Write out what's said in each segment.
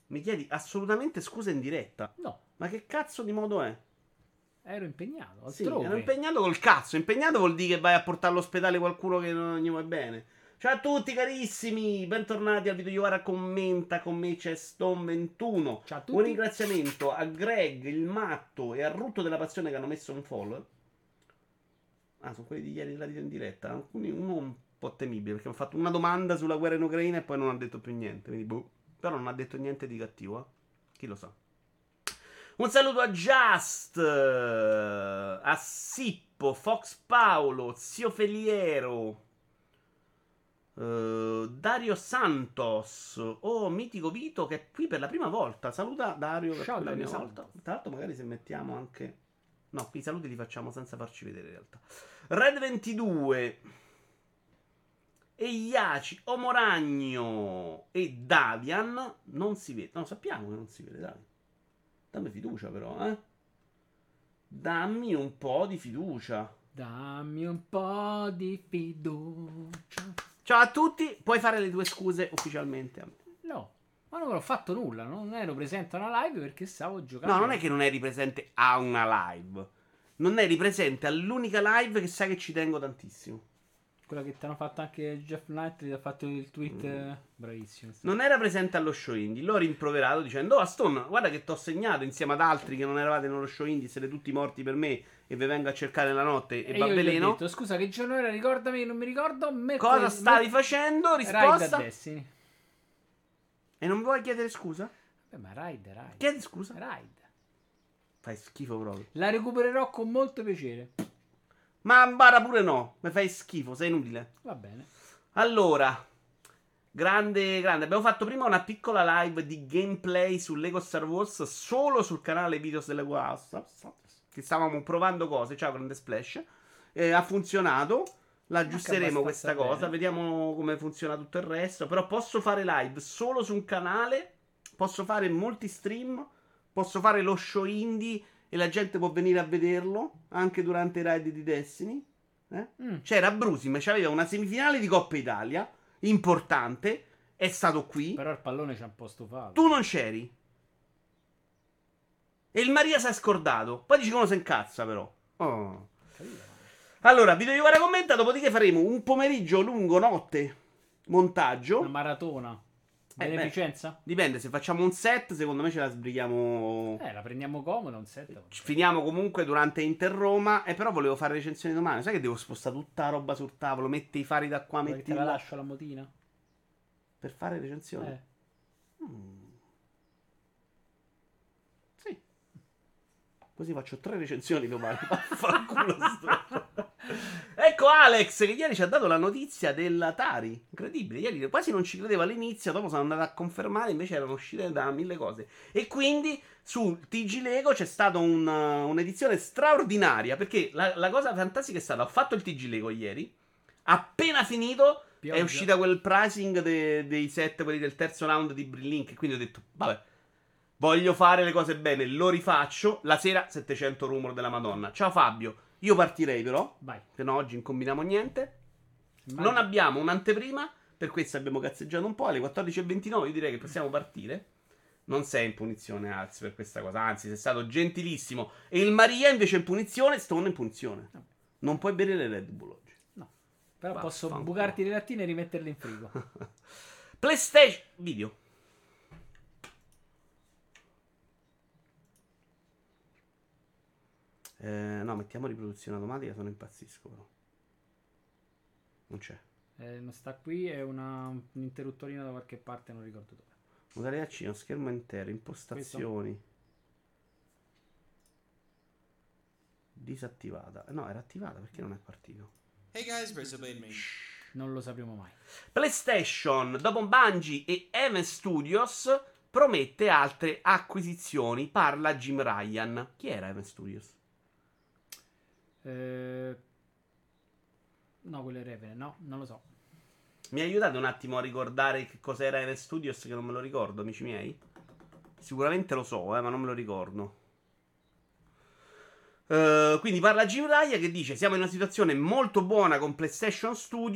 Mi chiedi assolutamente scusa in diretta. No, Ma che cazzo di modo è? ero impegnato, Sì, altrove. ero impegnato col cazzo. Impegnato vuol dire che vai a portare all'ospedale qualcuno che non gli vuoi bene. Ciao a tutti carissimi, bentornati al video Iovara commenta, con me c'è Stone21. Ciao a Un tutti. ringraziamento a Greg, il matto e a Rutto della Passione che hanno messo un follow. Ah, sono quelli di ieri della in diretta. Alcuni, uno un po' temibile perché mi ha fatto una domanda sulla guerra in Ucraina e poi non ha detto più niente. Quindi, boh. Però non ha detto niente di cattivo, Chi lo sa. Un saluto a Just, a Sippo, Fox Paolo, Zio Feliero, Dario Santos, Mitico Vito che è qui per la prima volta. Saluta Dario per Ciao la Dario prima volta. Santos. Tra l'altro magari se mettiamo anche... No, qui i saluti li facciamo senza farci vedere in realtà. Red22 e Iaci, Omoragno e Davian non si vede. No, sappiamo che non si vede, dai. Dammi fiducia però, Dammi un po' di fiducia. Dammi un po' di fiducia. Ciao a tutti, puoi fare le tue scuse ufficialmente. No, ma non ho fatto nulla. Non ero presente a una live perché stavo giocando. No, non è che non eri presente a una live. Non eri presente all'unica live che sai che ci tengo tantissimo. Quella che ti hanno fatto anche Jeff Knight, ti ha fatto il tweet. Bravissimo. Non era presente allo show indie. L'ho rimproverato dicendo: Oh, Aston, guarda che t'ho segnato insieme ad altri che non eravate nello show indie. Siete tutti morti per me. E vi vengo a cercare la notte e E io gli ho Babeleno. detto, scusa, che giorno era? Ricordami, non mi ricordo. Cosa stavi facendo? Risposta. Destiny. E non mi vuoi chiedere scusa? Beh, ma Raid. Chiedi scusa. Raid. Fai schifo proprio. La recupererò con molto piacere. Ma bara pure no. Mi fai schifo, sei inutile. Va bene. Allora, grande. Abbiamo fatto prima una piccola live di gameplay su Lego Star Wars solo sul canale Videos delle House. Che stavamo provando cose. Ciao, Grande Splash. Ha funzionato. La aggiusteremo questa cosa. Bene. Vediamo come funziona tutto il resto. Però posso fare live solo su un canale. Posso fare molti stream. Posso fare lo show indie. E la gente può venire a vederlo anche durante i raid di Destiny. C'era Brusim, c'aveva una semifinale di Coppa Italia importante. È stato qui. Però il pallone ci ha un po' stufato. Tu non c'eri. E il Maria si è scordato. Poi dici che uno si incazza, però. Oh. Allora, video Iovara commenta. Dopodiché faremo un pomeriggio lungo notte montaggio. Una maratona. Beneficenza? Dipende, se facciamo un set, secondo me ce la sbrighiamo. La prendiamo comoda un set. Finiamo comunque durante Inter Roma. E però volevo fare recensioni domani. Sai che devo spostare tutta la roba sul tavolo? Metti i fari da qua, Vuoi metti che te la là. lascio la motina? Per fare recensioni? Sì. Così faccio 3 recensioni domani. Vaffanculo sto. Ecco Alex che ieri ci ha dato la notizia dell'Atari. Incredibile. Ieri quasi non ci credevo all'inizio. Dopo sono andato a confermare. Invece erano uscite da 1000 cose. E quindi su TG Lego c'è stata un'edizione straordinaria. Perché la cosa fantastica è stata: ho fatto il TG Lego ieri. Appena finito Pioggia. è uscita quel pricing dei set, quelli del terzo round di Brillink. Quindi ho detto, vabbè, voglio fare le cose bene, lo rifaccio. La sera 700 rumor della Madonna. Ciao Fabio, io partirei però, Vai. che no, oggi non combiniamo niente. Vai. Non abbiamo un'anteprima, per questo abbiamo cazzeggiato un po'. Alle 14:29 io direi che possiamo partire. Non sei in punizione, Alex, per questa cosa. Anzi, sei stato gentilissimo. E il Maria invece in punizione, Stone in punizione. Non puoi bere le Red Bull oggi. Però posso Vaffanculo. bucarti le lattine e rimetterle in frigo. PlayStation video. No, mettiamo riproduzione automatica, sono impazzisco però. Non c'è. Non sta qui, è un interruttorino da qualche parte, non ricordo dove. Modalità C, schermo intero, impostazioni. Disattivata. No, era attivata, perché non è partito? Hey guys, Razorblade me. Non lo sapremo mai. PlayStation, dopo Bungie e Even Studios, promette altre acquisizioni. Parla Jim Ryan. Chi era Even Studios? No, quello è Revenant. No, non lo so. Mi aiutate un attimo a ricordare che cos'era Even Studios, che non me lo ricordo, amici miei? Sicuramente lo so, ma non me lo ricordo. Quindi parla Jim Ryan che dice: siamo in una situazione molto buona con PlayStation Studio.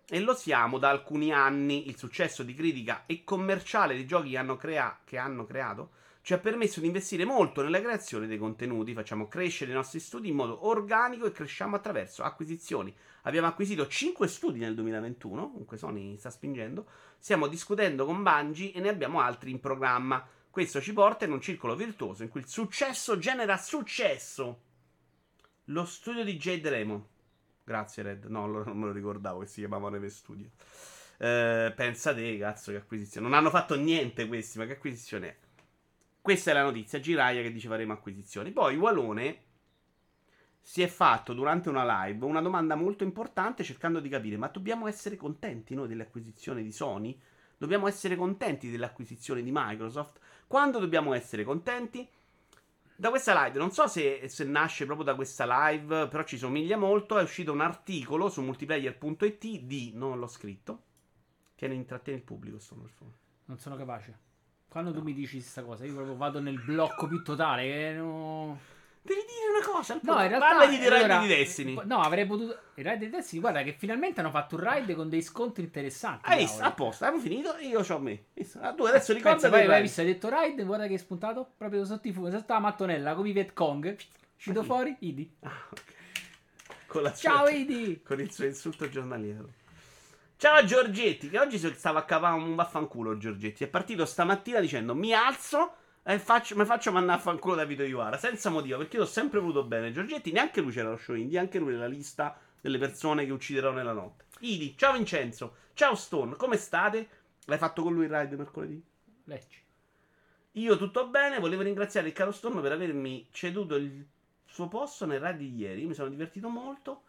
e lo siamo da alcuni anni. Il successo di critica e commerciale dei giochi che hanno creato ci ha permesso di investire molto nella creazione dei contenuti. Facciamo crescere i nostri studi in modo organico e cresciamo attraverso acquisizioni. Abbiamo acquisito 5 studi nel 2021, comunque Sony sta spingendo. Stiamo discutendo con Bungie e ne abbiamo altri in programma. Questo ci porta in un circolo virtuoso in cui il successo genera successo. Lo studio di Jade Raymond. Grazie Red. No, allora non me lo ricordavo che si chiamava Neve Studio. Pensa te, cazzo, che acquisizione. Non hanno fatto niente questi, ma che acquisizione è? Questa è la notizia, Giraia che dice faremo acquisizioni. Poi Walone si è fatto durante una live una domanda molto importante cercando di capire, ma dobbiamo essere contenti noi delle acquisizioni di Sony? Dobbiamo essere contenti delle acquisizioni di Microsoft? Quando dobbiamo essere contenti? Da questa live, non so se nasce proprio da questa live, però ci somiglia molto, è uscito un articolo su multiplayer.it di, non l'ho scritto, che ne intrattiene il pubblico, sto per favore. Non sono capace. Quando tu mi dici questa cosa, io proprio vado nel blocco più totale. Che no... Devi dire una cosa. No, in realtà. Parlagli di Raid di Destiny. No, avrei potuto. Il Raid di Destiny, guarda che finalmente hanno fatto un raid con dei scontri interessanti. Hai visto? A posto, abbiamo finito e io c'ho me. Tu adesso ricorda. Hai visto, hai detto raid, guarda che è spuntato proprio sotto la mattonella, come i Viet Cong. Uscito fuori, Idi. Ah, ok. Ciao Idi. Con il suo insulto giornaliero. Ciao Giorgetti, che oggi stava a cavare un vaffanculo Giorgetti. È partito stamattina dicendo mi alzo e mi faccio mandare a fanculo da Vito Iwara. Senza motivo, perché io ho sempre voluto bene Giorgetti. Neanche lui c'era lo show indie, anche lui nella lista delle persone che ucciderò nella notte. Idi, ciao Vincenzo. Ciao Stone, come state? L'hai fatto con lui il ride mercoledì? Lecce. Io tutto bene, volevo ringraziare il caro Stone per avermi ceduto il suo posto nel ride di ieri. Io mi sono divertito molto.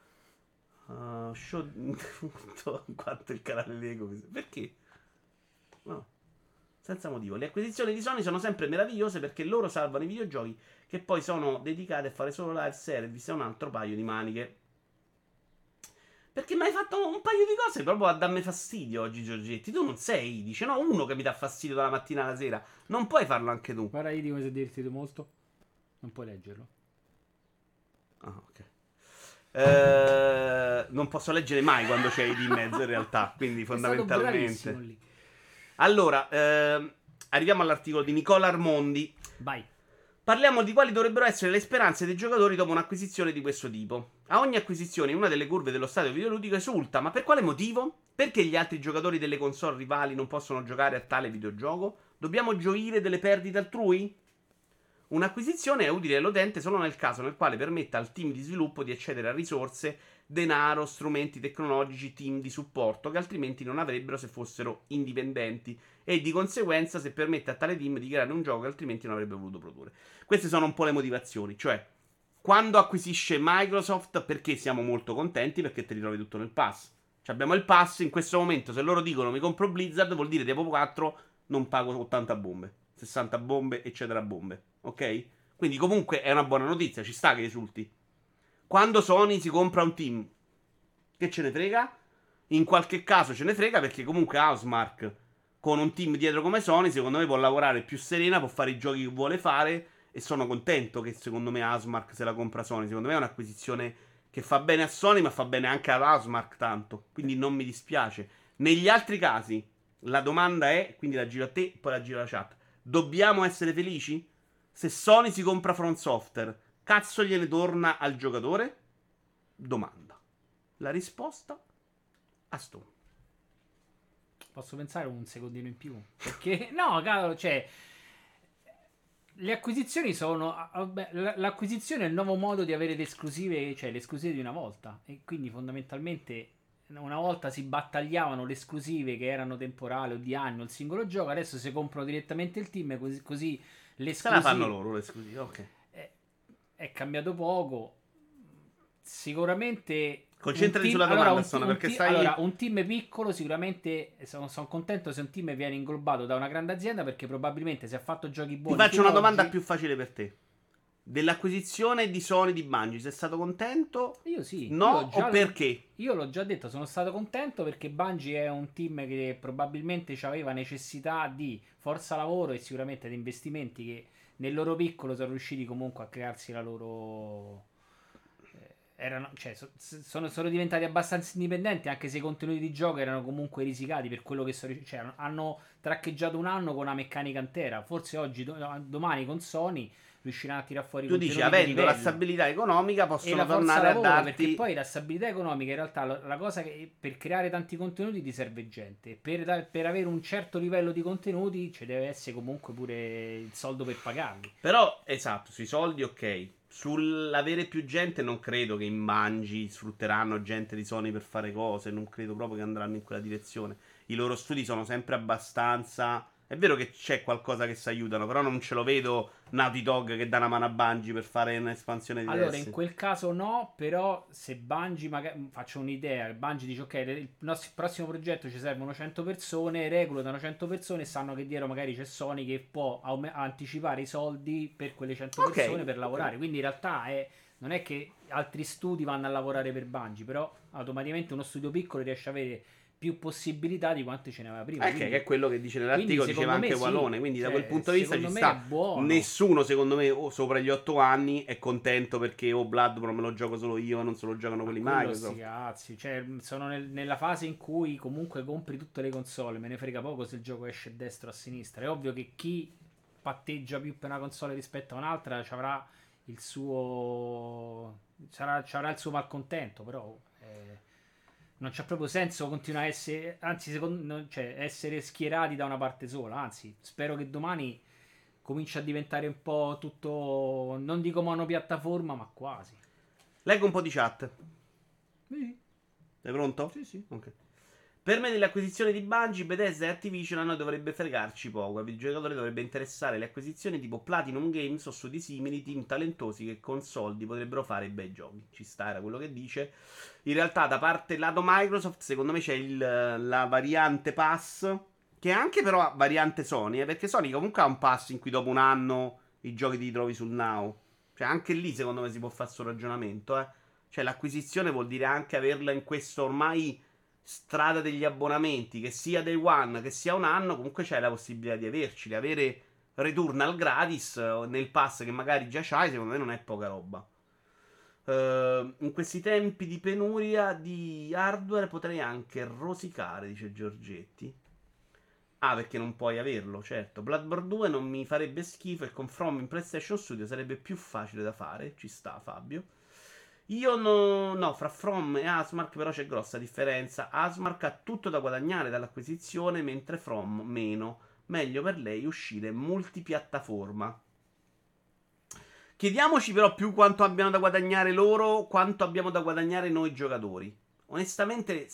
Show quanto il canale Lego. Perché? No. Senza motivo. Le acquisizioni di Sony sono sempre meravigliose perché loro salvano i videogiochi che poi sono dedicati a fare solo live service e un altro paio di maniche. Perché mi hai fatto un paio di cose proprio a darmi fastidio oggi, Giorgetti. Tu non sei, dice no, uno che mi dà fastidio dalla mattina alla sera. Non puoi farlo anche tu. Guarda, io come se dirti molto. Non puoi leggerlo. Ah, ok. Non posso leggere mai quando c'è ID in mezzo in realtà, quindi fondamentalmente. Allora, arriviamo all'articolo di Nicola Armondi. Vai. Parliamo di quali dovrebbero essere le speranze dei giocatori dopo un'acquisizione di questo tipo. A ogni acquisizione una delle curve dello stadio videoludico esulta, ma per quale motivo? Perché gli altri giocatori delle console rivali non possono giocare a tale videogioco? Dobbiamo gioire delle perdite altrui? Un'acquisizione è utile all'utente solo nel caso nel quale permetta al team di sviluppo di accedere a risorse, denaro, strumenti tecnologici, team di supporto che altrimenti non avrebbero se fossero indipendenti e di conseguenza se permette a tale team di creare un gioco che altrimenti non avrebbe voluto produrre. Queste sono un po' le motivazioni, cioè quando acquisisce Microsoft perché siamo molto contenti perché ti ritrovi tutto nel pass. Cioè abbiamo il pass in questo momento, se loro dicono mi compro Blizzard vuol dire dopo 4 non pago 80 bombe, 60 bombe eccetera bombe. Ok? Quindi comunque è una buona notizia, ci sta che esulti. Quando Sony si compra un team, che ce ne frega? In qualche caso ce ne frega perché comunque Housemarque con un team dietro come Sony secondo me può lavorare più serena, può fare i giochi che vuole fare e sono contento che secondo me Housemarque se la compra Sony. Secondo me è un'acquisizione che fa bene a Sony ma fa bene anche ad Housemarque tanto, quindi non mi dispiace. Negli altri casi la domanda è, quindi la giro a te, poi la giro alla chat, dobbiamo essere felici? Se Sony si compra From Software, cazzo gliene torna al giocatore? Domanda. La risposta a Stone. Posso pensare un secondino in più? Perché, no, cavolo, cioè, le acquisizioni sono, vabbè, l'acquisizione è il nuovo modo di avere le esclusive, cioè le esclusive di una volta. E quindi fondamentalmente una volta si battagliavano le esclusive che erano temporali o di anno, il singolo gioco, adesso si comprano direttamente il team, così le se la fanno loro le esclusive, ok. È cambiato poco. Sicuramente concentrati sulla domanda, perché stai... Allora, un team piccolo sicuramente sono contento se un team viene inglobato da una grande azienda perché probabilmente se ha fatto giochi buoni. Ti faccio una domanda più facile per te. Dell'acquisizione di Sony di Bungie sei stato contento? Io sì. No, o perché? Io l'ho già detto, sono stato contento perché Bungie è un team che probabilmente aveva necessità di forza lavoro e sicuramente di investimenti che nel loro piccolo sono riusciti comunque a crearsi la loro sono diventati abbastanza indipendenti, anche se i contenuti di gioco erano comunque risicati per quello che hanno traccheggiato un anno con una meccanica intera. Forse oggi, domani con Sony riusciranno a tirare fuori Tu dici, contenuti di avendo la livello stabilità economica, e possono la forza tornare a lavoro, perché darti. poi la stabilità economica in realtà la cosa che per creare tanti contenuti ti serve gente, per avere un certo livello di contenuti ci deve essere comunque pure il soldo per pagarli. Però, esatto, sui soldi ok. Sull'avere più gente non credo che in Bungie sfrutteranno gente di Sony per fare cose, non credo proprio che andranno in quella direzione. I loro studi sono sempre abbastanza. È vero che c'è qualcosa che si aiutano, però non ce lo vedo Naughty Dog che dà una mano a Bungie per fare un'espansione di Allora, in DS. quel caso no, però se Bungie, magari, faccio un'idea, Bungie dice ok, il nostro prossimo progetto ci servono 100 persone, reclutano 100 persone e sanno che dietro magari c'è Sony che può anticipare i soldi per quelle 100 Ok, persone per ok. lavorare. Quindi in realtà non è che altri studi vanno a lavorare per Bungie, però automaticamente uno studio piccolo riesce a avere più possibilità di quante ce ne aveva prima. Che è quello che dice nell'articolo, diceva Secondo me anche sì, Walone. Quindi da quel cioè, punto di vista ci secondo me è sta. buono. Nessuno, secondo me, sopra gli 8 anni è contento perché Bloodborne me lo gioco solo io e non se lo giocano quelli Quello Microsoft. sti cazzi, cioè, sono nella fase in cui comunque compri tutte le console, me ne frega poco se il gioco esce destro o a sinistra. È ovvio che chi patteggia più per una console rispetto a un'altra ci avrà il suo ci avrà il suo malcontento, però non c'è proprio senso continuare a essere, anzi cioè, essere schierati da una parte sola, anzi spero che domani cominci a diventare un po' tutto, non dico monopiattaforma, ma quasi. Leggo un po' di chat. Sì, Sei pronto? sì, sì. Ok. Per me, nelle acquisizioni di Bungie, Bethesda e Activision a noi dovrebbe fregarci poco. Ai videogiocatori dovrebbe interessare le acquisizioni tipo Platinum Games o studi simili, team talentosi che con soldi potrebbero fare bei giochi. Ci sta, era quello che dice. In realtà, da parte lato Microsoft, secondo me c'è la variante Pass, che è anche però variante Sony, perché Sony comunque ha un pass in cui dopo un anno i giochi ti trovi sul Now. Cioè, anche lì, secondo me, si può fare sto ragionamento, Cioè, l'acquisizione vuol dire anche averla in questo ormai strada degli abbonamenti, che sia day one, che sia un anno, comunque c'è la possibilità di averceli. Avere Returnal gratis nel pass che magari già c'hai, secondo me non è poca roba. In questi tempi di penuria di hardware potrei anche rosicare, dice Giorgetti. Ah, perché non puoi averlo, certo. Bloodborne 2 non mi farebbe schifo e con From in PlayStation Studio sarebbe più facile da fare. Ci sta, Fabio. Io no, fra From e Asmark però c'è grossa differenza. Asmark ha tutto da guadagnare dall'acquisizione, mentre From meno. Meglio per lei uscire multipiattaforma. Chiediamoci però più quanto abbiano da guadagnare loro, quanto abbiamo da guadagnare noi giocatori. Onestamente,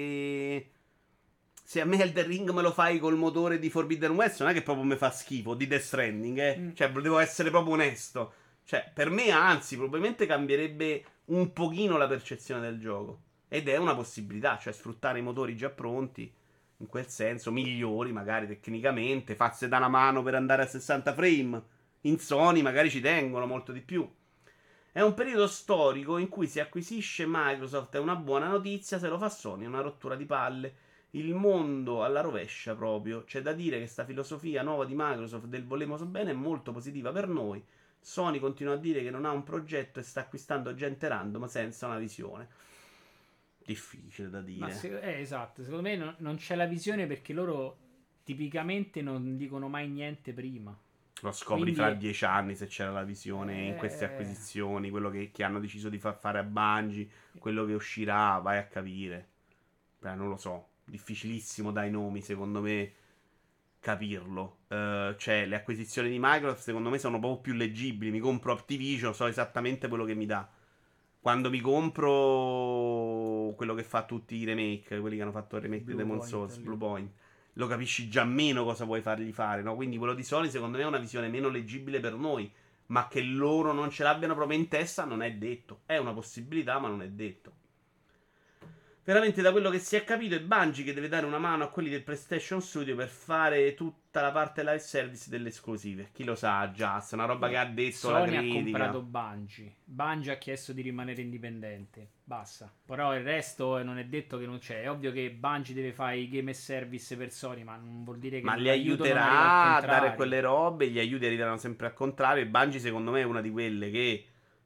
se a me Elden Ring me lo fai col motore di Forbidden West, non è che proprio mi fa schifo, di Death Stranding, Cioè, devo essere proprio onesto. Cioè, per me, anzi, probabilmente cambierebbe un pochino la percezione del gioco. Ed è una possibilità, cioè sfruttare i motori già pronti, in quel senso, migliori magari tecnicamente, farsi da una mano per andare a 60 frame. In Sony magari ci tengono molto di più. È un periodo storico in cui si acquisisce Microsoft, è una buona notizia, se lo fa Sony è una rottura di palle. Il mondo alla rovescia proprio. C'è da dire che sta filosofia nuova di Microsoft del volemo so bene è molto positiva per noi. Sony continua a dire che non ha un progetto e sta acquistando gente random senza una visione. Difficile da dire. Esatto, secondo me non c'è la visione perché loro tipicamente non dicono mai niente prima. Lo scopri Quindi fra 10 anni se c'era la visione in queste acquisizioni, quello che hanno deciso di far fare a Bungie, quello che uscirà, vai a capire. Beh, non lo so, difficilissimo dai nomi, secondo me, capirlo. Cioè, le acquisizioni di Microsoft, secondo me, sono proprio più leggibili. Mi compro Activision, so esattamente quello che mi dà. Quando mi compro quello che fa tutti i remake, quelli che hanno fatto il remake di Demon's Souls, Bluepoint, lo capisci già meno cosa vuoi fargli fare, no? Quindi quello di Sony, secondo me, è una visione meno leggibile per noi. Ma che loro non ce l'abbiano proprio in testa non è detto. È una possibilità, ma non è detto. Veramente, da quello che si è capito, è Bungie che deve dare una mano a quelli del PlayStation Studio per fare tutta la parte live service delle esclusive. Chi lo sa, già, è una roba che ha detto la Sony ha critica. comprato Bungie. Bungie ha chiesto di rimanere indipendente. Basta. Però il resto non è detto che non c'è. È ovvio che Bungie deve fare i game as service per Sony, ma non vuol dire che Ma li l'aiuto non arriva al aiuterà a dare contrario. quelle robe, gli aiuti arriveranno sempre al contrario. E Bungie, secondo me, è una di quelle che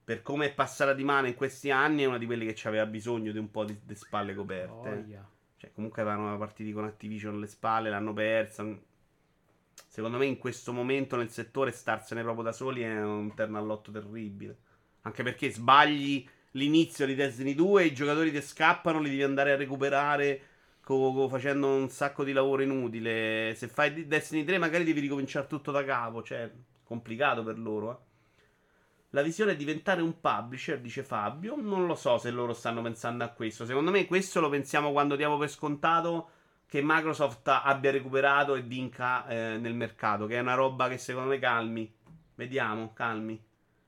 per come è passata di mano in questi anni, è una di quelle che ci aveva bisogno di un po' di spalle coperte. Voglia. Cioè, comunque avevano partiti con Activision alle spalle, l'hanno persa. Secondo me in questo momento nel settore starsene proprio da soli è un terno all'otto terribile. Anche perché sbagli l'inizio di Destiny 2, i giocatori ti scappano, li devi andare a recuperare facendo un sacco di lavoro inutile. Se fai Destiny 3 magari devi ricominciare tutto da capo, cioè complicato per loro, eh. La visione è diventare un publisher, dice Fabio. Non lo so se loro stanno pensando a questo. Secondo me questo lo pensiamo quando diamo per scontato che Microsoft abbia recuperato e vinca nel mercato, che è una roba che secondo me calmi. Vediamo, calmi.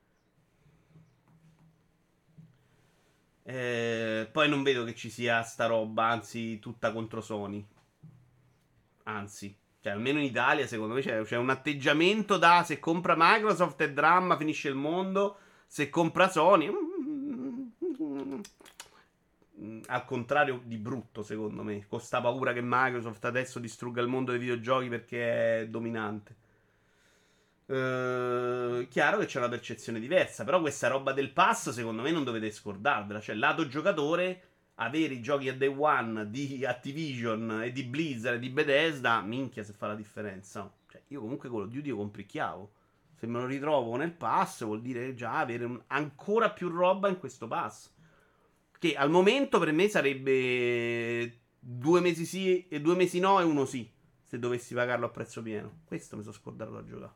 Poi non vedo che ci sia sta roba, anzi tutta contro Sony. Anzi, cioè almeno in Italia secondo me c'è un atteggiamento da se compra Microsoft è dramma, finisce il mondo. Se compra Sony al contrario di brutto secondo me, con sta paura che Microsoft adesso distrugga il mondo dei videogiochi perché è dominante. Chiaro che c'è una percezione diversa, però questa roba del pass secondo me non dovete scordarvela. Cioè lato giocatore, avere i giochi a day one di Activision e di Blizzard e di Bethesda, minchia se fa la differenza. Cioè io comunque Call of Duty lo compricchiavo. Se me lo ritrovo nel pass vuol dire già avere ancora più roba in questo pass. Che al momento per me sarebbe 2 mesi sì e 2 mesi no e uno sì. Se dovessi pagarlo a prezzo pieno. Questo mi sono scordato da giocare.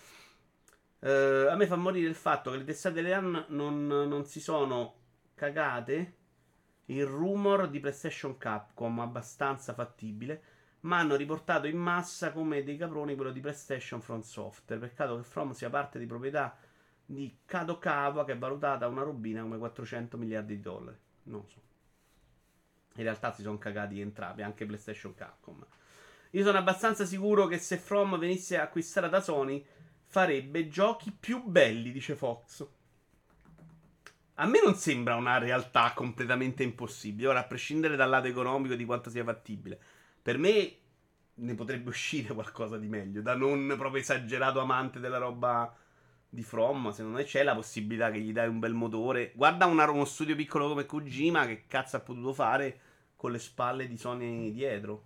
A me fa morire il fatto che le testate LAN non si sono cagate. Il rumor di PlayStation Capcom abbastanza fattibile. Ma hanno riportato in massa come dei caproni quello di PlayStation From Software. Peccato che From sia parte di proprietà di Kadokawa, che è valutata una robina come 400 miliardi di dollari. Non so. In realtà si sono cagati entrambi, anche PlayStation Capcom. Io sono abbastanza sicuro che se From venisse acquistata da Sony farebbe giochi più belli, dice Fox. A me non sembra una realtà completamente impossibile. Ora, a prescindere dal lato economico di quanto sia fattibile, per me ne potrebbe uscire qualcosa di meglio. Da non proprio esagerato amante della roba di From, secondo me c'è la possibilità che gli dai un bel motore. Guarda uno studio piccolo come Kojima, che cazzo ha potuto fare con le spalle di Sony dietro.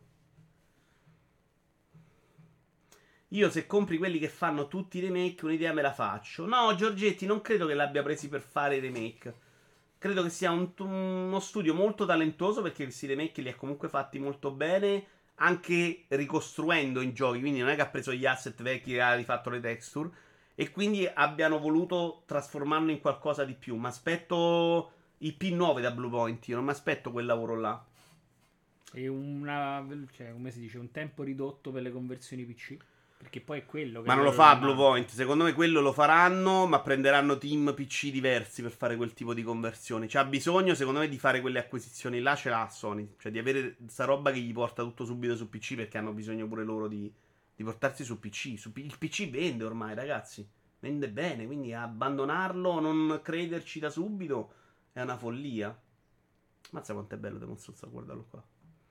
Io se compri quelli che fanno tutti i remake, un'idea me la faccio. No, Giorgetti, non credo che l'abbia presi per fare i remake. Credo che sia uno studio molto talentoso, perché questi remake li ha comunque fatti molto bene, anche ricostruendo i giochi. Quindi non è che ha preso gli asset vecchi e ha rifatto le texture. E quindi abbiano voluto trasformarlo in qualcosa di più. Ma aspetto IP nuove da Bluepoint. Io non mi aspetto quel lavoro là. E cioè, come si dice, un tempo ridotto per le conversioni PC. Perché poi è quello che Ma non lo loro fa manca. Bluepoint. Secondo me quello lo faranno, ma prenderanno team PC diversi per fare quel tipo di conversioni. C'ha bisogno, secondo me, di fare quelle acquisizioni là. Ce l'ha Sony. Cioè di avere sta roba che gli porta tutto subito su PC, perché hanno bisogno pure loro di portarsi su PC. Il PC vende ormai, ragazzi. Vende bene, quindi abbandonarlo, non crederci da subito è una follia. Mazza quanto è bello Demon Souls, guardalo qua.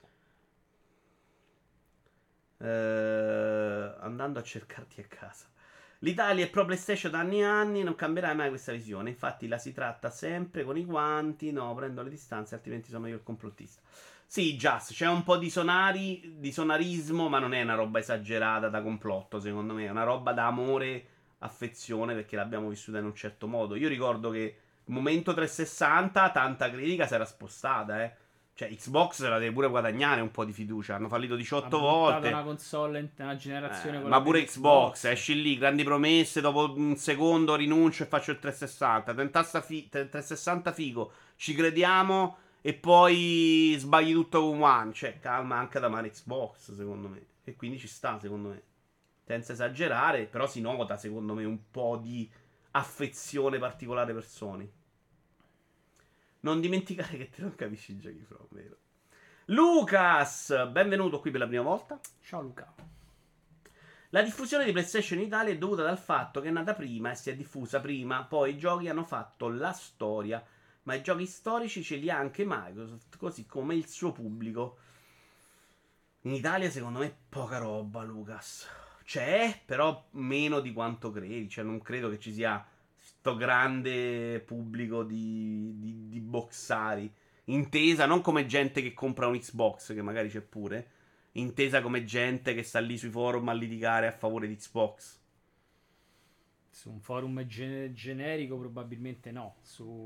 Andando a cercarti a casa. L'Italia è pro PlayStation da anni e anni, non cambierà mai questa visione. Infatti la si tratta sempre con i guanti. No, prendo le distanze, altrimenti sono io il complottista. Sì, Just, c'è un po' di sonarismo, ma non è una roba esagerata da complotto, secondo me. È una roba da amore, affezione, perché l'abbiamo vissuta in un certo modo. Io ricordo che il momento 360, tanta critica si era spostata, eh. Cioè, Xbox se la deve pure guadagnare un po' di fiducia. Hanno fallito 18 volte. Una console in una generazione con ma la pure Xbox, esci lì, grandi promesse. Dopo un secondo rinuncio e faccio il 360. 360 figo, ci crediamo. E poi sbagli tutto con One. Cioè, calma anche da mano Xbox, secondo me. E quindi ci sta, secondo me. Senza esagerare, però si nota, secondo me, un po' di affezione particolare per Sony. Non dimenticare che te non capisci i giochi From, vero? Lucas, benvenuto qui per la prima volta. Ciao Luca. La diffusione di PlayStation in Italia è dovuta dal fatto che è nata prima e si è diffusa prima. Poi i giochi hanno fatto la storia, ma i giochi storici ce li ha anche Microsoft, così come il suo pubblico. In Italia secondo me poca roba, Lucas. C'è, però meno di quanto credi. Cioè non credo che ci sia sto grande pubblico di boxari. Intesa non come gente che compra un Xbox, che magari c'è pure, intesa come gente che sta lì sui forum a litigare a favore di Xbox. Su un forum generico probabilmente no.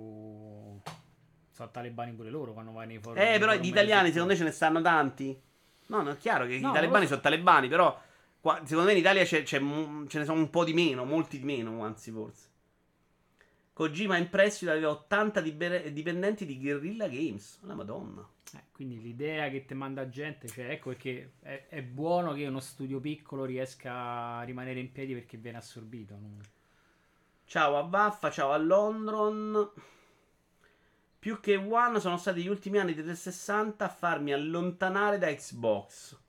Sono talebani pure loro quando vai nei forum. Però gli italiani secondo me ce ne stanno tanti. No, no, è chiaro che No, i non lo talebani so. sono talebani, però secondo me in Italia ce ne sono un po' di meno, molti di meno, anzi forse. Kojima in prestito aveva 80 dipendenti di Guerrilla Games. La Madonna. Quindi l'idea che ti manda gente, cioè ecco perché è buono che uno studio piccolo riesca a rimanere in piedi perché viene assorbito. Ciao a Vaffa, ciao a Londron. Più che One sono stati gli ultimi anni di 360 a farmi allontanare da Xbox.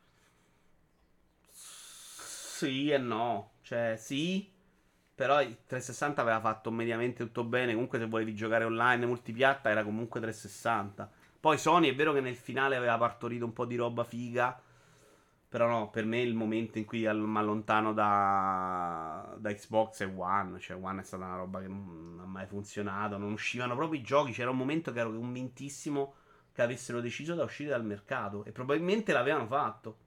Sì e no. Cioè, sì. Però il 360 aveva fatto mediamente tutto bene. Comunque, se volevi giocare online multipiatta, era comunque 360. Poi Sony è vero che nel finale aveva partorito un po' di roba figa. Però no, per me il momento in cui mi allontano da Xbox è One. Cioè, One è stata una roba che non ha mai funzionato. Non uscivano proprio i giochi. C'era un momento che ero convintissimo che avessero deciso da uscire dal mercato. E probabilmente l'avevano fatto.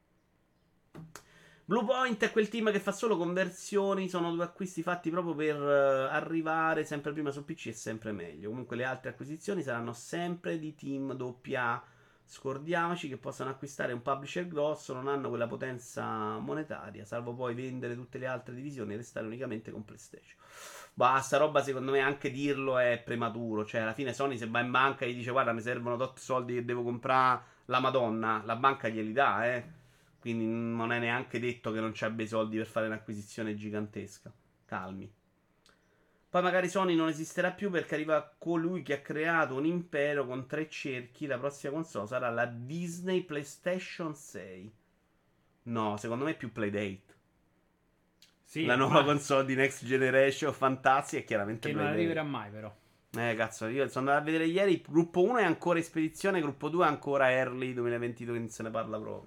Bluepoint è quel team che fa solo conversioni. Sono due acquisti fatti proprio per arrivare sempre prima su PC e sempre meglio. Comunque le altre acquisizioni saranno sempre di team AA. Scordiamoci che possono acquistare un publisher grosso, non hanno quella potenza monetaria, salvo poi vendere tutte le altre divisioni e restare unicamente con PlayStation. Basta, roba secondo me anche dirlo è prematuro. Cioè, alla fine Sony se va in banca e gli dice guarda mi servono tot soldi che devo comprare la Madonna, la banca glieli dà, eh. Quindi non è neanche detto che non ci abbia i soldi per fare un'acquisizione gigantesca. Calmi. Poi magari Sony non esisterà più perché arriva colui che ha creato un impero con 3 cerchi. La prossima console sarà la Disney PlayStation 6. No, secondo me è più Playdate. Sì, La nuova ma console di Next Generation Fantasy è chiaramente che non Playdate. arriverà mai però. Cazzo, io sono andato a vedere ieri. Il gruppo 1 è ancora in spedizione, gruppo 2 è ancora early 2022, quindi se ne parla proprio.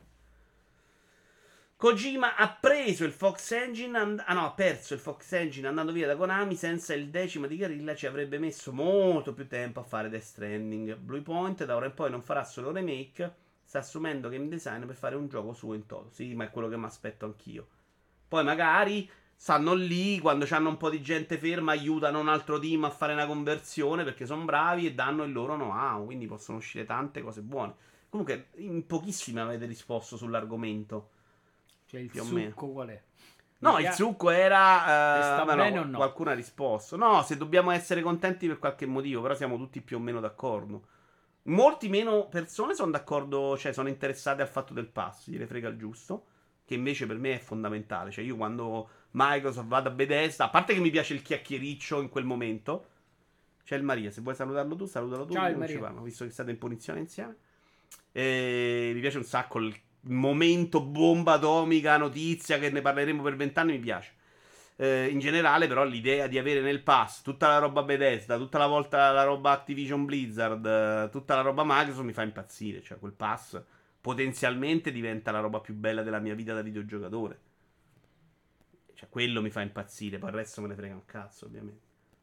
Kojima ha preso il Fox Engine. Ha perso il Fox Engine andando via da Konami. Senza il decimo di Guerrilla ci avrebbe messo molto più tempo a fare Death Stranding. Bluepoint da ora in poi non farà solo remake. Sta assumendo game design per fare un gioco suo in toto. Sì, ma è quello che mi aspetto anch'io. Poi magari stanno lì, quando hanno un po' di gente ferma, aiutano un altro team a fare una conversione perché sono bravi e danno il loro know-how. Quindi possono uscire tante cose buone. Comunque, in pochissimi avete risposto sull'argomento. Cioè il Più o meno. succo qual è? No, il succo era. E sta bene No, o no? qualcuno ha risposto. No, se dobbiamo essere contenti per qualche motivo, però siamo tutti più o meno d'accordo. Molti meno persone sono d'accordo, cioè sono interessate al fatto del pass, gliene frega il giusto, che invece per me è fondamentale. Cioè io quando Microsoft va da Bethesda, a parte che mi piace il chiacchiericcio in quel momento, c'è il Maria, se vuoi salutarlo tu, salutalo tu, Ciao, il non ci Maria. parlo, visto che state in punizione insieme. E mi piace un sacco il momento bomba atomica, notizia, che ne parleremo per 20 anni, mi piace. In generale, però, l'idea di avere nel pass tutta la roba Bethesda, tutta la volta la roba Activision Blizzard, tutta la roba Microsoft mi fa impazzire. Cioè, quel pass potenzialmente diventa la roba più bella della mia vita da videogiocatore. Cioè, quello mi fa impazzire. Poi il resto me ne frega un cazzo, ovviamente.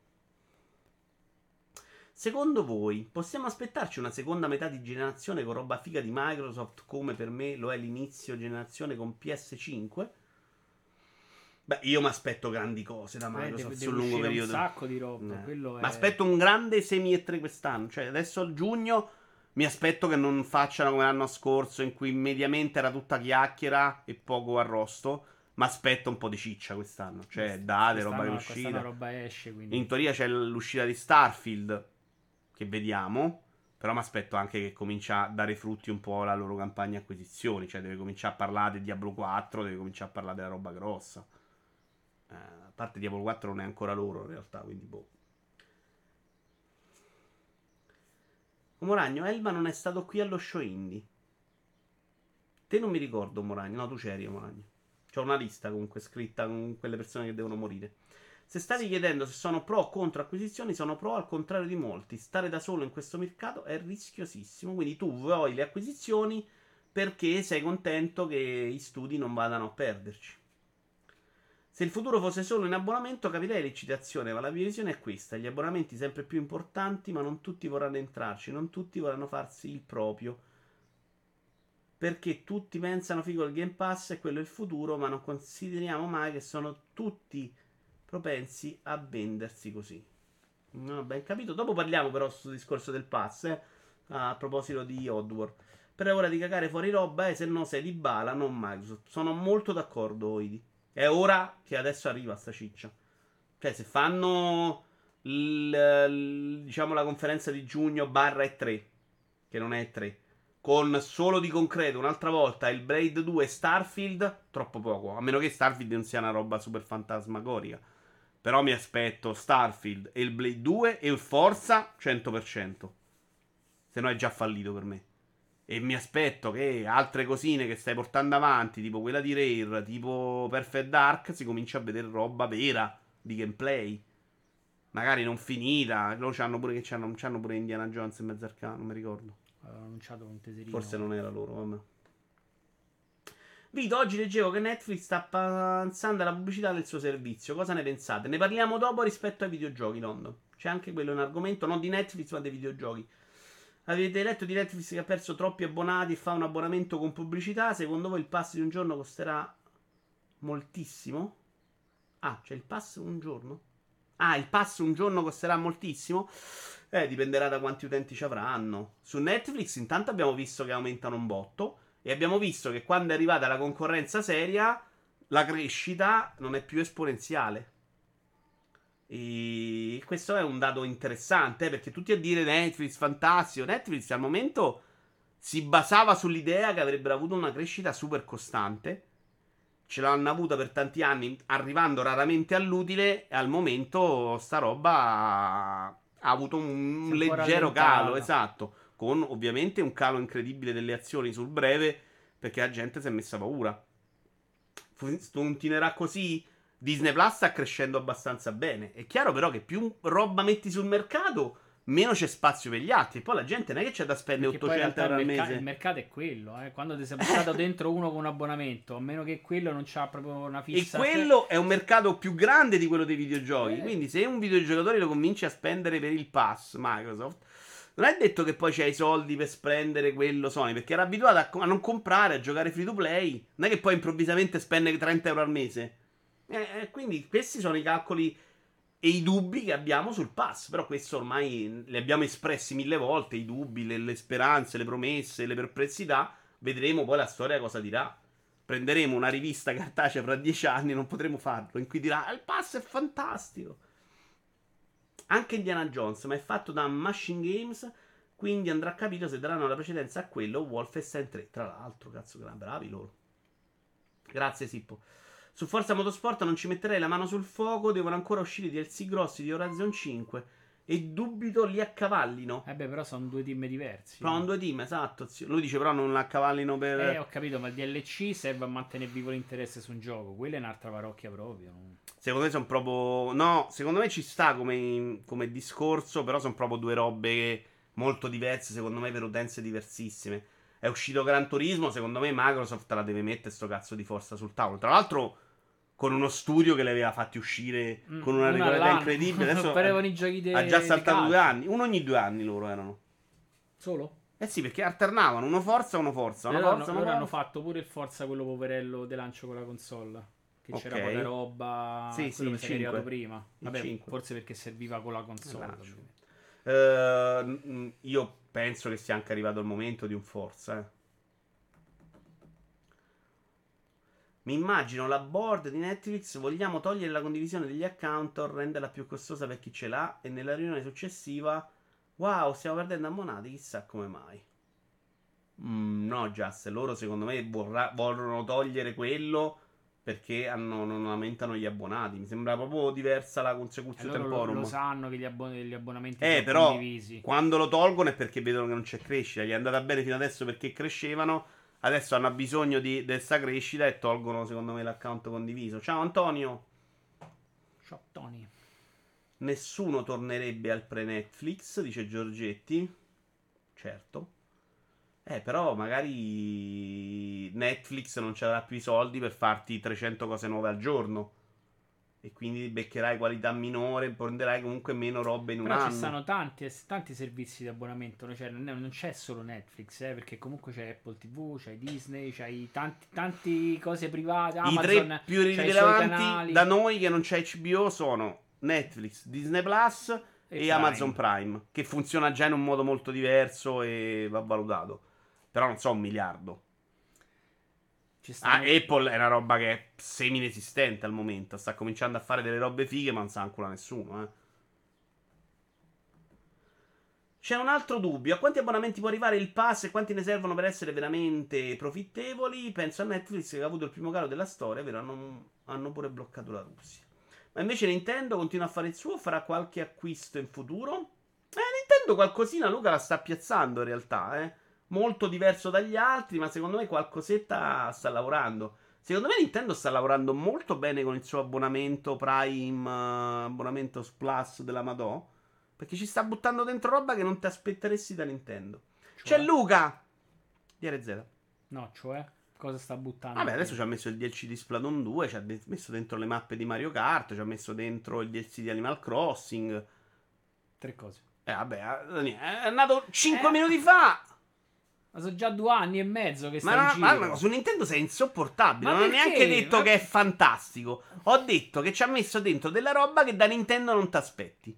Secondo voi, possiamo aspettarci una seconda metà di generazione con roba figa di Microsoft, come per me lo è l'inizio generazione con PS5? Beh, io mi aspetto grandi cose da Microsoft sul lungo uscire periodo. un sacco di roba. Quello Ma aspetto un grande semi E3 quest'anno. Cioè, adesso a giugno mi aspetto che non facciano come l'anno scorso, in cui mediamente era tutta chiacchiera e poco arrosto. Ma aspetto un po' di ciccia quest'anno. Cioè, date, roba che è Quest'anno uscita. roba esce, quindi. In teoria c'è l'uscita di Starfield, che vediamo. Però mi aspetto anche che comincia a dare frutti un po' la loro campagna acquisizioni. Cioè, deve cominciare a parlare di Diablo 4, deve cominciare a parlare della roba grossa. A parte Diablo 4 non è ancora loro in realtà, quindi boh. Moragno, Elba non è stato qui allo show indie. Te non mi ricordo, Moragno. No, tu c'eri, Moragno. C'ho una lista comunque scritta con quelle persone che devono morire. Se stavi chiedendo se sono pro o contro acquisizioni, sono pro al contrario di molti. Stare da solo in questo mercato è rischiosissimo. Quindi tu vuoi le acquisizioni perché sei contento che i studi non vadano a perderci. Se il futuro fosse solo in abbonamento capirei l'eccitazione, ma la mia visione è questa: gli abbonamenti sempre più importanti, ma non tutti vorranno entrarci, non tutti vorranno farsi il proprio. Perché tutti pensano figo il Game Pass e quello è il futuro, ma non consideriamo mai che sono tutti propensi a vendersi così. Non ho ben capito. Dopo parliamo però sul discorso del pass, a proposito di Oddworld. Però è ora di cagare fuori roba e se no sei di bala, non Microsoft. Sono molto d'accordo, Oidi. È ora che adesso arriva sta ciccia. Cioè, se fanno diciamo la conferenza di giugno barra E3, che non è E3, con solo di concreto un'altra volta il Blade 2 e Starfield, troppo poco. A meno che Starfield non sia una roba super fantasmagorica. Però mi aspetto Starfield e il Blade 2 e il Forza 100%. Se no è già fallito per me. E mi aspetto che altre cosine che stai portando avanti, tipo quella di Rare, tipo Perfect Dark, si comincia a vedere roba vera di gameplay. Magari non finita. Loro c'hanno pure che c'hanno pure Indiana Jones in mezzo al canto, non mi ricordo. Avevano annunciato un teserino. Forse non era loro, vabbè. Vito, oggi leggevo che Netflix sta avanzando la pubblicità del suo servizio. Cosa ne pensate? Ne parliamo dopo rispetto ai videogiochi, London. C'è anche quello un argomento, non di Netflix, ma dei videogiochi. Avete letto di Netflix che ha perso troppi abbonati e fa un abbonamento con pubblicità? Secondo voi il pass di un giorno costerà moltissimo? Ah, c'è il pass un giorno? Ah, il pass un giorno costerà moltissimo? Dipenderà da quanti utenti ci avranno. Su Netflix intanto abbiamo visto che aumentano un botto e abbiamo visto che quando è arrivata la concorrenza seria la crescita non è più esponenziale. E questo è un dato interessante, perché tutti a dire Netflix fantastico. Netflix al momento si basava sull'idea che avrebbero avuto una crescita super costante. Ce l'hanno avuta per tanti anni, arrivando raramente all'utile. E al momento sta roba ha avuto un leggero calo, esatto. Con ovviamente un calo incredibile delle azioni sul breve, perché la gente si è messa paura. Continuerà così? Disney Plus sta crescendo abbastanza bene. È chiaro però che più roba metti sul mercato, meno c'è spazio per gli altri. E poi la gente non è che c'è da spendere perché 800 euro al mese. Il mercato è quello, quando ti sei buttato dentro uno con un abbonamento, a meno che quello non c'ha proprio una fissa. E quello è un mercato più grande di quello dei videogiochi. Quindi se un videogiocatore lo convinci a spendere per il pass Microsoft, non è detto che poi c'hai i soldi per spendere quello Sony, perché era abituato a non comprare, a giocare free to play. Non è che poi improvvisamente spende 30 euro al mese. Quindi questi sono i calcoli e i dubbi che abbiamo sul pass. Però questo ormai li abbiamo espressi 1000 volte, i dubbi, le speranze, le promesse, le perplessità. Vedremo poi la storia cosa dirà. Prenderemo una rivista cartacea fra 10 anni e non potremo farlo, in cui dirà il pass è fantastico. Anche Indiana Jones, ma è fatto da Machine Games, quindi andrà capito se daranno la precedenza a quello Wolfenstein 3. Tra l'altro, cazzo, bravi loro. Grazie Sippo. Su Forza Motorsport non ci metterei la mano sul fuoco, devono ancora uscire DLC grossi di Horizon 5 e dubito li accavallino. Però sono due team diversi. Però sono due team, esatto. Lui dice però non l'accavallino per... Ho capito, ma il DLC serve a mantenere vivo l'interesse su un gioco. Quella è un'altra parrocchia proprio. Secondo me sono proprio... No, secondo me ci sta come discorso, però sono proprio due robe molto diverse, secondo me per utenze diversissime. È uscito Gran Turismo, secondo me Microsoft la deve mettere sto cazzo di Forza sul tavolo. Tra l'altro con uno studio che le aveva fatti uscire con una regolarità incredibile. Adesso ha già saltato 2 anni. Uno ogni 2 anni loro erano. Solo? Eh sì, perché alternavano uno Forza. Loro hanno fatto pure il Forza, quello poverello de lancio con la console. Che c'era poca roba. Sì, quello sì, che è arrivato prima. Vabbè, 5. forse perché serviva con la console. Io penso che sia anche arrivato il momento di un Forza. Mi immagino la board di Netflix. Vogliamo togliere la condivisione degli account o renderla più costosa per chi ce l'ha. E nella riunione successiva, wow, stiamo perdendo abbonati. Chissà come mai. No, Just. Loro secondo me vogliono togliere quello perché non aumentano gli abbonati. Mi sembra proprio diversa la consecuzione temporum. Lo sanno che gli abbonamenti sono però condivisi. Quando lo tolgono è perché vedono che non c'è crescita. Gli è andata bene fino adesso perché crescevano. Adesso hanno bisogno di questa crescita e tolgono secondo me l'account condiviso. Ciao Antonio. Ciao Tony. Nessuno tornerebbe al pre-Netflix, dice Giorgetti. Certo. Però magari Netflix non ci avrà più i soldi per farti 300 cose nuove al giorno. e quindi beccherai qualità minore, prenderai comunque meno robe in un Però anno. ci stanno tanti servizi di abbonamento, no? Cioè, non c'è solo Netflix, perché comunque c'è Apple TV, c'è Disney, c'hai tanti cose private, I Amazon, tre più c'hai i suoi rilevanti canali da noi che non c'è HBO sono Netflix, Disney Plus e Prime. Amazon Prime, che funziona già in un modo molto diverso e va valutato. Però non so, 1 miliardo. Ci stanno... Apple è una roba che è semi-inesistente al momento. Sta cominciando a fare delle robe fighe, ma non sa ancora nessuno, C'è un altro dubbio. A quanti abbonamenti può arrivare il pass e quanti ne servono per essere veramente profittevoli? Penso a Netflix che ha avuto il primo calo della storia, vero? Hanno pure bloccato la Russia. Ma invece Nintendo continua a fare il suo, farà qualche acquisto in futuro? Nintendo qualcosina Luca la sta piazzando in realtà, Molto diverso dagli altri, ma secondo me qualcosetta sta lavorando. Secondo me Nintendo sta lavorando molto bene con il suo abbonamento Prime, abbonamento Plus della Madò, perché ci sta buttando dentro roba che non ti aspetteresti da Nintendo. Cioè? C'è Luca di RZ. No, cioè, cosa sta buttando? Vabbè, adesso ci ha messo il DLC di Splatoon 2, ci ha messo dentro le mappe di Mario Kart, ci ha messo dentro il DLC di Animal Crossing. 3 cose. Vabbè, è nato 5 minuti fa. Ma sono già 2 anni e mezzo che sta Ma, in giro. ma su Nintendo sei insopportabile. Ma Non ho perché? neanche detto che è fantastico. Ho detto che ci ha messo dentro della roba che da Nintendo non ti aspetti.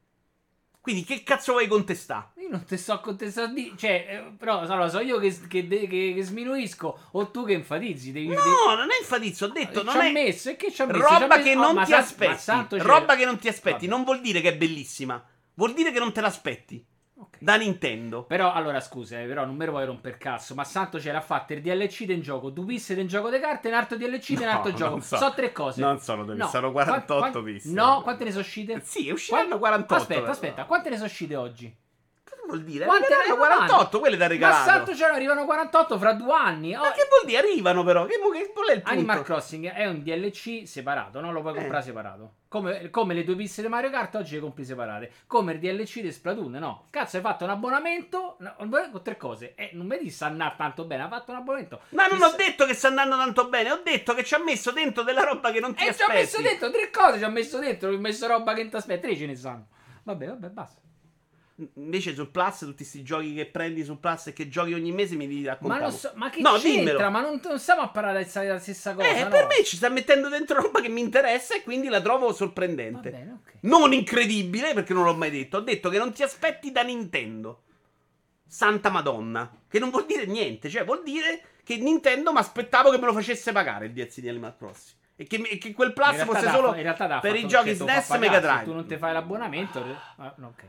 Quindi che cazzo vuoi contestare? Io non ti sto contestando. Però allora, so io che sminuisco o tu che enfatizzi. No, non è enfatizzo. Ho detto non ci ha è messo. E che ci ha messo? roba Ci che ha messo- non ti aspetti. Roba che non ti aspetti. Vabbè. Non vuol dire che è bellissima. Vuol dire che non te l'aspetti. Ok. Da Nintendo. Però, allora, scusa, però non me lo vuoi romper cazzo. Ma Santo ce l'ha fatta il DLC del gioco, due piste del gioco di carte, un altro DLC e un altro gioco. non so. So 3 cose. Non sono due, sono 48 piste. No, quante ne sono uscite? Sì, usciranno 48. Aspetta, quante ne sono uscite oggi? Cosa vuol dire? Quante Arriveranno ne arrivano? 48, quelle da Ma regalare. Santo ce ne arrivano 48 fra 2 anni. Ma che vuol dire? Arrivano però. Qual è il punto? Animal Crossing è un DLC separato, no? Lo puoi comprare separato. Come le 2 piste di Mario Kart oggi le compri separate. Come il DLC di Splatoon, no? Cazzo, hai fatto un abbonamento con 3 cose. E non vedi sta andare tanto bene. Ha fatto un abbonamento. Ma non ho detto che sta andando tanto bene. Ho detto che ci ha messo dentro della roba che non ti E ci ha aspetti. messo dentro 3 cose. Ci ha messo dentro. Ci ha messo roba che non ti aspetti. 3 ce ne sono. Vabbè, basta. Invece sul Plus, tutti questi giochi che prendi sul Plus e che giochi ogni mese mi devi Ma, raccontare. non so, ma che No, c'entra? dimmelo. Ma non stiamo a parlare della stessa cosa. No? Per me ci sta mettendo dentro roba che mi interessa e quindi la trovo sorprendente. Va bene, ok. Non incredibile, perché non l'ho mai detto. Ho detto che non ti aspetti da Nintendo. Santa Madonna. Che non vuol dire niente. Cioè, vuol dire che Nintendo mi aspettavo che me lo facesse pagare il DLC di Animal Crossing. E che quel Plus fosse solo per i giochi SNES e Mega Drive. Se tu non ti fai l'abbonamento. No, ok.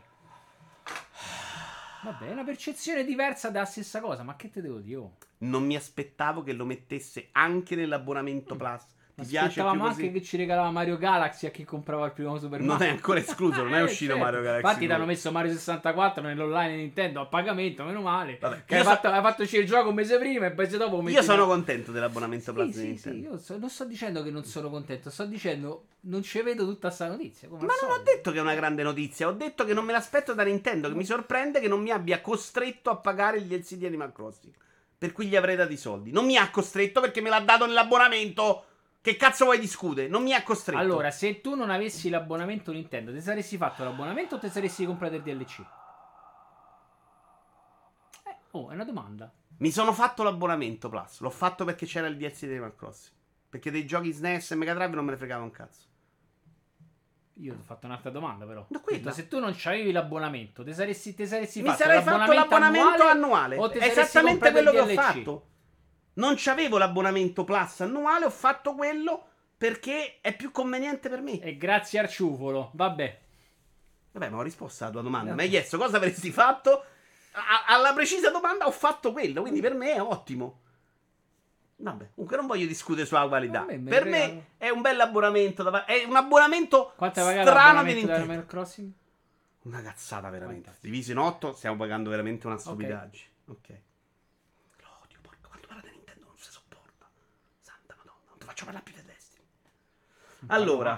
Vabbè, è una percezione diversa della stessa cosa. Ma che te devo dire? Non mi aspettavo che lo mettesse anche nell'abbonamento Plus. Ti piace più Aspettavamo così? anche che ci regalava Mario Galaxy a chi comprava il primo Super Mario. Non è ancora escluso, non è uscito certo. Mario Galaxy. Infatti ti 2. hanno messo Mario 64 nell'online Nintendo a pagamento, meno male. Vabbè, Che hai fatto uscire il gioco un mese prima e un mese dopo Io sono contento dell'abbonamento Plus di Sì, Nintendo. io non sto dicendo che non sono contento, sto dicendo non ci vedo tutta sta notizia. Come Ma al non ho solito. detto che è una grande notizia, ho detto che non me l'aspetto da Nintendo, che mi sorprende che non mi abbia costretto a pagare il DLC di Animal Crossing, per cui gli avrei dato i soldi. Non mi ha costretto perché me l'ha dato nell'abbonamento. Che cazzo vuoi discutere? Non mi ha costretto. Allora, se tu non avessi l'abbonamento Nintendo, ti saresti fatto l'abbonamento o ti saresti comprato il DLC? È una domanda. Mi sono fatto l'abbonamento Plus, l'ho fatto perché c'era il DLC di Animal Crossing. Perché dei giochi SNES e Mega Drive non me ne fregava un cazzo. Io ti ho fatto un'altra domanda, però. No, Ho detto, se tu non c'avevi l'abbonamento, ti saresti Mi sarei fatto l'abbonamento annuale. o ti È saresti esattamente comprato quello il che ho DLC? fatto. Non c'avevo l'abbonamento Plus annuale, ho fatto quello perché è più conveniente per me. E grazie Arciufolo, vabbè. Vabbè, ma ho risposto alla tua domanda. Mi hai chiesto cosa avresti fatto? Alla precisa domanda ho fatto quello, quindi per me è ottimo. Vabbè, comunque non voglio discutere sulla qualità. Per me è un bel abbonamento. È un abbonamento Quanto hai pagato strano di l'abbonamento da Nintendo. Animal Crossing? Una cazzata veramente. Diviso in 8 stiamo pagando veramente una stupidaggine. Ok. Lo odio, porco. Quando parla di Nintendo non si sopporta. Santa Madonna, non ti faccio parlare più di Destiny. Allora,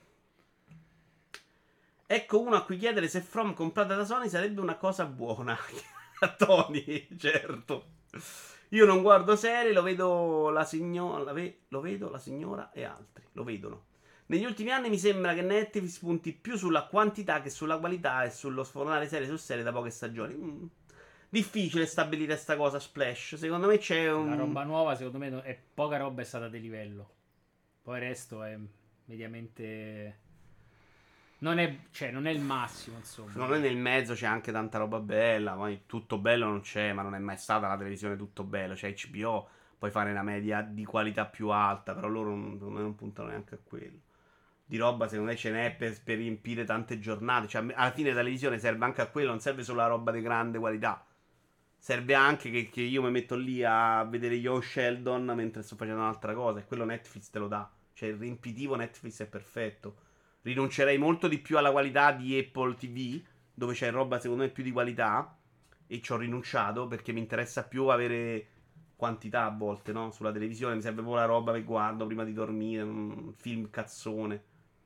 ecco uno a cui chiedere se From comprata da Sony sarebbe una cosa buona. A Tony, certo. Io non guardo serie, lo vedo la signora e altri. Lo vedono. Negli ultimi anni mi sembra che Netflix punti più sulla quantità che sulla qualità e sullo sfornare serie su serie da poche stagioni. Difficile stabilire sta cosa, Splash. Secondo me c'è La un... roba nuova, secondo me, è poca roba è stata di livello. Poi il resto è mediamente. Non è il massimo, insomma. Secondo me nel mezzo c'è anche tanta roba bella. Poi tutto bello non c'è, ma non è mai stata la televisione tutto bello. C'è HBO, puoi fare una media di qualità più alta, però loro secondo me non puntano neanche a quello. Di roba secondo me ce n'è per riempire tante giornate. Cioè, alla fine la televisione serve anche a quello, non serve solo la roba di grande qualità. Serve anche che io mi metto lì a vedere Yo Sheldon mentre sto facendo un'altra cosa. E quello Netflix te lo dà. Cioè, il riempitivo Netflix è perfetto. Rinuncerei molto di più alla qualità di Apple TV, dove c'è roba secondo me più di qualità. E ci ho rinunciato perché mi interessa più avere quantità a volte, no? Sulla televisione mi serve proprio la roba che guardo prima di dormire. Un film cazzone.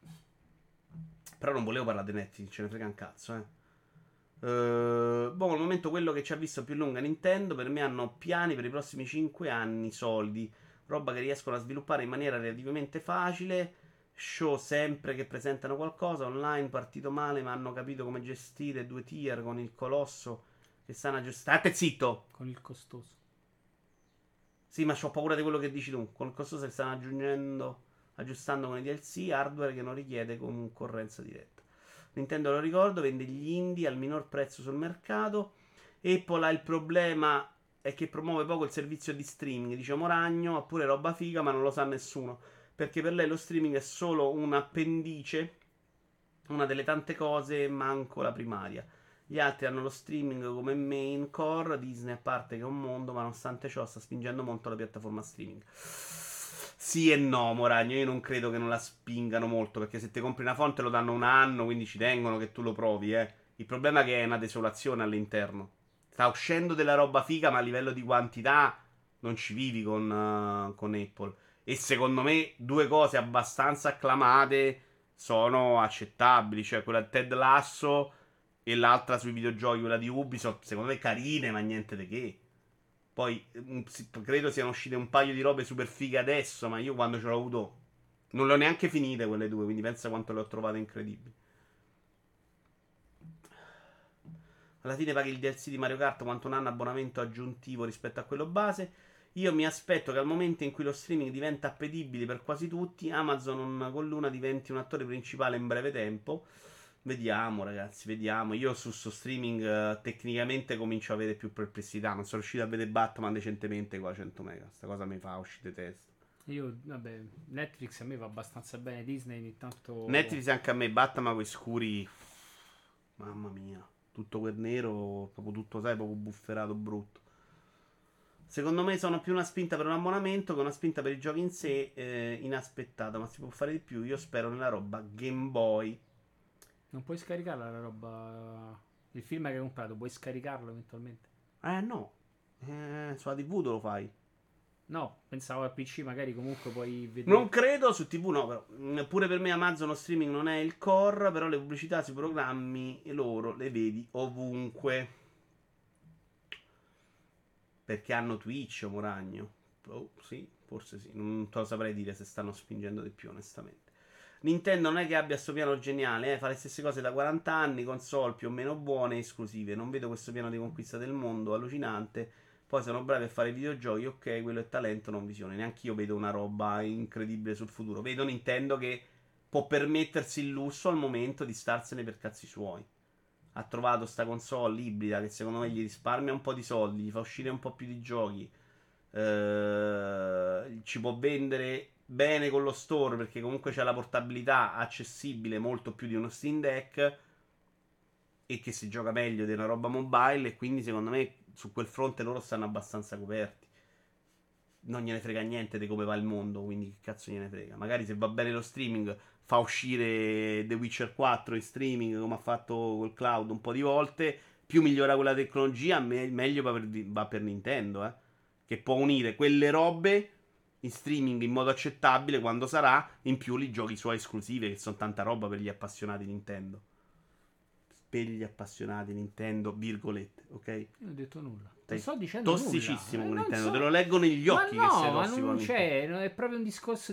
Però non volevo parlare di Netflix, ce ne frega un cazzo, eh. Boh, al momento quello che ci ha visto più lunga Nintendo. Per me hanno piani per i prossimi 5 anni, soldi, roba che riescono a sviluppare in maniera relativamente facile. Show sempre che presentano qualcosa. Online partito male, ma hanno capito come gestire 2 tier con il colosso che stanno aggiustando. State zitto! Con il costoso. Sì, ma ho paura di quello che dici tu. Con il costoso che stanno aggiustando con i DLC, hardware che non richiede concorrenza diretta. Nintendo, lo ricordo, vende gli indie al minor prezzo sul mercato. Apple ha il problema è che promuove poco il servizio di streaming. Diciamo Ragno, ha pure roba figa, ma non lo sa nessuno. Perché per lei lo streaming è solo un appendice, una delle tante cose, manco la primaria. Gli altri hanno lo streaming come main core, Disney a parte che è un mondo, ma nonostante ciò sta spingendo molto la piattaforma streaming. Sì e no, Moragno, io non credo che non la spingano molto, perché se ti compri una fonte lo danno un anno, quindi ci tengono che tu lo provi, eh. Il problema è che è una desolazione all'interno. Sta uscendo della roba figa, ma a livello di quantità non ci vivi con Apple. E secondo me due cose abbastanza acclamate sono accettabili, cioè quella di Ted Lasso e l'altra sui videogiochi, quella di Ubisoft, secondo me carine, ma niente di che. Poi credo siano uscite un paio di robe super fighe adesso, ma io quando ce l'ho avuto non le ho neanche finite quelle due, quindi pensa quanto le ho trovate incredibili. Alla fine paghi il DLC di Mario Kart quanto un anno abbonamento aggiuntivo rispetto a quello base. Io mi aspetto che al momento in cui lo streaming diventa appetibile per quasi tutti, Amazon con Luna diventi un attore principale in breve tempo. Vediamo, ragazzi, vediamo. Io su streaming tecnicamente comincio a avere più perplessità. Non sono riuscito a vedere Batman decentemente qua a 100 mega. Sta cosa mi fa uscire testa. Io, vabbè, Netflix a me va abbastanza bene. Disney ogni tanto. Netflix anche a me, Batman quei scuri. Mamma mia. Tutto quel nero, proprio tutto, sai, proprio bufferato brutto. Secondo me sono più una spinta per un abbonamento che una spinta per i giochi in sé, inaspettata. Ma si può fare di più. Io spero nella roba Game Boy. Non puoi scaricarla la roba. Il film che hai comprato, puoi scaricarlo eventualmente? No. Sulla TV te lo fai. No, pensavo al PC, magari comunque puoi vedere. Non credo, su TV no, però. Pure per me Amazon lo streaming non è il core, però le pubblicità sui programmi loro le vedi ovunque. Perché hanno Twitch, Moragno. Oh, sì, forse sì. Non te lo saprei dire se stanno spingendo di più, onestamente. Nintendo non è che abbia questo piano geniale, fa le stesse cose da 40 anni, console più o meno buone e esclusive. Non vedo questo piano di conquista del mondo allucinante. Poi sono bravi a fare videogiochi, ok, quello è talento, non visione. Neanche io vedo una roba incredibile sul futuro. Vedo Nintendo che può permettersi il lusso al momento di starsene per cazzi suoi. Ha trovato sta console ibrida che secondo me gli risparmia un po' di soldi, gli fa uscire un po' più di giochi. Ci può vendere bene con lo store perché comunque c'è la portabilità accessibile molto più di uno Steam Deck e che si gioca meglio di una roba mobile e quindi secondo me su quel fronte loro stanno abbastanza coperti. Non gliene frega niente di come va il mondo, quindi che cazzo gliene frega. Magari se va bene lo streaming fa uscire The Witcher 4 in streaming come ha fatto col cloud un po' di volte, più migliora quella tecnologia, meglio va per Nintendo, che può unire quelle robe in streaming in modo accettabile quando sarà, in più li giochi suoi esclusive, che sono tanta roba per gli appassionati Nintendo. Per gli appassionati Nintendo, virgolette, ok? Io non ho detto nulla. Non sto dicendo tossicissimo nulla. con Nintendo, Non so. te lo leggo negli occhi Ma che sei no, ma tossico non con c'è, è proprio un discorso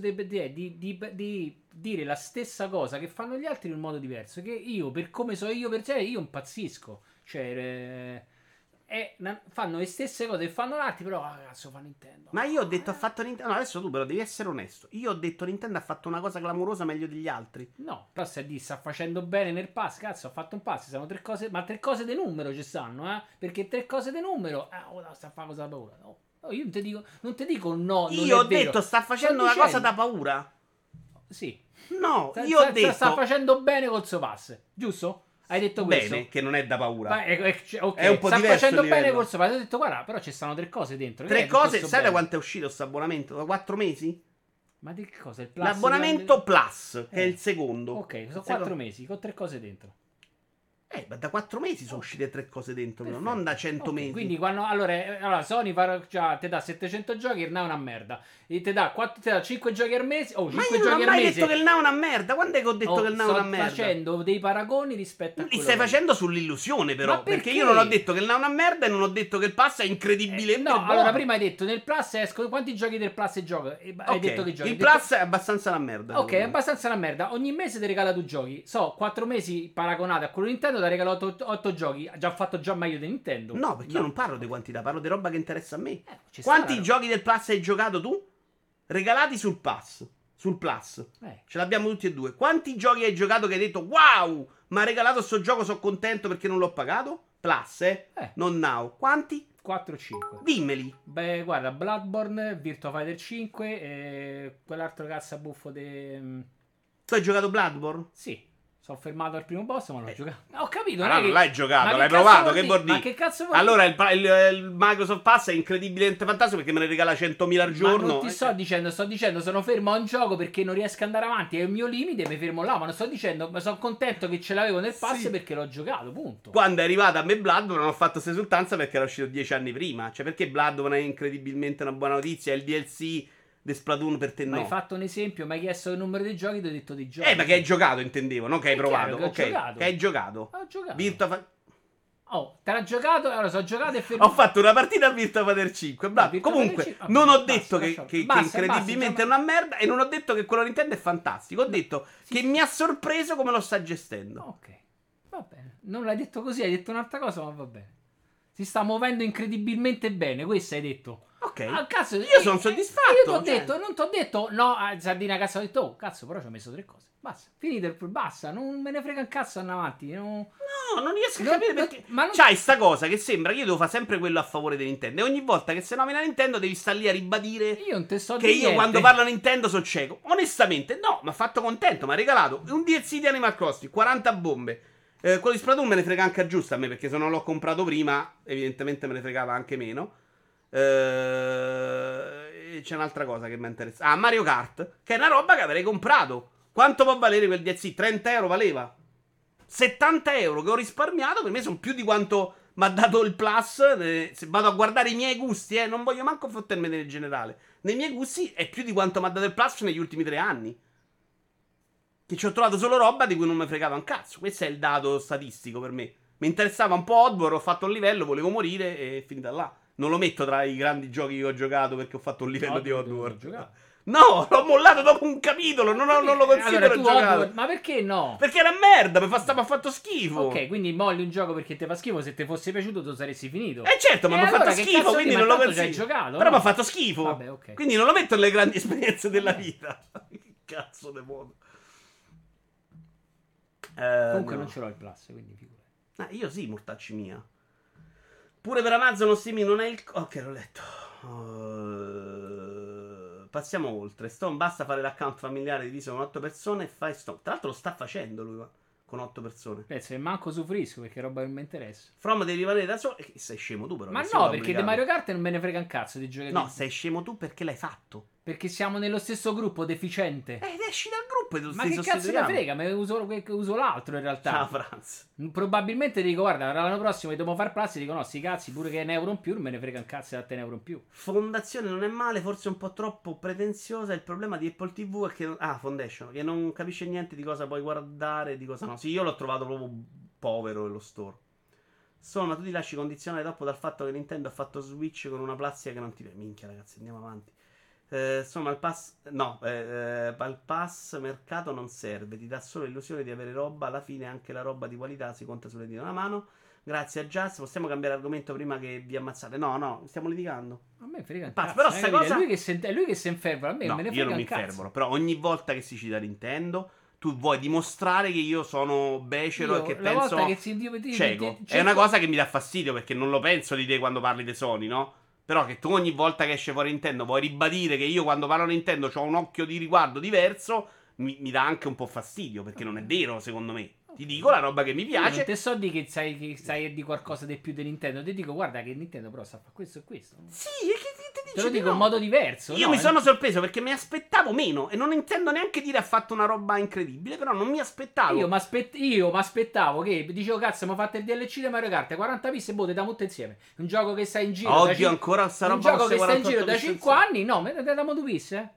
di dire la stessa cosa che fanno gli altri in un modo diverso. Che io, per come so io per sé, io impazzisco. Cioè, fanno le stesse cose che fanno gli altri, però cazzo fa Nintendo. Ma io ho detto ha fatto Nintendo. No, adesso tu però devi essere onesto. Io ho detto Nintendo ha fatto una cosa clamorosa meglio degli altri. No, però se di sta facendo bene nel pass, cazzo, ha fatto un pass, sono 3 cose, ma 3 cose di numero ci stanno, Perché 3 cose di numero, sta a fare cosa da paura. No. No, io non ti dico no, non Io è ho vero. detto sta facendo Sto una cosa dicendo- da paura. Sì. No, io ho detto Sta facendo bene col suo pass, giusto? Hai detto questo? bene, che non è da paura. Ok, È un po' sta diverso facendo il bene livello. col suo pass. Ho detto, guarda, però ci stanno 3 cose dentro. Che Tre è tutto cose, sto sai da bene? quanto è uscito questo abbonamento? Da 4 mesi? Ma di che cosa? Il plus L'abbonamento Plus, che è il Eh. secondo. Ok, sono Il 4 mesi con 3 cose dentro. Ma da 4 mesi sono uscite 3 cose dentro, però, Perfetto. non da 100 Ok, mesi. quindi allora Sony ti dà 700 giochi, il Now è una merda. E ti dà 5 giochi al mese. Oh, Ma 5 io non ho giochi al mai mese. detto che il Now è una merda. Quando è che ho detto che il Now è una Sto merda? facendo dei paragoni rispetto a Li quello stai che- facendo sull'illusione, però. Ma perché? Perché io non ho detto che il Now è una merda e non ho detto che il pass è incredibilmente No, buono. allora prima hai detto nel Plus escono quanti giochi del Plus giochi? Hai Ok, detto che giochi. il Hai detto- Plus è abbastanza una merda. Ok, è secondo me. abbastanza una merda. Ogni mese ti regala 2 giochi. 4 mesi paragonati a quello di Nintendo ti ha regalato 8 giochi. Ha già fatto già meglio di Nintendo. No, perché io non parlo di quantità, parlo di roba che interessa a me. Ci sta Quanti la roba. giochi del Plus hai giocato tu? Regalati sul Pass. Sul Plus. Ce l'abbiamo tutti e due. Quanti giochi hai giocato che hai detto wow, mi ha regalato sto gioco, sono contento perché non l'ho pagato? Plus, non Now. Quanti? 4 o 5. Dimmeli. Beh, guarda, Bloodborne, Virtua Fighter 5 e quell'altro cazzo buffo di... Tu hai giocato Bloodborne? Sì, sono fermato al primo boss ma non l'ho giocato. Ho capito, Allora, non è non che... l'hai giocato, Ma l'hai che cazzo provato, vuol che dire? vuol dire? Ma che cazzo vuol Allora, il Microsoft Pass è incredibilmente fantastico perché me ne regala 100.000 al Ma giorno. non ti sto dicendo, sono fermo a un gioco perché non riesco ad andare avanti, è il mio limite, mi fermo là, ma non sto dicendo, ma sono contento che ce l'avevo nel pass Sì. perché l'ho giocato, punto. Quando è arrivata a me Bloodborne non ho fatto questa esultanza perché era uscito 10 anni prima. Cioè, perché Bloodborne è incredibilmente una buona notizia? È il DLC di Splatoon per te Ma no. hai fatto un esempio, mi hai chiesto il numero dei giochi, ti ho detto di giochi. Ma che hai giocato, intendevo, non che hai È chiaro provato. che ho Ok, giocato. che hai giocato. Ho giocato. Oh, te l'ha giocato, allora sono giocato e fermo. ho fatto una partita a Virtua Fighter 5. Virtua Comunque, Fighter 5, non vabbè, ho detto basta, che basta, incredibilmente è basta, una merda e non ho detto che quello Nintendo è fantastico. Ho detto sì, che sì. mi ha sorpreso come lo sta gestendo. Ok, va bene. Non l'hai detto così, hai detto un'altra cosa, ma va bene. Si sta muovendo incredibilmente bene, questo hai detto. Ok. Cazzo, Io sono soddisfatto. Io ti ho cioè. detto, non ti ho detto, no, Sardina cazzo, ho detto, oh, cazzo, però ci ho messo 3 cose. Basta, finite, basta, non me ne frega un cazzo, andiamo avanti. No, non riesco a Non- capire non- perché. ma non- C'hai sta cosa che sembra che io devo fare sempre quello a favore di Nintendo. E ogni volta che si nomina Nintendo devi stare lì a ribadire Io non te so che di io niente. quando parlo Nintendo sono cieco. Onestamente, no, mi ha fatto contento. Mi ha regalato un DLC di Animal Crossing, 40 bombe. Quello di Splatoon me ne frega anche giusto a me perché se non l'ho comprato prima, evidentemente me ne fregava anche meno. C'è un'altra cosa che mi interessa. Ah, Mario Kart, che è una roba che avrei comprato. Quanto può valere quel DLC? 30 euro valeva? 70 euro che ho risparmiato per me sono più di quanto mi ha dato il Plus. Se vado a guardare i miei gusti, non voglio manco fottermene nel generale. Nei miei gusti è più di quanto mi ha dato il Plus negli ultimi 3 anni. Che ci ho trovato solo roba di cui non mi fregava un cazzo. Questo è il dato statistico per me. Mi interessava un po' Oddworld, ho fatto un livello, volevo morire e è finita là. Non lo metto tra i grandi giochi che ho giocato perché ho fatto un livello di Oddworld. No, l'ho mollato dopo un capitolo, non lo considero giocato. Ma perché no? Perché era merda, mi ha fatto schifo. Ok, quindi molli un gioco perché ti fa schifo, se ti fosse piaciuto tu saresti finito. Certo, ma mi ha allora fatto che schifo, cazzo quindi di- non ma lo tanto ci hai consiglio. giocato, Però no? mi ha fatto schifo. Vabbè, ok. Quindi non lo metto nelle grandi esperienze della vita. Che cazzo di modo. Comunque no. non ce l'ho il plus, quindi figurati. Io sì, mortacci mia. Pure per Amazon lo streaming non è il... Ok, l'ho letto. Passiamo oltre. Stone basta fare l'account familiare diviso con 8 persone e fai Stone. Tra l'altro lo sta facendo lui con 8 persone. Penso che manco soffrisco perché roba che mi interessa. From devi rimanere da solo. Sei scemo tu però. Ma che sei no, un perché di obbligato. Mario Kart non me ne frega un cazzo di giocare. No, sei scemo tu perché l'hai fatto. Perché siamo nello stesso gruppo deficiente. Esci dal gruppo e tu Ma stai che cazzo ne sostituiamo. frega? Me uso l'altro in realtà. Ciao Franz. Probabilmente dico, guarda, l'anno prossimo dobbiamo far plus. Dico, no, sti cazzi, pure che è un euro in più, non me ne frega un cazzo da te un euro in più. Fondazione non è male, forse un po' troppo pretenziosa. Il problema di Apple TV è che... Foundation, che non capisce niente di cosa puoi guardare, di cosa no. Sì, io l'ho trovato proprio povero lo store. Insomma, tu ti lasci condizionare troppo dal fatto che Nintendo ha fatto Switch con una plastica che non ti... Minchia, ragazzi, andiamo avanti. Insomma, il pass... No, il pass mercato non serve. Ti dà solo l'illusione di avere roba. Alla fine anche la roba di qualità si conta sulle dita di una mano. Grazie a Jazz. Possiamo cambiare argomento prima che vi ammazzate? No, stiamo litigando. A me frega un Pass, cazzo, però sta cosa... È lui che si infervola, a me No, me ne io frega non mi un cazzo. infervoro. Però ogni volta che si cita Nintendo, tu vuoi dimostrare che io sono becero e che la penso volta che cieco. È una cosa che mi dà fastidio perché non lo penso di te quando parli di Sony, no? Però che tu ogni volta che esce fuori Nintendo vuoi ribadire che io quando parlo di Nintendo ho un occhio di riguardo diverso, mi dà anche un po' fastidio perché non è vero, secondo me. Ti dico la roba che mi Io piace. non te so di che sai di qualcosa di più di Nintendo. Ti dico, guarda che Nintendo però sa fare questo e questo. Sì, e che ti dice Te lo di dico no? in modo diverso. Io no? mi sono sorpreso perché mi aspettavo meno e non intendo neanche dire ha fatto una roba incredibile, però non mi aspettavo. Io mi aspettavo che dicevo, cazzo, mi fate il DLC di Mario Kart 40 piste e boh, te diamo tutte insieme. Un gioco che sta in giro. Oggi ancora sta un roba gioco che sta in 48 giro da piste 5 anni. No, me ne diamo due piste?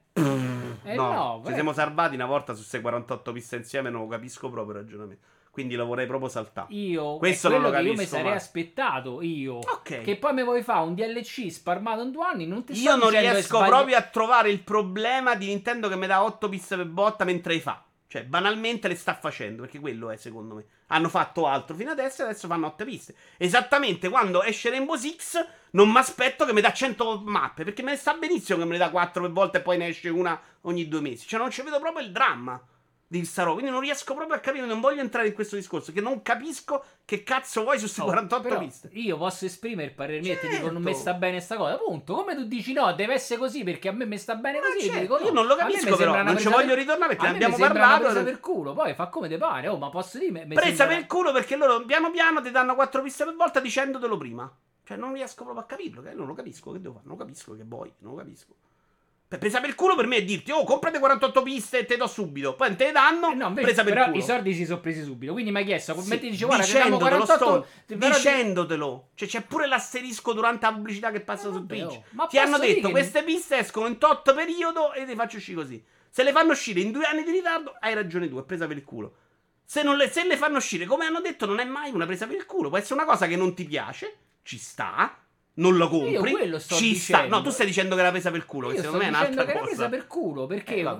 No, ci beh. siamo salvati una volta su 6 48 piste insieme, non lo capisco proprio il ragionamento. Quindi lo vorrei proprio saltare. Questo è non quello lo che io capisco. mi sarei ma- aspettato io. Ok. Che poi mi vuoi fare un DLC sparmato in 2 anni. Non ti sto Io non dicendo che riesco proprio a trovare il problema di Nintendo che mi dà 8 piste per botta mentre le fa. Cioè, banalmente le sta facendo, perché quello è, secondo me. Hanno fatto altro fino adesso e adesso fanno 8 piste. Esattamente quando esce Rainbow Six, non mi aspetto che mi dà 100 mappe, perché me ne sta benissimo che me ne dà 4 per volta e poi ne esce una ogni 2 mesi. Cioè, non ci vedo proprio il dramma di sta roba. Quindi non riesco proprio a capire, non voglio entrare in questo discorso, che non capisco che cazzo vuoi su queste 48 però piste. io posso esprimere il parere mio e ti dico non mi Certo. sta bene sta cosa. Punto. Come tu dici no, deve essere così perché a me mi sta bene così. Io ti certo, dico, no. io non lo A me capisco, mi però, sembra una non ci presa voglio per- ritornare perché a ne me mi abbiamo sembra una parlato. presa per culo. Poi fa come te pare. Oh, ma posso dire? Mi Presa sembra- per il culo perché loro piano piano ti danno 4 piste per volta dicendotelo prima. Cioè, non riesco proprio a capirlo. Che non lo capisco. Che devo fare? Non lo capisco. Che vuoi? Non lo capisco. Presa per il culo per me è dirti, oh, comprate 48 piste e te do subito. Poi te le danno, No, invece, presa per il però culo. i soldi si sono presi subito. Quindi mi hai chiesto, Sì, metti dice guarda che abbiamo dicendotelo, 48 però dicendotelo. Cioè, c'è pure l'asterisco durante la pubblicità che passa su vabbè, Twitch. oh. Ma Ti hanno posso dire detto, che- queste piste escono in tot periodo e le faccio uscire così. Se le fanno uscire in 2 anni di ritardo, hai ragione tu, è presa per il culo. Se le fanno uscire, come hanno detto, non è mai una presa per il culo. Può essere una cosa che non ti piace, ci sta. Non lo compri, Io quello sto ci sta. dicendo. No, tu stai dicendo che è la presa per il culo, che Io secondo me sto è dicendo un'altra che è una cosa. presa per culo perché, vabbè.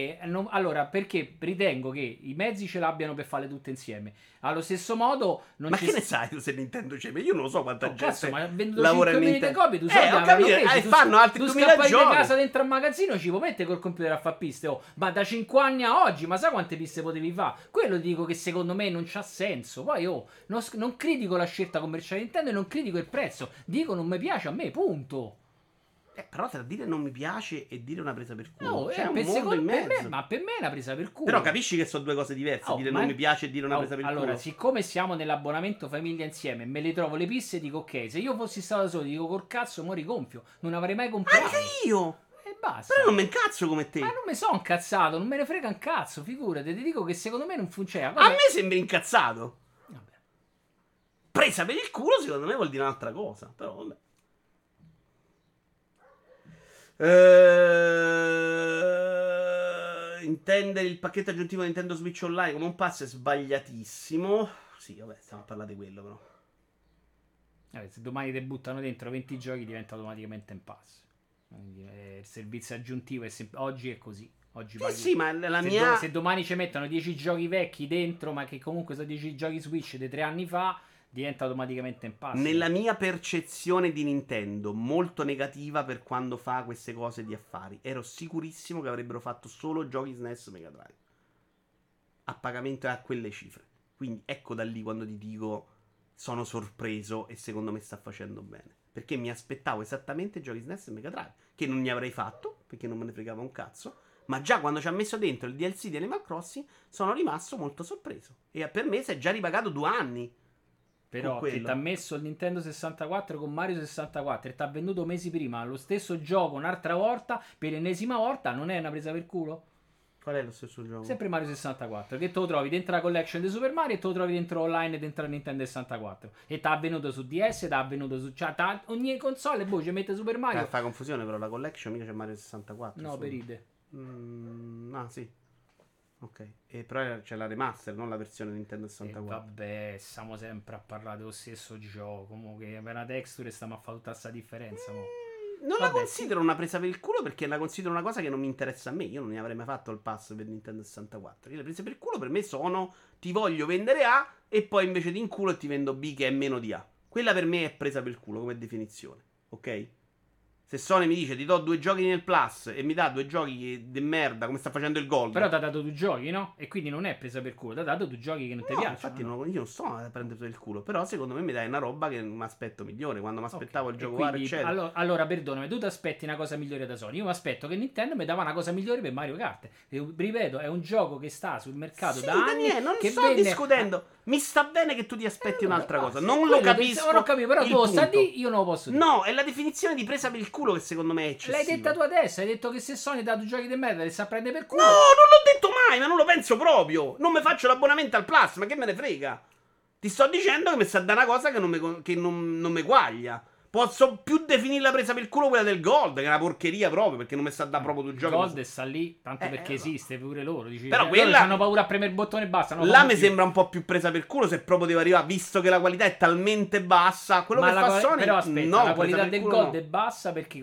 perché ritengo che i mezzi ce l'abbiano per farle tutte insieme. Allo stesso modo, non Ma ci che ne sai tu se Nintendo c'è? Io non lo so quanta Oh, gente cazzo, ma venduto lavora in 5 milioni di Nintendo. copie, tu soldi ho avranno capito, presi, tu fanno altri tu 2000 scappai di giochi. casa dentro al magazzino ci puoi mettere col computer a fare piste, oh. Ma da 5 anni a oggi, ma sai quante piste potevi fare? Quello dico che secondo me non c'ha senso. Poi non critico la scelta commerciale di Nintendo e non critico il prezzo, dico non mi piace a me, punto. Però tra dire non mi piace e dire una presa per culo, No, c'è un per, mondo in per mezzo. me, ma per me è una presa per culo. Però capisci che sono due cose diverse, Oh, dire ma- non mi piace e dire una Oh, presa per allora, culo. siccome siamo nell'abbonamento famiglia insieme, me le trovo le piste e dico ok, se io fossi stato da solo, dico col cazzo, mo rigonfio, non avrei mai comprato. Anche io! E basta. Però non mi incazzo come te. Ma non mi sono incazzato, non me ne frega un cazzo, figurati, ti dico che secondo me non funziona. A me sembri incazzato. Vabbè. Presa per il culo secondo me vuol dire un'altra cosa. Però vabbè. Intendere il pacchetto aggiuntivo Nintendo Switch Online come un pass è sbagliatissimo. Sì, vabbè, stiamo a parlare di quello però. Vabbè, se domani ti buttano dentro 20 giochi diventa automaticamente un pass. Quindi, il servizio aggiuntivo oggi è così. Oggi paghi- Sì, ma la se, mia... se domani ci mettono 10 giochi vecchi dentro, ma che comunque sono 10 giochi Switch di 3 anni fa, diventa automaticamente un pass. Nella mia percezione di Nintendo, molto negativa per quando fa queste cose di affari, ero sicurissimo che avrebbero fatto solo giochi SNES Mega Drive a pagamento e a quelle cifre. Quindi ecco da lì quando ti dico sono sorpreso e secondo me sta facendo bene. Perché mi aspettavo esattamente giochi SNES e Mega Drive, che non ne avrei fatto, perché non me ne fregava un cazzo. Ma già quando ci ha messo dentro il DLC di Animal Crossing sono rimasto molto sorpreso. E per me si è già ripagato 2 anni. Però che ti ha messo il Nintendo 64 con Mario 64 e ti ha venduto mesi prima lo stesso gioco un'altra volta, per l'ennesima volta, non è una presa per culo? Qual è lo stesso gioco? Sempre Mario 64, che te lo trovi dentro la collection di Super Mario e te lo trovi dentro online dentro la Nintendo 64. E ti ha venuto su DS, ti ha venuto su... Cioè, ogni console, boh, ci mette Super Mario. Fa confusione però, la collection mica c'è Mario 64. No, solo. per ide. Ah, sì. Ok. E però c'è la remaster, non la versione Nintendo E 64. vabbè, stiamo sempre a parlare dello stesso gioco. Comunque, per una texture stiamo a fare tutta questa differenza. Mo. Non la Vabbè, sì. considero una presa per il culo perché la considero una cosa che non mi interessa a me. Io non ne avrei mai fatto il pass per Nintendo 64. Io le prese per il culo per me sono ti voglio vendere A e poi invece ti inculo e ti vendo B che è meno di A. Quella per me è presa per il culo come definizione. Ok? Se Sony mi dice ti do 2 giochi nel Plus e mi dà 2 giochi di merda come sta facendo il Gold. Però ti ha dato 2 giochi, no? E quindi non è presa per culo. Ti ha dato 2 giochi che non ti No, piacciono. infatti No? io non sto a prendere per il culo. Però secondo me mi dai una roba che mi aspetto migliore. Quando mi aspettavo Ok. il E gioco quindi, eccetera. allora, perdonami, tu ti aspetti una cosa migliore da Sony. Io mi aspetto che Nintendo mi dava una cosa migliore per Mario Kart. Ripeto, è un gioco che sta sul mercato Sì, da anni. Daniele, non Che sto venne. discutendo. Mi sta bene che tu ti aspetti Allora, un'altra cosa. basta. Non lo Quello capisco. ora ho capito, però il tu lo sta punto. di, io non lo posso dire. No, è la definizione di presa per il culo che secondo me è eccessiva. L'hai detta tu adesso, hai detto che se Sony dà 2 giochi di merda li sa prendere per culo. No, non l'ho detto mai, ma non lo penso proprio. Non mi faccio l'abbonamento al Plus, ma che me ne frega? Ti sto dicendo che mi sta da una cosa che non mi guaglia. Posso più definire la presa per il culo quella del Gold, che è una porcheria proprio, perché non mi sta da proprio 2 giochi. Gold sta lì tanto perché no. esiste pure loro. Dici, Però loro quella- hanno paura a premere il bottone e basta. Là mi sembra un po' più presa per culo se proprio devo arrivare, visto che la qualità è talmente bassa. Quello che fa Sony, però aspetta, no, la presa qualità per del culo Gold no. è bassa perché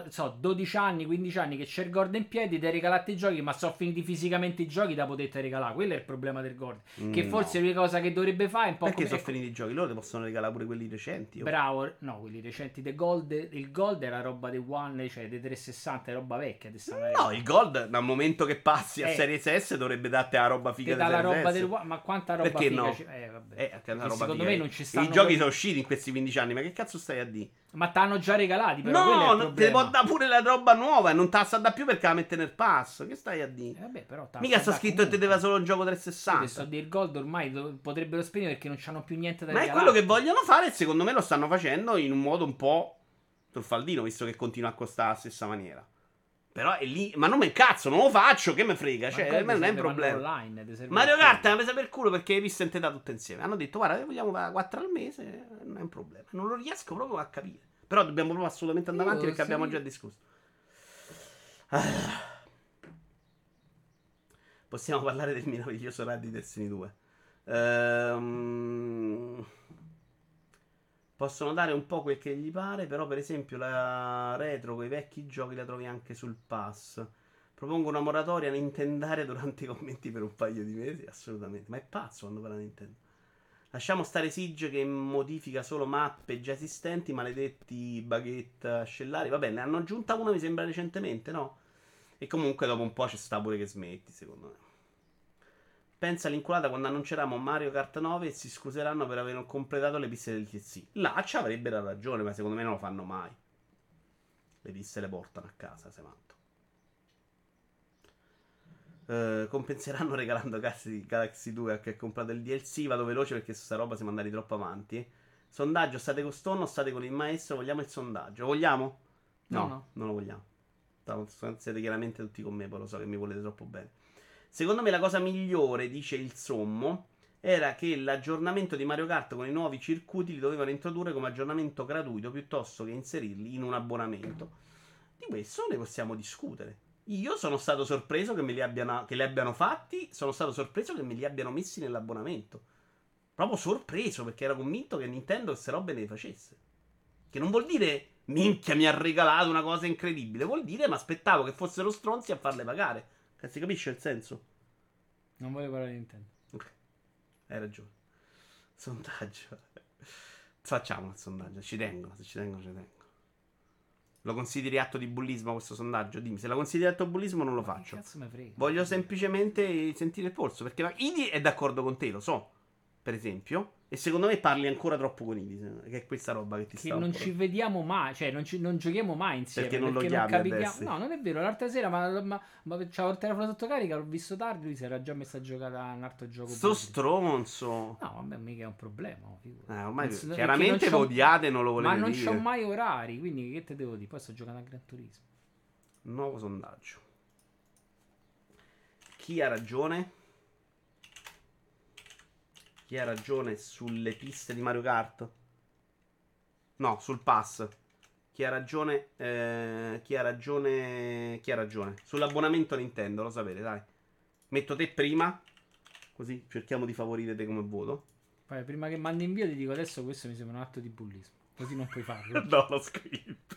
12 anni, 15 anni che c'è il Gold in piedi, ti regalate i giochi, ma sono finiti fisicamente i giochi da poterti regalare. Quello è il problema del Gold. Che forse No. l'unica cosa che dovrebbe fare è un po' Perché come sono finiti i giochi? Loro ti possono regalare pure quelli recenti. Bravo, no, quelli recenti del Gold. Il Gold era roba dei One, cioè dei 360, è roba vecchia. No, il Gold, dal momento che passi a Eh. Series S, dovrebbe darti la roba figa Te di dà la Series roba S. del One, ma quanta roba Perché figa no? vabbè. Che è una Perché roba secondo figa. me non ci stanno I giochi sono usciti in questi 15 anni, ma che cazzo stai a dire? Ma t'hanno già regalati, però quello è No, il non te ne problema. può dare pure la roba nuova e non te la sa da più perché la mette nel pass. Che stai a dire? Vabbè, però Mica sta scritto che ti deve solo un gioco Io ti sto 360. a dire, il Gold ormai potrebbero spegnere perché non c'hanno più niente da Ma è regalare. quello che vogliono fare e secondo me lo stanno facendo in un modo un po' truffaldino, visto che continua a costare alla stessa maniera. Però è lì, ma non me cazzo, non lo faccio, che me frega, cioè, Gold non è un serve problema. online, ti serve Mario per Kart è quello. una presa per culo perché hai visto in da tutte insieme. Hanno detto, guarda, vogliamo fare 4 al mese, non è un problema. Non lo riesco proprio a capire. Però dobbiamo proprio assolutamente andare avanti perché abbiamo già discusso. Possiamo parlare del meraviglioso Rad di Destiny 2. Possono dare un po' quel che gli pare, però per esempio la retro con i vecchi giochi la trovi anche sul pass. Propongo una moratoria a Nintendare durante i commenti per un paio di mesi, assolutamente. Ma è pazzo quando parla Nintendo. Lasciamo stare Siege che modifica solo mappe già esistenti, maledetti baguette ascellari. Vabbè, ne hanno aggiunta una mi sembra recentemente, no? E comunque dopo un po' c'è sta pure che smetti, secondo me. Pensa all'inculata quando annunceranno Mario Kart 9 e si scuseranno per aver completato le piste del TC. Là ci avrebbero ragione, ma secondo me non lo fanno mai. Le piste le portano a casa, se matto. Compenseranno regalando Galaxy 2 a chi ha comprato il DLC. Vado veloce perché su sta roba siamo andati troppo avanti. Sondaggio, state con Stonno o state con il maestro? Vogliamo il sondaggio? Lo vogliamo? No. Non lo vogliamo. Siete chiaramente tutti con me, poi lo so che mi volete troppo bene. Secondo me la cosa migliore, dice il Sommo, era che l'aggiornamento di Mario Kart con i nuovi circuiti li dovevano introdurre come aggiornamento gratuito piuttosto che inserirli in un abbonamento. Di questo ne possiamo discutere. Io sono stato sorpreso che li abbiano fatti, sono stato sorpreso che me li abbiano messi nell'abbonamento. Proprio sorpreso, perché ero convinto che Nintendo queste robe ne facesse. Che non vuol dire, minchia, mi ha regalato una cosa incredibile. Vuol dire, mi aspettavo che fossero stronzi a farle pagare. Si capisce il senso? Non voglio parlare di Nintendo. Ok, hai ragione. Sondaggio. Facciamo il sondaggio. Ci tengo, se ci tengo, ci tengo. Lo consideri atto di bullismo questo sondaggio? Dimmi, se la consideri atto di bullismo non lo faccio. Che cazzo me frega? Voglio semplicemente sentire il polso. Perché Idi è d'accordo con te, lo so. Per esempio. E secondo me parli ancora troppo con Idi. Che è questa roba che ti Che sta non occupando. ci vediamo mai, cioè non giochiamo mai insieme. Perché non lo non chiami a capiamo. Destiny. No, non è vero. L'altra sera, ma c'avevo il telefono sotto carica, l'ho visto tardi. Lui si era già messo a giocare a un altro gioco. Sto pubblico. stronzo. No, vabbè, mica è un problema. Ormai Non- chiaramente perché non c'ho- odiate, non lo volete Ma non dire. c'ho mai orari, quindi che te devo dire? Poi sto giocando a Gran Turismo. Nuovo sondaggio. Chi ha ragione? Chi ha ragione sulle piste di Mario Kart? No, sul pass. Chi ha ragione? Chi ha ragione? Chi ha ragione? Sull'abbonamento Nintendo, lo sapete, dai. Metto te prima, così cerchiamo di favorire te come voto. Poi, prima che mandi invio ti dico adesso questo mi sembra un atto di bullismo. Così non puoi farlo. No, l'ho scritto.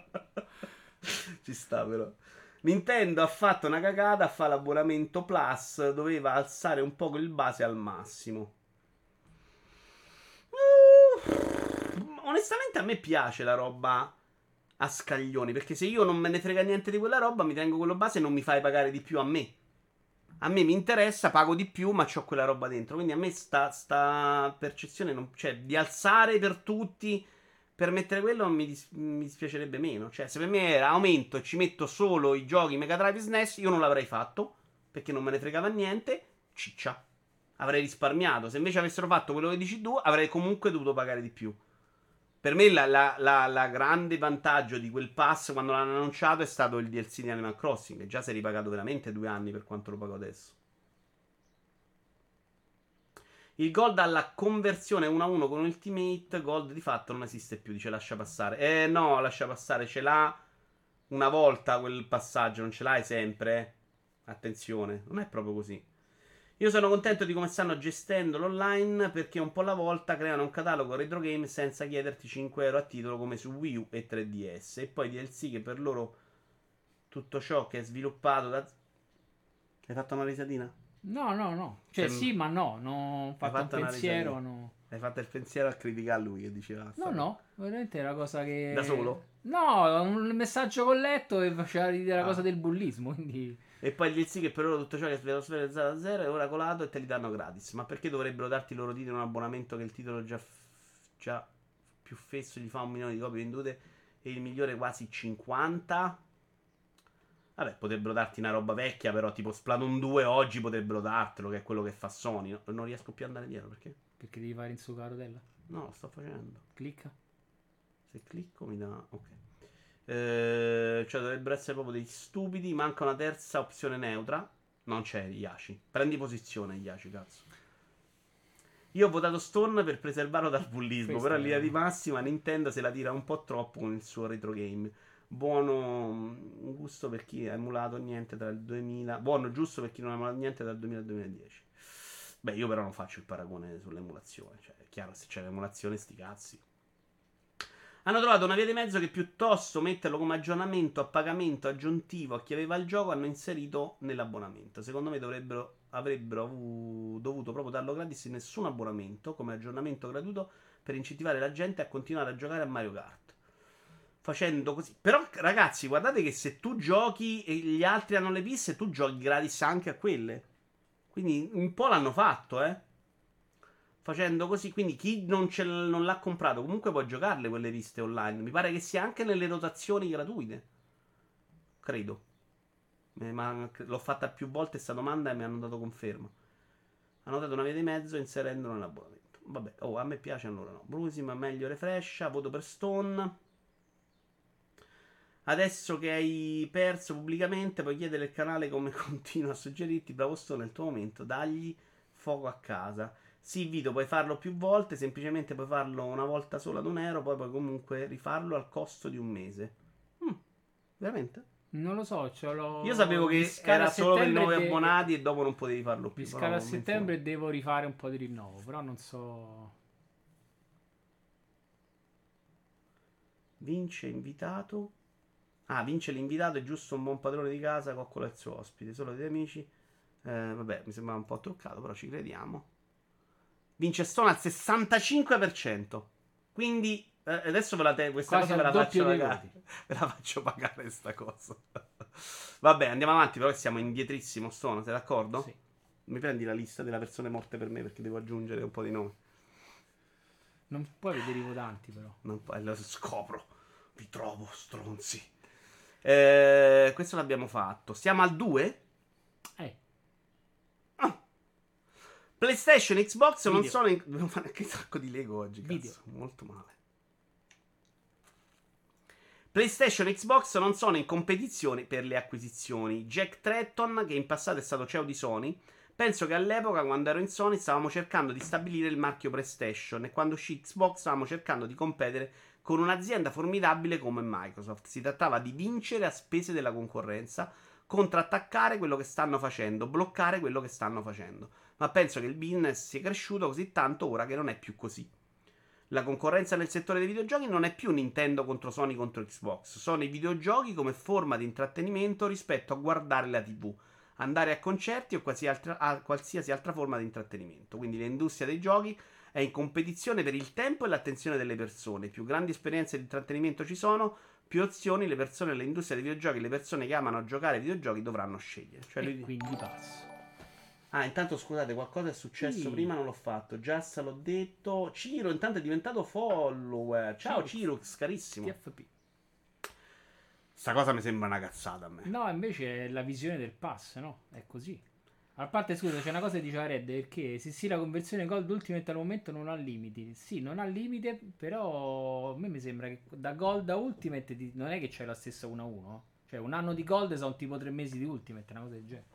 Ci sta però. Nintendo ha fatto una cagata a fare l'abbonamento Plus, doveva alzare un poco il base al massimo. Onestamente a me piace la roba a scaglioni, perché se io non me ne frega niente di quella roba, mi tengo quello base e non mi fai pagare di più a me. A me mi interessa, pago di più, ma c'ho quella roba dentro. Quindi a me sta percezione, cioè di alzare per tutti, per mettere quello mi dispiacerebbe meno. Cioè, se per me era aumento e ci metto solo i giochi Mega Drive e SNES, io non l'avrei fatto, perché non me ne fregava niente, ciccia. Avrei risparmiato. Se invece avessero fatto quello che dici tu, avrei comunque dovuto pagare di più. Per me la grande vantaggio di quel pass quando l'hanno annunciato è stato il DLC di Animal Crossing, che già si è ripagato veramente 2 anni per quanto lo pago adesso. Il Gold alla conversione 1-1 con Ultimate Gold di fatto non esiste più, dice lascia passare. No, lascia passare, ce l'ha una volta quel passaggio, non ce l'hai sempre. Attenzione, non è proprio così. Io sono contento di come stanno gestendo l'online perché un po' alla volta creano un catalogo retro game senza chiederti 5 euro a titolo come su Wii U e 3DS. E poi DLC che per loro tutto ciò che è sviluppato da... Hai fatto una risatina? No. Cioè sì, ma no. Ho fatto un pensiero. No. Hai fatto il pensiero a criticare lui che diceva. No, veramente è una cosa che... Da solo? No, un messaggio che ho letto e faceva ridere la cosa del bullismo, quindi... E poi gli sì che per loro tutto ciò che è svelozzato da zero è ora colato e te li danno gratis. Ma perché dovrebbero darti i loro titoli un abbonamento che il titolo già più fesso gli fa 1 milione di copie vendute e il migliore quasi 50? Vabbè, potrebbero darti una roba vecchia, però tipo Splatoon 2 oggi potrebbero dartelo, che è quello che fa Sony. Non riesco più ad andare dietro, perché? Perché devi fare in su la rotella? No, lo sto facendo. Clicca. Se clicco mi dà... Ok. Cioè dovrebbero essere proprio dei stupidi. Manca una terza opzione neutra. Non c'è Yashi. Prendi posizione Yashi, cazzo. Io ho votato Stone per preservarlo dal bullismo. Questo però è... l'idea di massima Nintendo se la tira un po' troppo con il suo retro game. Buono gusto per chi ha emulato niente tra il 2000. Buono giusto per chi non ha emulato niente dal 2000 al 2010. Beh, io però non faccio il paragone sull'emulazione. Cioè, è chiaro, se c'è l'emulazione, sti cazzi. Hanno trovato una via di mezzo che piuttosto metterlo come aggiornamento a pagamento aggiuntivo a chi aveva il gioco hanno inserito nell'abbonamento. Secondo me avrebbero dovuto proprio darlo gratis in nessun abbonamento come aggiornamento gratuito per incentivare la gente a continuare a giocare a Mario Kart. Facendo così. Però ragazzi, guardate che se tu giochi e gli altri hanno le piste, tu giochi gratis anche a quelle. Quindi un po' l'hanno fatto, facendo così, quindi chi non l'ha comprato comunque può giocarle quelle piste online. Mi pare che sia anche nelle rotazioni gratuite. Credo. Ma l'ho fatta più volte sta domanda e mi hanno dato conferma. Hanno dato una via di mezzo inserendolo nell'abbonamento. Vabbè, a me piace, allora no. Brusi, ma meglio refrescia, voto per Stone. Adesso che hai perso pubblicamente, puoi chiedere al canale come continua a suggerirti. Bravo Stone, nel tuo momento, dagli fuoco a casa. Sì, Vito, puoi farlo più volte, semplicemente puoi farlo una volta sola ad €1, poi puoi comunque rifarlo al costo di un mese. Veramente? Non lo so, Io sapevo che era solo per i nuovi abbonati e dopo non potevi farlo più. Mi scala a settembre e devo rifare un po' di rinnovo, però non so... Vince invitato. Ah, vince l'invitato, è giusto un buon padrone di casa, coccola il suo ospite, solo dei amici. Vabbè, mi sembra un po' truccato, però ci crediamo. Vince Stone al 65%. Quindi adesso questa cosa ve la faccio pagare. Ve la faccio pagare sta cosa. Vabbè, andiamo avanti, però siamo indietrissimo, Stone, sei d'accordo? Sì. Mi prendi la lista delle persone morte per me perché devo aggiungere un po' di nomi. Non puoi vedere i votanti, però. Lo scopro. Vi trovo, stronzi. Questo l'abbiamo fatto. Siamo al 2? PlayStation, Xbox Video. non sono in... Devo fare anche un sacco di Lego oggi, cazzo. Video. Molto male. PlayStation e Xbox non sono in competizione per le acquisizioni. Jack Tretton, che in passato è stato CEO di Sony, penso che all'epoca, quando ero in Sony, stavamo cercando di stabilire il marchio PlayStation e quando uscì Xbox stavamo cercando di competere con un'azienda formidabile come Microsoft. Si trattava di vincere a spese della concorrenza contrattaccare quello che stanno facendo, bloccare quello che stanno facendo. Ma penso che il business sia cresciuto così tanto ora che non è più così. La concorrenza nel settore dei videogiochi non è più Nintendo contro Sony contro Xbox. Sono i videogiochi come forma di intrattenimento rispetto a guardare la TV, andare a concerti o qualsiasi altra forma di intrattenimento. Quindi l'industria dei giochi è in competizione per il tempo e l'attenzione delle persone. Più grandi esperienze di intrattenimento ci sono, più opzioni le persone nell'industria dei videogiochi, le persone che amano giocare ai videogiochi dovranno scegliere. Cioè E quindi passo. Ah, intanto scusate, qualcosa è successo Sì. prima, non l'ho fatto. Già l'ho detto. Ciro, intanto è diventato follower. Ciao Cirux, carissimo. TFP. Sta cosa mi sembra una cazzata a me. No, invece è la visione del pass, no? È così. A parte, scusa, c'è una cosa che diceva Red, perché se sì, la conversione Gold Ultimate al momento non ha limiti. Sì, non ha limite, però a me mi sembra che da Gold a Ultimate non è che c'è la stessa 1 a 1. Cioè, un anno di Gold sono tipo 3 mesi di Ultimate, una cosa del genere.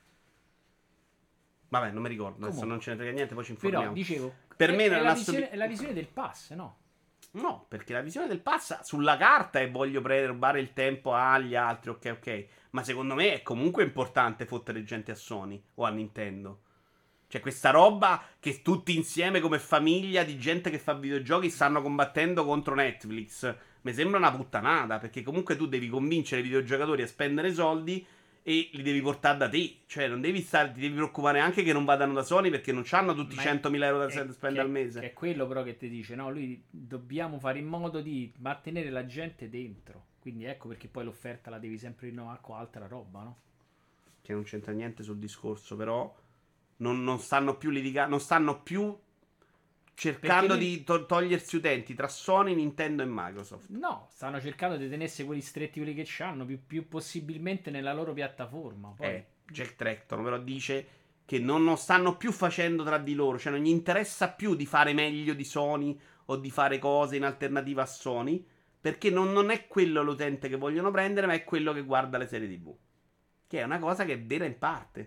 Vabbè, non mi ricordo, adesso Comunque. non ce ne frega niente, poi ci informiamo. Però, dicevo, Per me non è è la una visione, è la visione del pass, no? No, perché la visione del pass sulla carta è voglio rubare il tempo agli altri, ok. Ma secondo me è comunque importante fottere gente a Sony o a Nintendo. Cioè questa roba che tutti insieme come famiglia di gente che fa videogiochi stanno combattendo contro Netflix. Mi sembra una puttanata, perché comunque tu devi convincere i videogiocatori a spendere soldi e li devi portare da te. Cioè non devi ti devi preoccupare anche che non vadano da Sony perché non hanno tutti 100.000 euro da spendere al mese. Che è quello però che ti dice, no? Lui dobbiamo fare in modo di mantenere la gente dentro. Quindi ecco perché poi l'offerta la devi sempre rinnovare con altra roba, no? Che non c'entra niente sul discorso, però non stanno più litigando, non stanno più cercando Perché di togliersi utenti tra Sony, Nintendo e Microsoft. No, stanno cercando di tenersi quelli stretti quelli che hanno, più possibilmente nella loro piattaforma. Poi Jack Tratton però dice che non stanno più facendo tra di loro, cioè non gli interessa più di fare meglio di Sony o di fare cose in alternativa a Sony, perché non è quello l'utente che vogliono prendere, ma è quello che guarda le serie TV. Che è una cosa che è vera in parte.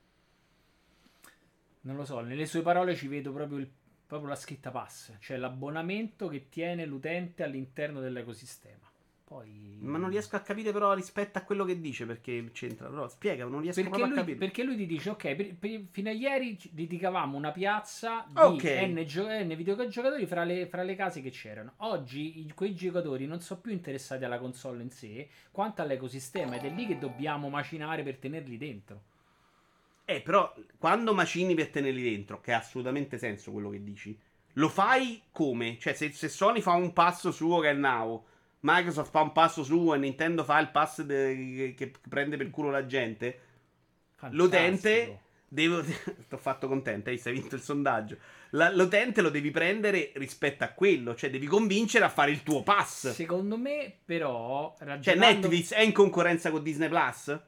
non lo so, nelle sue parole ci vedo proprio la scritta pass, cioè l'abbonamento che tiene l'utente all'interno dell'ecosistema. Poi Ma non riesco a capire però rispetto a quello che dice perché c'entra. Però spiega, non riesco perché proprio a capire. perché lui ti dice, ok, fino a ieri litigavamo una piazza di Ok. N videogiocatori fra le case che c'erano. Oggi quei giocatori non sono più interessati alla console in sé, quanto all'ecosistema, ed è lì che dobbiamo macinare per tenerli dentro. Però quando macini per tenerli dentro, che ha assolutamente senso quello che dici, lo fai come? Cioè, se Sony fa un passo suo che è Now, Microsoft fa un passo suo e Nintendo fa il passo che prende per culo la gente, Fantastico. l'utente t'ho fatto contento, hai vinto il sondaggio. L'utente lo devi prendere rispetto a quello, cioè devi convincere a fare il tuo pass. Secondo me, però, Cioè, ragionando... Netflix è in concorrenza con Disney Plus?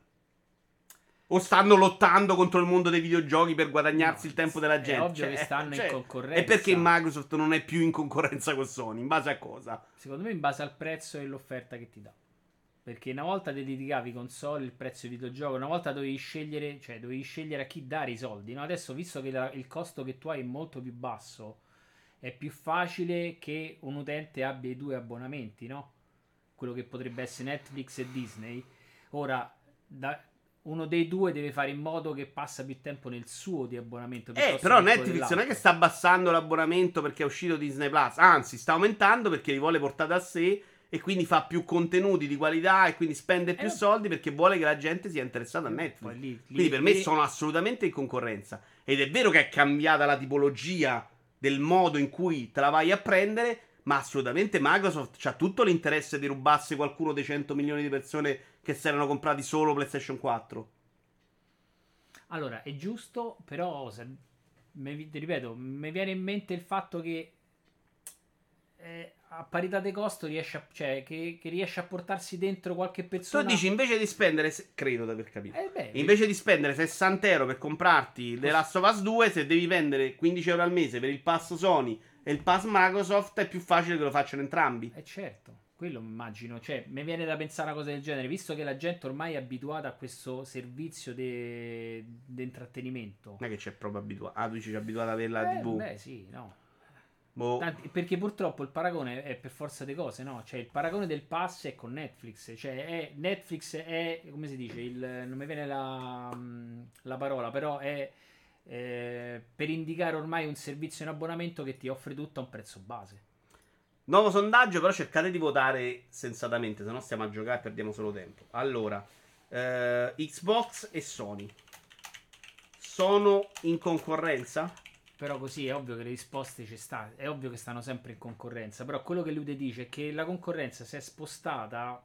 O stanno lottando contro il mondo dei videogiochi per guadagnarsi il tempo della gente? È ovvio che stanno in concorrenza. E perché Microsoft non è più in concorrenza con Sony? In base a cosa? Secondo me in base al prezzo e l'offerta che ti dà. Perché una volta ti litigavi console, il prezzo di videogioco, una volta dovevi scegliere a chi dare i soldi. No? Adesso, visto che il costo che tu hai è molto più basso, è più facile che un utente abbia i due abbonamenti, no? Quello che potrebbe essere Netflix e Disney. Ora, uno dei due deve fare in modo che passa più tempo nel suo di abbonamento. Però Netflix non è che sta abbassando l'abbonamento perché è uscito Disney Plus, anzi sta aumentando perché li vuole portare a sé e quindi fa più contenuti di qualità e quindi spende più soldi perché vuole che la gente sia interessata a Netflix. Quindi per me sono assolutamente in concorrenza. Ed è vero che è cambiata la tipologia del modo in cui te la vai a prendere, ma assolutamente Microsoft c'ha tutto l'interesse di rubarsi qualcuno dei 100 milioni di persone che si erano comprati solo PlayStation 4. Allora, è giusto, però ti ripeto, mi viene in mente il fatto che a parità di costo che riesce a portarsi dentro qualche persona. Tu dici invece di spendere, credo di aver capito, beh, invece di spendere 60 euro per comprarti The Last of Us 2, se devi vendere 15 euro al mese per il pass Sony e il pass Microsoft, è più facile che lo facciano entrambi. Certo, quello immagino. Cioè, mi viene da pensare una cosa del genere, visto che la gente ormai è abituata a questo servizio di intrattenimento. Non è che c'è proprio abituato. Ah, tu dici c'è abituato ad avere la TV. Beh, sì, no. Boh. Perché purtroppo il paragone è per forza di cose, no? Cioè il paragone del pass è con Netflix, cioè Netflix è, come si dice, non mi viene la parola, però è per indicare ormai un servizio in abbonamento che ti offre tutto a un prezzo base. Nuovo sondaggio, però cercate di votare sensatamente, se no stiamo a giocare e perdiamo solo tempo. Allora, Xbox e Sony sono in concorrenza? Però così è ovvio che le risposte ci stanno, è ovvio che stanno sempre in concorrenza, però quello che lui dice è che la concorrenza si è spostata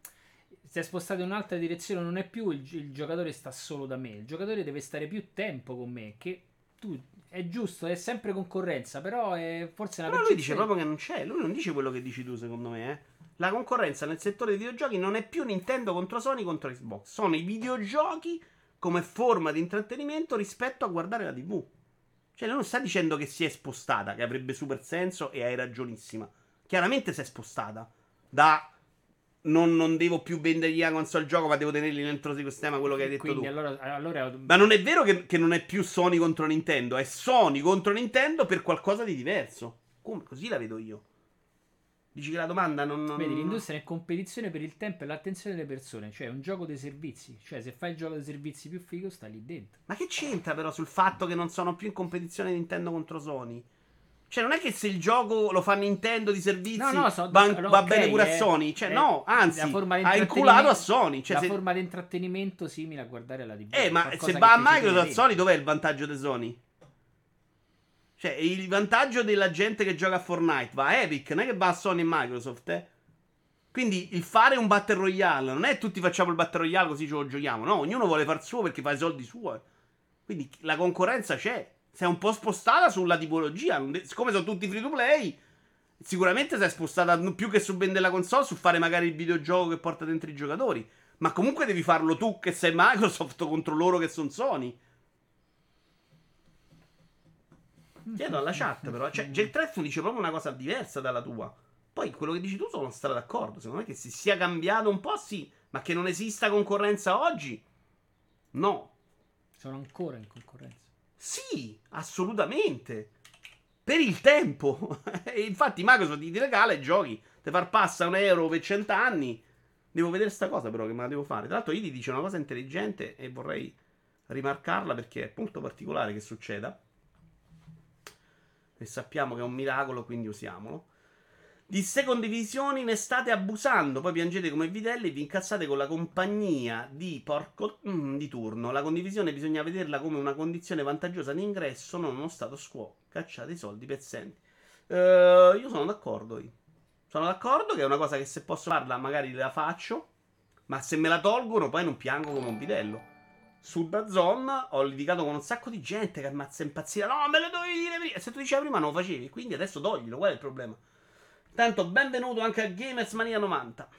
in un'altra direzione, non è più il giocatore sta solo da me, il giocatore deve stare più tempo con me, che tu è giusto, è sempre concorrenza, però è forse una Però lui dice percezione. proprio che non c'è, lui non dice quello che dici tu secondo me, eh. La concorrenza nel settore dei videogiochi non è più Nintendo contro Sony contro Xbox, sono i videogiochi come forma di intrattenimento rispetto a guardare la TV. Cioè, lui non sta dicendo che si è spostata, che avrebbe super senso e hai ragionissima. Chiaramente si è spostata. Da non devo più vendergli la console al gioco, ma devo tenerli nell'entro ecosistema, quello che hai detto Quindi tu. allora Ma non è vero che non è più Sony contro Nintendo, è Sony contro Nintendo per qualcosa di diverso. Come? Così la vedo io. Dici che la domanda vedi, l'industria è in competizione per il tempo e l'attenzione delle persone, cioè è un gioco dei servizi, cioè se fai il gioco dei servizi più figo sta lì dentro. Ma che c'entra però sul fatto che non sono più in competizione Nintendo contro Sony? Cioè, non è che se il gioco lo fa Nintendo di servizi va bene pure a Sony. Cioè, no, anzi, ha inculato a Sony. Cioè, forma di intrattenimento simile a guardare la TV. Ma se va a Microsoft, Sony, dov'è il vantaggio di Sony? Cioè, il vantaggio della gente che gioca a Fortnite va a Epic, non è che va a Sony e Microsoft, eh. Quindi il fare un Battle Royale non è tutti facciamo il Battle Royale così ce lo giochiamo. No, ognuno vuole far suo perché fa i soldi suoi. Quindi la concorrenza c'è. Si è un po' spostata sulla tipologia. Siccome sono tutti free to play, sicuramente si è spostata più che su vendere la console, su fare magari il videogioco che porta dentro i giocatori. Ma comunque devi farlo tu che sei Microsoft contro loro che sono Sony. Chiedo alla chat però. Cioè, Geltref dice proprio una cosa diversa dalla tua. Poi quello che dici tu sono stato d'accordo. Secondo me che si sia cambiato un po', sì. Ma che non esista concorrenza oggi? No. Sono ancora in concorrenza. Sì, assolutamente. Per il tempo. E infatti Microsoft ti regala i giochi. Te far passa €1 per 100 anni. Devo vedere sta cosa però che me la devo fare. Tra l'altro Idi dice una cosa intelligente e vorrei rimarcarla perché è molto particolare che succeda. E sappiamo che è un miracolo, quindi usiamolo. Disse condivisioni ne state abusando, poi piangete come vitelli e vi incazzate con la compagnia di porco di turno. La condivisione bisogna vederla come una condizione vantaggiosa di ingresso, non uno status quo. Cacciate i soldi pezzenti. Io sono d'accordo. Sono d'accordo che è una cosa che se posso farla magari la faccio, ma se me la tolgono poi non piango come un vitello. Su DAZN ho litigato con un sacco di gente che ammazza impazzita. No, me lo dovevi dire prima. Se tu dicevi prima non lo facevi, quindi adesso toglilo, qual è il problema? Tanto benvenuto anche a Gamers Mania 90.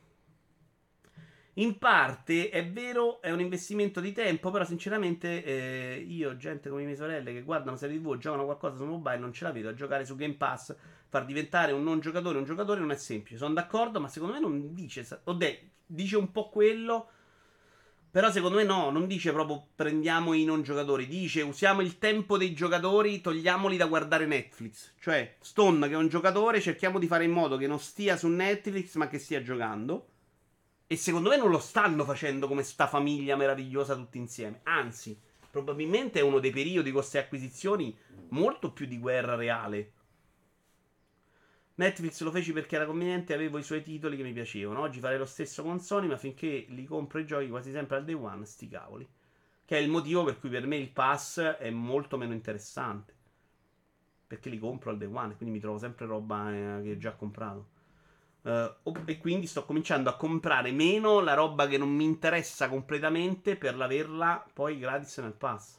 In parte è vero, è un investimento di tempo, però sinceramente io, gente come mie sorelle che guardano serie TV o giocano qualcosa su mobile, non ce la vedo a giocare su Game Pass, far diventare un non giocatore un giocatore non è semplice. Sono d'accordo, ma secondo me non dice, dice un po' quello, però secondo me no, non dice proprio prendiamo i non giocatori, dice usiamo il tempo dei giocatori, togliamoli da guardare Netflix. Cioè, Stone che è un giocatore, cerchiamo di fare in modo che non stia su Netflix ma che stia giocando. E secondo me non lo stanno facendo come sta famiglia meravigliosa tutti insieme. Anzi, probabilmente è uno dei periodi con queste acquisizioni molto più di guerra reale. Netflix lo feci perché era conveniente e avevo i suoi titoli che mi piacevano. Oggi farei lo stesso con Sony, ma finché li compro i giochi quasi sempre al day one, sti cavoli. Che è il motivo per cui per me il pass è molto meno interessante. Perché li compro al day one, quindi mi trovo sempre roba che ho già comprato. E quindi sto cominciando a comprare meno la roba che non mi interessa completamente per l'averla poi gratis nel pass.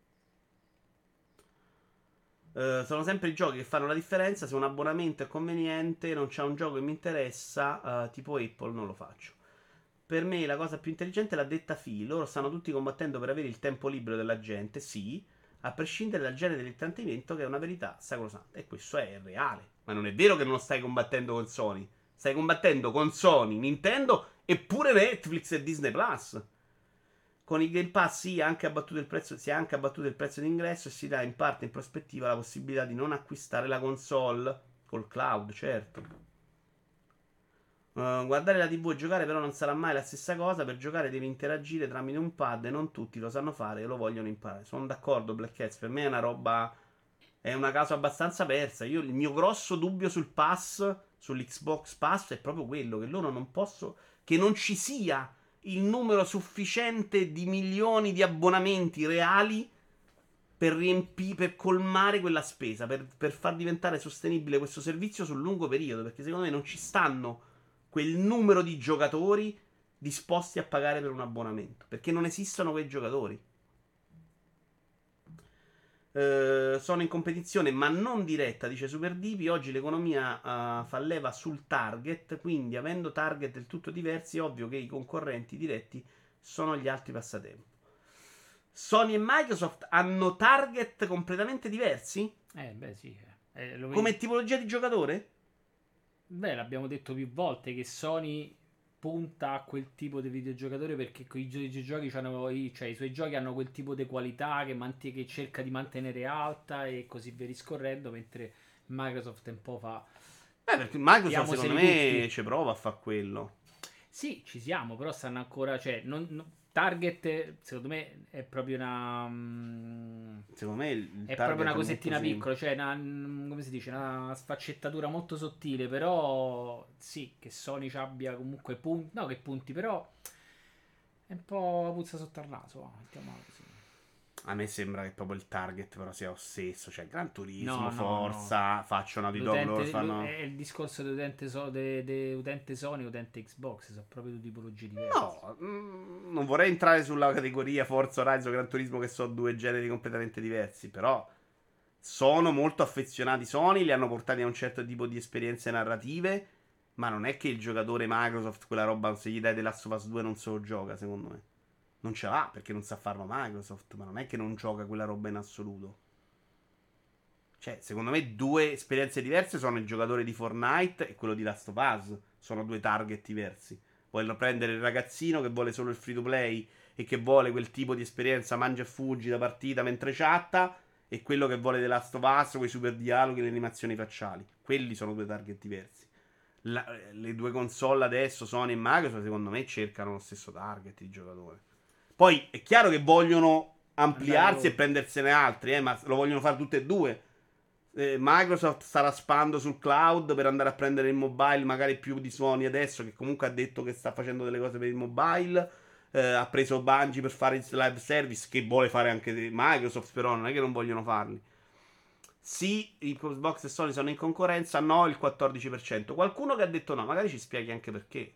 Sono sempre i giochi che fanno la differenza. Se un abbonamento è conveniente, non c'è un gioco che mi interessa, tipo Apple, non lo faccio. Per me la cosa più intelligente è l'ha detta Phil. Loro stanno tutti combattendo per avere il tempo libero della gente, sì, a prescindere dal genere dell'intrattenimento, che è una verità sacrosanta. E questo è reale. Ma non è vero che non lo stai combattendo con Sony. Stai combattendo con Sony, Nintendo e pure Netflix e Disney Plus. Con il Game Pass si è anche abbattuto il prezzo d'ingresso e si dà in parte in prospettiva la possibilità di non acquistare la console col cloud, certo. Guardare la TV e giocare però non sarà mai la stessa cosa. Per giocare devi interagire tramite un pad e non tutti lo sanno fare e lo vogliono imparare. Sono d'accordo, Black Cats. Per me è una roba. È una causa abbastanza persa. Io il mio grosso dubbio sul pass, sull'Xbox Pass, è proprio quello che loro non posso. Che non ci sia il numero sufficiente di milioni di abbonamenti reali per riempire, per colmare quella spesa, per far diventare sostenibile questo servizio sul lungo periodo. Perché secondo me non ci stanno quel numero di giocatori disposti a pagare per un abbonamento. Perché non esistono quei giocatori. Sono in competizione ma non diretta, dice Super Divi. Oggi l'economia fa leva sul target, quindi avendo target del tutto diversi è ovvio che i concorrenti diretti sono gli altri passatempo. Sony e Microsoft hanno target completamente diversi? Beh, sì. Come tipologia di giocatore? Beh, l'abbiamo detto più volte che Sony punta a quel tipo di videogiocatore perché i giochi cioè i suoi giochi hanno quel tipo di qualità che cerca di mantenere alta e così via discorrendo, mentre Microsoft un po' fa. Perché Microsoft secondo me tutti. ci prova a fare quello. Sì, ci siamo, però stanno ancora. Cioè, Target, secondo me, è proprio una. Secondo me È proprio una cosettina piccola, cioè come si dice, una sfaccettatura molto sottile, però sì, che Sony ci abbia comunque punti, no che punti, però è un po' puzza sotto al naso, mettiamola così. A me sembra che proprio il target però sia osso, cioè Gran Turismo, No, Forza, facciano di Dog, loro fanno. È il discorso dell'utente utente Sony e utente Xbox, sono proprio due tipologie diverse. No, non vorrei entrare sulla categoria Forza Horizon Gran Turismo che sono due generi completamente diversi, però sono molto affezionati Sony, li hanno portati a un certo tipo di esperienze narrative, ma non è che il giocatore Microsoft quella roba se gli dai The Last of Us 2 non se lo gioca, secondo me. Non ce l'ha perché non sa farlo Microsoft, ma non è che non gioca quella roba in assoluto. Cioè, secondo me due esperienze diverse sono il giocatore di Fortnite e quello di Last of Us. Sono due target diversi. Vogliono prendere il ragazzino che vuole solo il free to play e che vuole quel tipo di esperienza mangia e fuggi da partita mentre chatta, e quello che vuole The Last of Us, quei super dialoghi e le animazioni facciali. Quelli sono due target diversi. Le due console adesso, Sony e Microsoft, secondo me cercano lo stesso target di giocatore. Poi è chiaro che vogliono ampliarsi e prendersene altri, ma lo vogliono fare tutte e due. Microsoft sta raspando sul cloud per andare a prendere il mobile, magari più di Sony adesso, che comunque ha detto che sta facendo delle cose per il mobile. Ha preso Bungie per fare il live service, che vuole fare anche Microsoft, però non è che non vogliono farli. Sì, i Xbox e Sony sono in concorrenza, no, il 14%. Qualcuno che ha detto no, magari ci spieghi anche perché.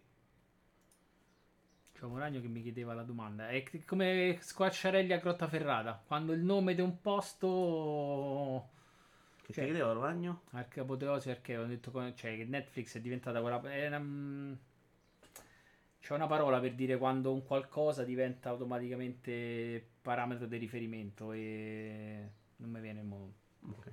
C'è un ragno che mi chiedeva la domanda. È come Squarciarelli a Grottaferrata. Quando il nome di un posto. Che ti chiedeva Ragno? Apoteosi perché ho detto cioè, che Netflix è diventata quella. C'è una parola per dire quando un qualcosa diventa automaticamente parametro di riferimento e non mi viene il modo. Ok.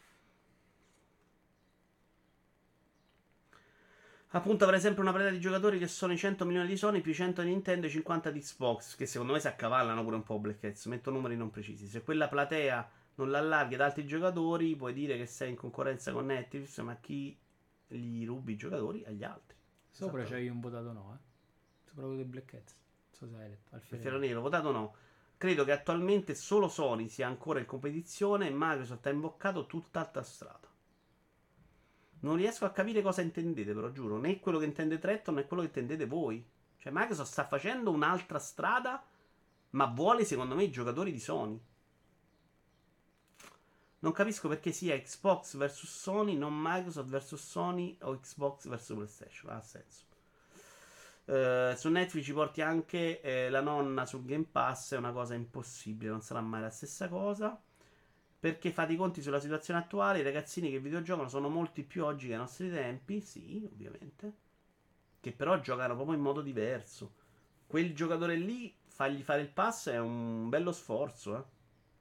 Appunto avrei sempre una platea di giocatori che sono i 100 milioni di Sony più 100 di Nintendo e 50 di Xbox, che secondo me si accavallano pure un po' Black Hats, metto numeri non precisi. Se quella platea non l'allarghi ad altri giocatori, puoi dire che sei in concorrenza con Netflix, ma chi gli rubi i giocatori agli altri. Sopra c'hai un votato no, sopra quello dei Black Hats. Non so se hai letto. Alfiero Nero, votato no. Credo che attualmente solo Sony sia ancora in competizione e Microsoft ha imboccato tutt'altra strada. Non riesco a capire cosa intendete, però giuro. Né quello che intende Tretton né quello che intendete voi. Cioè, Microsoft sta facendo un'altra strada, ma vuole, secondo me, i giocatori di Sony. Non capisco perché sia Xbox vs Sony, non Microsoft vs Sony o Xbox vs PlayStation. Ha senso. Su Netflix ci porti anche la nonna sul Game Pass. È una cosa impossibile, non sarà mai la stessa cosa. Perché fate i conti sulla situazione attuale, i ragazzini che videogiocano sono molti più oggi che ai nostri tempi, sì, ovviamente, che però giocano proprio in modo diverso. Quel giocatore lì, fargli fare il pass è un bello sforzo, eh.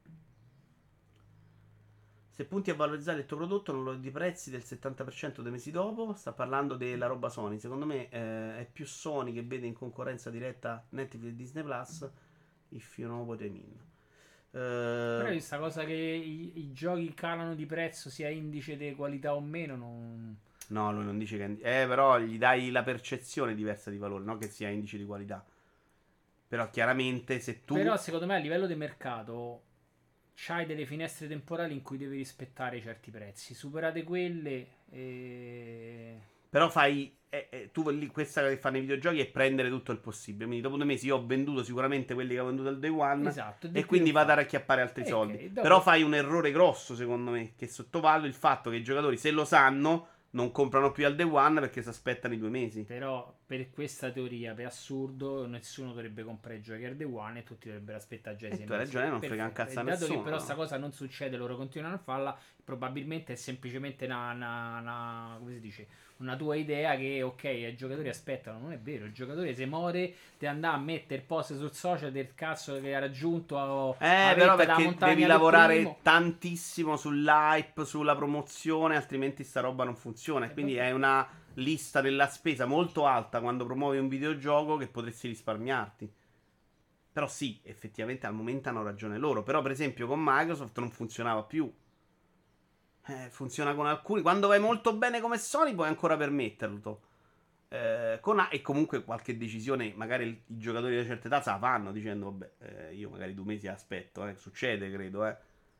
Se punti a valorizzare il tuo prodotto, non lo deprezzi del 70% dei mesi dopo. Sta parlando della roba Sony. Secondo me è più Sony che vede in concorrenza diretta Netflix e Disney Plus If you know what I mean. Però questa cosa che i giochi calano di prezzo sia indice di qualità o meno, non... No, lui non dice che... però gli dai la percezione diversa di valore, non che sia indice di qualità. Però chiaramente se tu... Però secondo me a livello di mercato c'hai delle finestre temporali in cui devi rispettare certi prezzi. Superate quelle e... Però fai... tu lì, questa che fanno i videogiochi è prendere tutto il possibile. Quindi dopo 2 mesi io ho venduto sicuramente quelli che ho venduto al day one. Esatto, E quindi vado a racchiappare altri Ok, soldi. dopo- Però fai un errore grosso secondo me, che sottovaluta il fatto che i giocatori, se lo sanno, non comprano più al day one perché si aspettano i 2 mesi. Però per questa teoria, per assurdo, nessuno dovrebbe comprare i giochi al day one e tutti dovrebbero aspettare già i 6 tu hai mesi. ragione, non frega un Perfetto. cazzo a E dato nessuno, che però no? sta cosa non succede, loro continuano a farla, probabilmente è semplicemente come si dice, una tua idea che ok, i giocatori aspettano. Non è vero, il giocatore se muore ti andrà a mettere post sul social del cazzo che ha raggiunto a Però vetta da perché montagna devi del lavorare primo. tantissimo sull'hype, sulla promozione, altrimenti sta roba non funziona. E quindi è una lista della spesa molto alta quando promuovi un videogioco che potresti risparmiarti. Però sì, effettivamente al momento hanno ragione loro. Però per esempio con Microsoft non funzionava più. Funziona con alcuni. Quando vai molto bene come Sony puoi ancora permetterlo. E comunque qualche decisione, magari i giocatori di una certa età se la fanno dicendo vabbè, io magari 2 mesi aspetto, succede credo.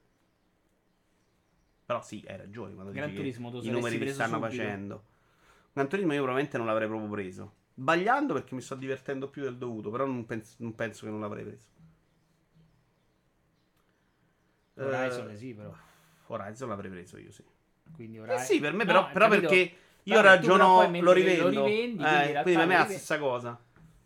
Però sì, hai ragione quando Gran dici Turismo, che tu i numeri saresti li preso stanno subito. facendo. Gran Turismo io probabilmente non l'avrei proprio preso. Sbagliando perché mi sto divertendo più del dovuto, però non penso che non l'avrei preso. Horizon sì, però. Horizon l'avrei preso io, sì. Quindi Sì, per me No, però capito? perché io Vabbè, tu però ragiono, poi lo mentre che rivendo. lo rivendi, quindi in realtà Quindi per me è lo la rivendi. stessa cosa.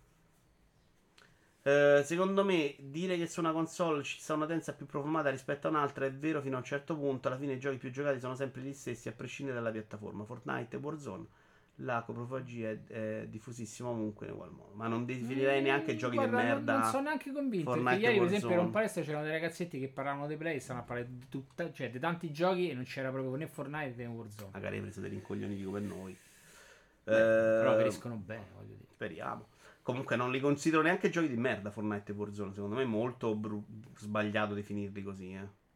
Secondo me, dire che su una console ci sta una tendenza più profumata rispetto a un'altra è vero fino a un certo punto. Alla fine i giochi più giocati sono sempre gli stessi, a prescindere dalla piattaforma. Fortnite e Warzone. La coprofagia è diffusissima ovunque in ugual modo. Ma non definirei neanche giochi di Guarda, merda. non sono neanche convinto. Fortnite Perché e ieri, per esempio, ero in Warzone. palestra, c'erano dei ragazzetti che parlavano dei play, stanno a parlare di tutta, cioè di tanti giochi e non c'era proprio né Fortnite né Warzone. Magari hai preso dei rincoglioniti come noi. Però capiscono bene, voglio dire. Speriamo. Comunque non li considero neanche giochi di merda Fortnite e Warzone. Secondo me è molto sbagliato definirli così,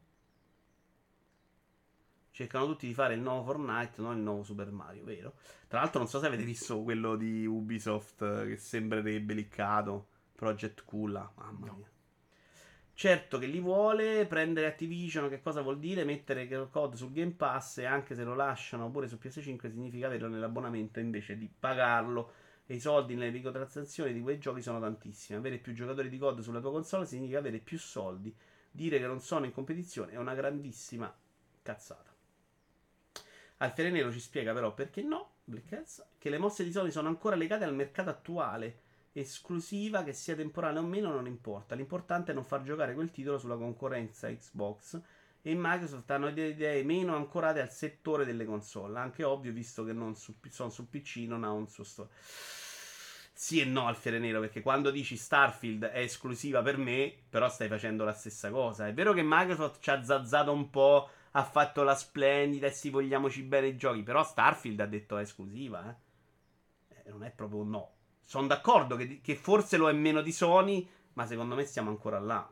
Cercano tutti di fare il nuovo Fortnite, non il nuovo Super Mario, vero? Tra l'altro non so se avete visto quello di Ubisoft che sembrerebbe liccato. Project Kula, mamma mia. Certo che li vuole prendere Activision, che cosa vuol dire? Mettere il code sul Game Pass e anche se lo lasciano pure su PS5 significa averlo nell'abbonamento invece di pagarlo. E i soldi nelle microtransazioni di quei giochi sono tantissimi. Avere più giocatori di COD sulla tua console significa avere più soldi. Dire che non sono in competizione è una grandissima cazzata. Alfiere Nero ci spiega però perché no, che le mosse di Sony sono ancora legate al mercato attuale. Esclusiva, che sia temporale o meno, non importa. L'importante è non far giocare quel titolo sulla concorrenza Xbox. E Microsoft hanno idee meno ancorate al settore delle console. Anche ovvio, visto che non sono su PC, non ha un suo store. Sì e no, Alfiere Nero, perché quando dici Starfield è esclusiva per me, però stai facendo la stessa cosa. È vero che Microsoft ci ha zazzato un po', ha fatto la splendida e si vogliamoci bene i giochi, però Starfield ha detto è esclusiva, non è proprio un no. Sono d'accordo che forse lo è meno di Sony, ma secondo me siamo ancora là.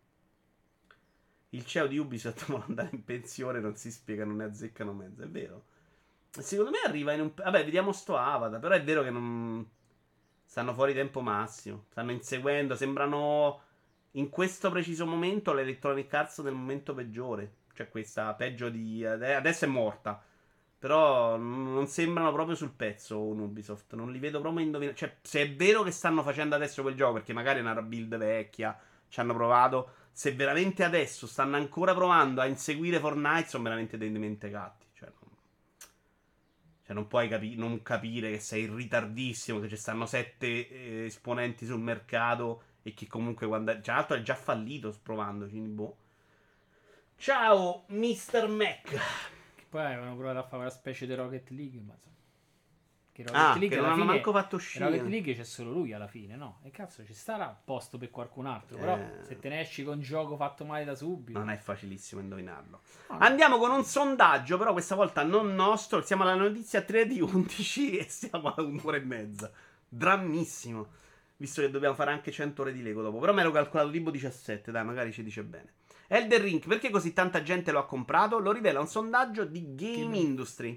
Il CEO di Ubisoft vuole andare in pensione, non si spiega, non ne azzeccano mezzo, è vero. Secondo me arriva in un... Vabbè, vediamo sto Avatar, però è vero che non... Stanno fuori tempo massimo, stanno inseguendo, sembrano in questo preciso momento l'Electronic Arts nel momento peggiore. Cioè questa peggio di... Adesso è morta. Però non sembrano proprio sul pezzo un Ubisoft. Non li vedo proprio indovinare. Cioè, se è vero che stanno facendo adesso quel gioco, perché magari è una build vecchia, ci hanno provato. Se veramente adesso stanno ancora provando a inseguire Fortnite, sono veramente dei mentecatti. Cioè non puoi non capire che sei in ritardissimo, che ci stanno 7 esponenti sul mercato e che comunque quando... Tra l'altro è già fallito provandoci, boh. Ciao, Mr. Mac. Che poi avevano provato a fare una specie di Rocket League, ma insomma. Che Rocket League che non alla hanno fine, manco fatto uscire. Rocket League c'è solo lui alla fine, no? E cazzo, ci starà posto per qualcun altro. Però se te ne esci con un gioco fatto male da subito. Non è facilissimo indovinarlo. No. Andiamo con un sondaggio, però questa volta non nostro. Siamo alla notizia 3 di 11 e siamo a un'ora e mezza. Drammissimo. visto che dobbiamo fare anche 100 ore di Lego dopo. Però mi ero calcolato tipo 17, dai, magari ci dice bene. Elden Ring, perché così tanta gente lo ha comprato? Lo rivela un sondaggio di Game Industry.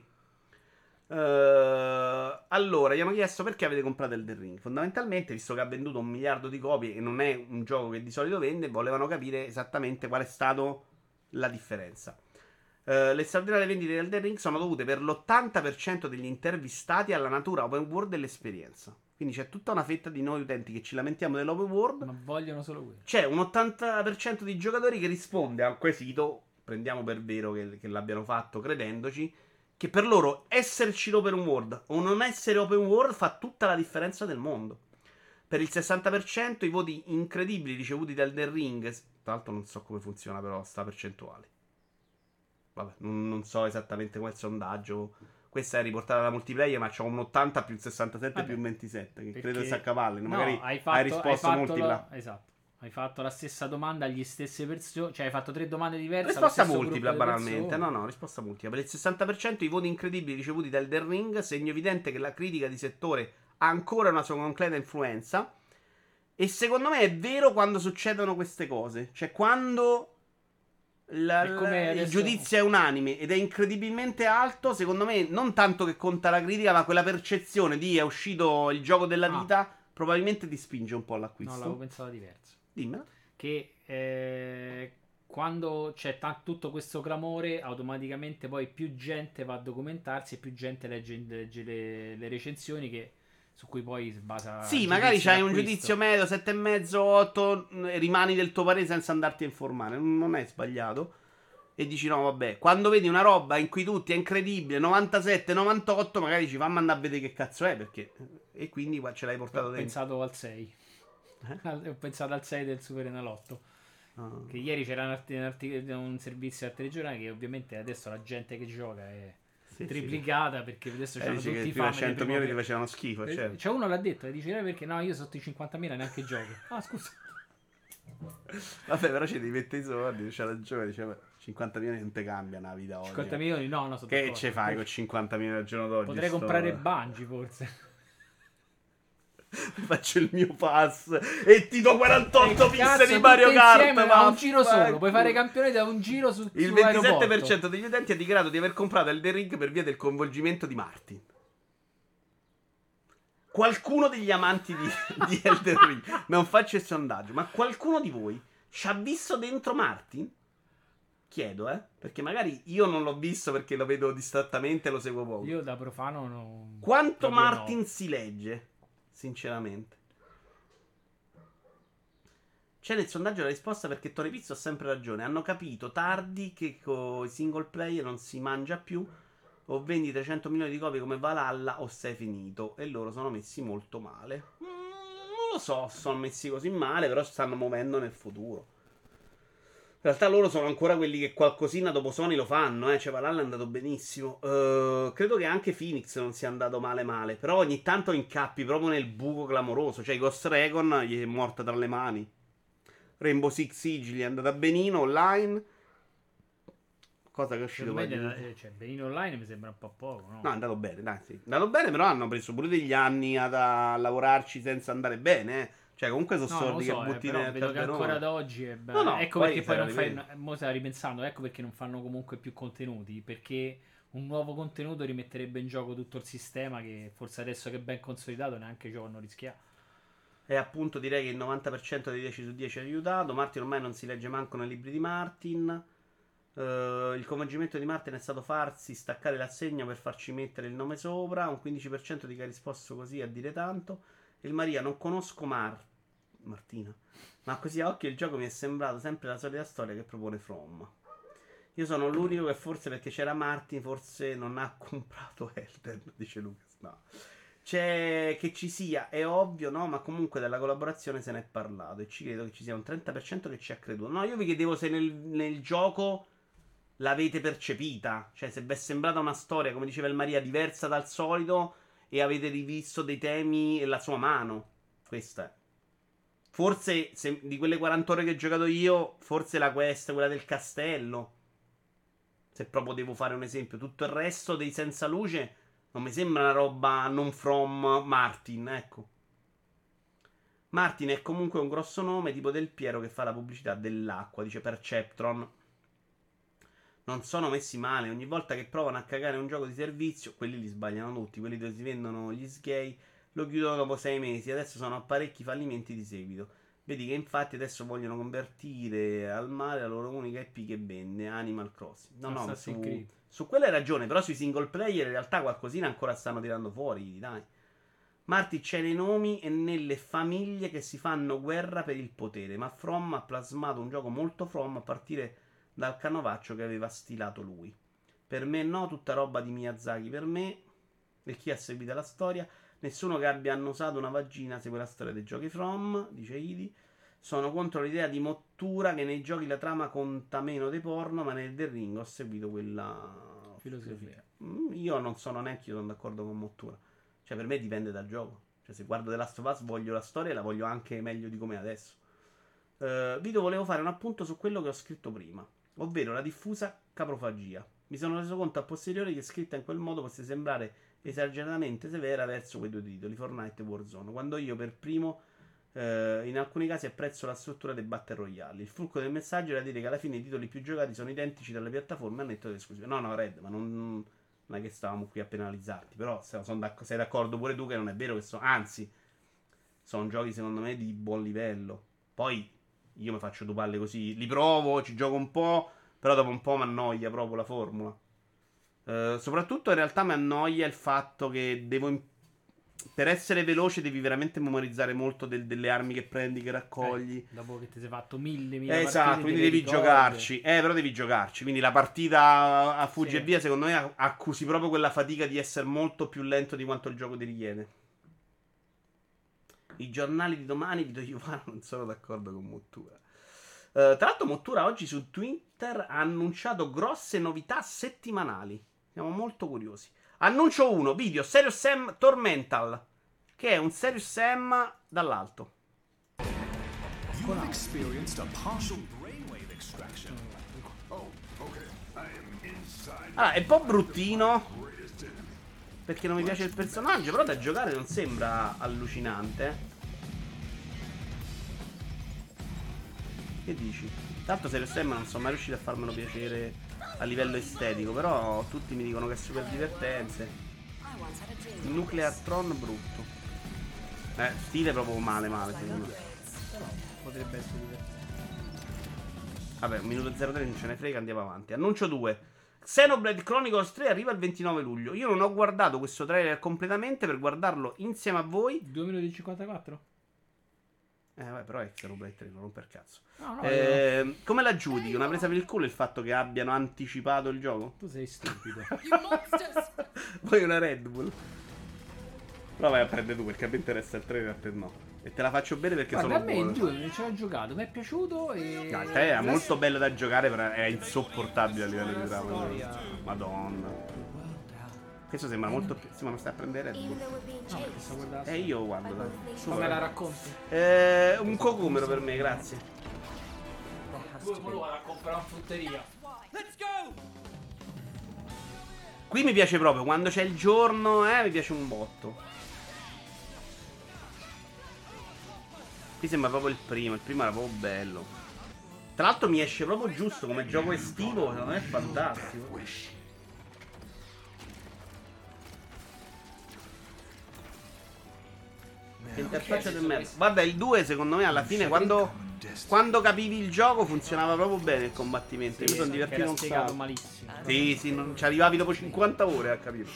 Allora, gli hanno chiesto perché avete comprato Elden Ring. Fondamentalmente, visto che ha venduto 1 miliardo di copie e non è un gioco che di solito vende, volevano capire esattamente qual è stata la differenza. Le straordinarie vendite di Elden Ring sono dovute per l'80% degli intervistati alla natura open world dell'esperienza. Quindi c'è tutta una fetta di noi utenti che ci lamentiamo dell'open world. Ma vogliono solo quello. C'è un 80% di giocatori che risponde a un quesito, prendiamo per vero che l'abbiano fatto credendoci, che per loro esserci l'open world o non essere open world fa tutta la differenza del mondo. Per il 60% i voti incredibili ricevuti da Elden Ring, tra l'altro non so come funziona però sta percentuale. Vabbè, non so esattamente come è il sondaggio. Questa è riportata da multiplayer, ma c'ho un 80 più un 67 Vabbè, più un 27. Che perché- credo si accavalli. no, Magari hai hai risposto multipla. Esatto. Hai fatto la stessa domanda agli stesse persone. Cioè, hai fatto 3 domande diverse. Risposta allo stesso multipla, gruppo di banalmente. persone. No, risposta multipla. Per il 60% i voti incredibili ricevuti da Elden Ring, segno evidente che la critica di settore ha ancora una sua concreta influenza. E secondo me è vero quando succedono queste cose. Cioè, quando È come il adesso- giudizio è unanime ed è incredibilmente alto, secondo me non tanto che conta la critica, ma quella percezione di è uscito il gioco della Ah. vita, probabilmente ti spinge un po' No, all'acquisto. l'avevo pensato diverso. Dimmela. Che quando c'è tutto questo clamore, automaticamente poi più gente va a documentarsi e più gente legge le recensioni su cui poi si basa. Sì, il magari giudizio c'hai un d'acquisto. giudizio medio, 7,5, 8, rimani del tuo parere senza andarti a informare. Non è sbagliato. E dici no, vabbè. Quando vedi una roba in cui tutti è incredibile, 97, 98, magari dici fammi andare a vedere che cazzo è, perché... E quindi qua ce l'hai portato Ho dentro. pensato al 6. Ho pensato al 6 del Super Enalotto. Ah. Che ieri c'era un servizio al telegiornale che ovviamente adesso la gente che gioca è Sì, triplicata perché adesso c'hanno dici che tutti i prima fan 100 milioni ti facevano schifo, certo. Cioè uno l'ha detto, dice perché no, io sotto i 50.000 neanche gioco. Ah, scusa. Vabbè, però ci devi mettere i soldi, c'ha ragione, diceva 50 milioni non ti cambia una vita oggi. 50 milioni no, sono Che d'accordo. ce fai con 50 milioni al giorno d'oggi? Potrei comprare Bungie forse. Faccio il mio pass e ti do 48 piste Cazzo, di Mario tutte Kart. insieme, ma un giro solo. vaffanculo. Puoi fare campione da un giro su Il su 27% degli utenti ha dichiarato di aver comprato Elden Ring per via del coinvolgimento di Martin. Qualcuno degli amanti di Elden Ring, non faccio il sondaggio, ma qualcuno di voi ci ha visto dentro Martin? Chiedo, perché magari io non l'ho visto perché lo vedo distrattamente e lo seguo poco. Io da profano non... Quanto proprio Martin no. si legge? Sinceramente. C'è nel sondaggio la risposta perché Tony Pizzo ha sempre ragione. Hanno capito tardi che con i single player non si mangia più. O vendi 300 milioni di copie come Valhalla o sei finito. E loro sono messi molto male. Non lo so, sono messi così male, però stanno muovendo nel futuro. In realtà loro sono ancora quelli che qualcosina dopo Sony lo fanno, Cioè Valhalla è andato benissimo. Credo che anche Phoenix non sia andato male. Però ogni tanto incappi proprio nel buco clamoroso. Cioè Ghost Recon gli è morta tra le mani. Rainbow Six Siege gli è andata benino online. Cosa che è uscito poi. Cioè, benino online mi sembra un po' poco, no? No, è andato bene, dai, sì. È andato bene, però hanno preso pure degli anni a lavorarci senza andare bene, Cioè, comunque sono No, non lo soldi so, che butti però nel vedo che calderone. ancora ad oggi è No, ecco poi perché poi non sarà fai mo stavo ripensando, ecco perché non fanno comunque più contenuti, perché un nuovo contenuto rimetterebbe in gioco tutto il sistema che forse adesso che è ben consolidato neanche giocano rischiato. E appunto direi che il 90% dei 10 su 10 ha aiutato. Martin ormai non si legge manco nei libri di Martin. Il coinvolgimento di Martin è stato farsi staccare l'assegno per farci mettere il nome sopra. Un 15% di chi ha risposto così a dire tanto. Il Maria, non conosco Martina, ma così a occhio il gioco mi è sembrato sempre la solita storia che propone From. Io sono l'unico che forse perché c'era Martin forse non ha comprato Elden, dice Lucas. No. C'è che ci sia, è ovvio, no? Ma comunque della collaborazione se ne è parlato e ci credo che ci sia un 30% che ci ha creduto. No, io vi chiedevo se nel gioco l'avete percepita. Cioè, se vi è sembrata una storia, come diceva il Maria, diversa dal solito e avete rivisto dei temi e la sua mano. Questa è. Forse, di quelle 40 ore che ho giocato io, forse la quest, quella del castello. Se proprio devo fare un esempio. Tutto il resto dei senza luce non mi sembra una roba non from Martin, ecco. Martin è comunque un grosso nome, tipo Del Piero che fa la pubblicità dell'acqua, dice Perceptron. Non sono messi male, ogni volta che provano a cagare un gioco di servizio, quelli li sbagliano tutti, quelli dove si vendono gli sgay lo chiudono dopo 6 mesi, adesso sono parecchi fallimenti di seguito. Vedi che infatti adesso vogliono convertire al male la loro unica IP che vende, Animal Crossing. No, su quella hai ragione, però sui single player in realtà qualcosina ancora stanno tirando fuori, dai. Marti c'è nei nomi e nelle famiglie che si fanno guerra per il potere, ma From ha plasmato un gioco molto From a partire dal canovaccio che aveva stilato lui. Per me no, tutta roba di Miyazaki per me. E chi ha seguito la storia, nessuno che abbia annusato una vagina segue la storia dei giochi From, dice Idi. Sono contro l'idea di mottura che nei giochi la trama conta meno dei porno, ma nel The Ring ho seguito quella filosofia. Io non sono neanche io sono d'accordo con mottura. Cioè per me dipende dal gioco. Cioè se guardo The Last of Us voglio la storia e la voglio anche meglio di come è adesso. Vito, volevo fare un appunto su quello che ho scritto prima, ovvero la diffusa caprofagia. Mi sono reso conto a posteriori che scritta in quel modo fosse sembrare esageratamente severa verso quei due titoli, Fortnite e Warzone, quando io per primo in alcuni casi apprezzo la struttura dei Battle Royale. Il fulcro del messaggio era dire che alla fine i titoli più giocati sono identici dalle piattaforme a netto delle esclusive. No, Red, ma non è che stavamo qui a penalizzarti, però sei d'accordo pure tu che non è vero che sono, anzi, sono giochi secondo me di buon livello. Poi io mi faccio due palle così, li provo, ci gioco un po', però dopo un po' mi annoia proprio la formula. Soprattutto in realtà mi annoia il fatto che per essere veloce devi veramente memorizzare molto delle armi che prendi, che raccogli. Dopo che ti sei fatto mille esatto, quindi devi giocarci. Però devi giocarci. Quindi la partita a fugge e via, secondo me, accusi proprio quella fatica di essere molto più lento di quanto il gioco ti richiede. I giornali di domani, Vito Iuvano, non sono d'accordo con Mottura. Tra l'altro Mottura oggi su Twitter ha annunciato grosse novità settimanali. Siamo molto curiosi. Annuncio 1, video Serious Sam Tormental, che è un Serious Sam dall'alto. Allora, è un po' bruttino perché non mi piace il personaggio, però da giocare non sembra allucinante. Che dici? Tanto Serious Sam non sono mai riuscito a farmelo piacere a livello estetico, però tutti mi dicono che è super divertente. Nuclear Tron brutto. Stile proprio male secondo me. Però potrebbe essere divertente. Vabbè, 1 minuto 03 non ce ne frega, andiamo avanti. Annuncio 2. Xenoblade Chronicles 3 arriva il 29 luglio. Io non ho guardato questo trailer completamente per guardarlo insieme a voi. 2 minuti e 54? Vabbè, però è Xenoblade 3, non per cazzo. No, come la giudichi? Una presa per il culo il fatto che abbiano anticipato il gioco? Tu sei stupido. Poi una Red Bull. Però vai a prendere tu perché a me interessa il trailer, a te no. E te la faccio bene perché guarda, sono a me buono. il 2 non ce l'ho giocato, mi è piaciuto e... No, il trailer è molto bello da giocare, però è insopportabile a livello di trama. Madonna. Questo sembra molto più... Sì, ma non stai a prendere Red Bull? No, perché sto guardando. Io guardo, dai. Come la racconti? Un cocomero per me, grazie. Lo vado a comprare in frutteria. Qui mi piace proprio, quando c'è il giorno, mi piace un botto. Qui sembra proprio il primo era proprio bello. Tra l'altro mi esce proprio giusto come gioco estivo, secondo me è fantastico. Che interfaccia del merda. Guarda, il 2 secondo me alla fine quando capivi il gioco funzionava proprio bene il combattimento. Io mi sono divertito un sacco. Malissimo. Sì, non ci arrivavi dopo 50 ore a capire.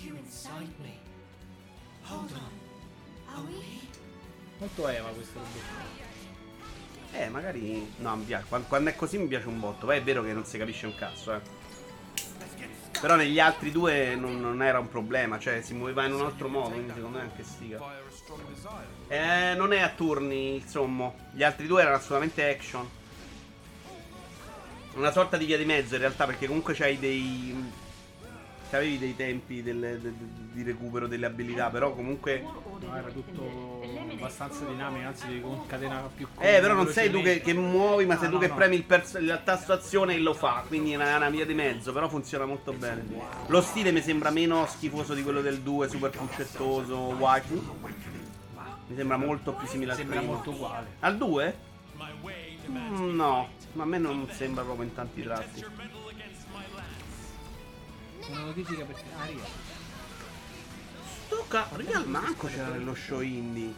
Molto Eva questo robot. Magari... No, mi piace. Quando è così mi piace un botto. Poi è vero che non si capisce un cazzo, Però negli altri due non era un problema. Cioè si muoveva in un altro modo. Quindi secondo me anche stiga. Non è a turni il sommo. Gli altri due erano assolutamente action. Una sorta di via di mezzo in realtà. Perché comunque avevi dei tempi di recupero delle abilità. Però comunque no, era tutto abbastanza dinamico. Anzi devi concatenare più però non sei tu che muovi. Ma sei tu che premi il tasto azione e lo fa. Quindi è una via di mezzo. Però funziona molto bene. Lo stile mi sembra meno schifoso di quello del 2. Super concettoso, waifu. Mi sembra molto più simile al Sembra primo. molto uguale. Al 2? No, ma a me non sembra proprio in tanti tratti. Una notifica perché. Ah, Ria. Tocca. Real manco c'era nello show indie.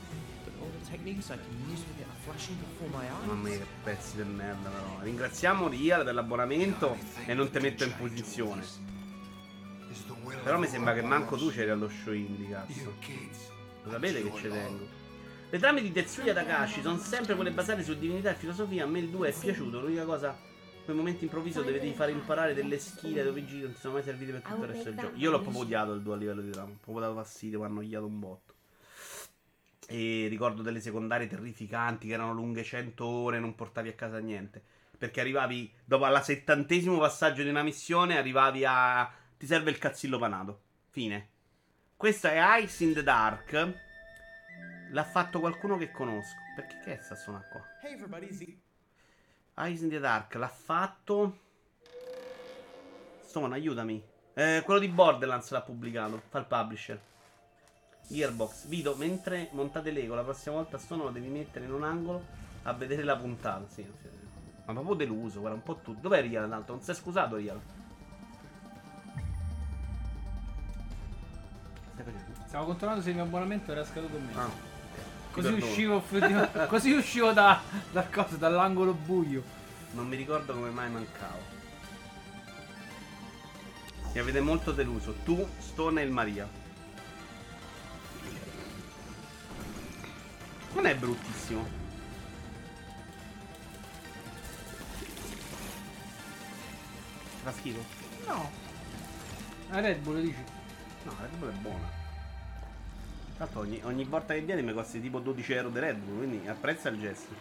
Mamma mia, che pezzi del merda, però. Ringraziamo Real dell'abbonamento e non te metto in posizione. Però mi sembra che manco tu c'eri allo show indie, cazzo. Lo sapete che ci tengo. Le trame di Tetsuya Takashi sono sempre quelle basate su divinità e filosofia. A me il 2 è piaciuto. L'unica cosa, quel momento improvviso dove devi fare imparare delle skill dove giri non ti sono mai servite per tutto il resto del gioco. Io l'ho proprio odiato il 2 a livello di trama. Ho proprio dato fastidio, mi hanno odiato un botto. E ricordo delle secondarie terrificanti che erano lunghe 100 ore e non portavi a casa niente. Perché arrivavi, dopo alla 70° passaggio di una missione, arrivavi a... ti serve il cazzillo panato. Fine. Questa è Ice in the Dark. L'ha fatto qualcuno che conosco. Perché che è sta suona qua? Ice in the Dark l'ha fatto. Stone, aiutami. Quello di Borderlands l'ha pubblicato. Fa il publisher. Gearbox. Vito, mentre montate Lego, la prossima volta Stone lo devi mettere in un angolo a vedere la puntata. Sì. Ma proprio deluso, guarda, un po' tutto. Dov'è Real? Tanto non si è scusato Real. Stavo controllando se il mio abbonamento era scaduto o meno. Ah. Così uscivo dall'angolo buio. Non mi ricordo come mai mancavo. Mi avete molto deluso. Tu, Stone e il Maria. Non è bruttissimo. Fa schifo? No. La Red Bull dici? No, la Red Bull è buona. Tanto ogni volta che viene mi costa tipo 12 euro di Red Bull, quindi apprezza il gesto.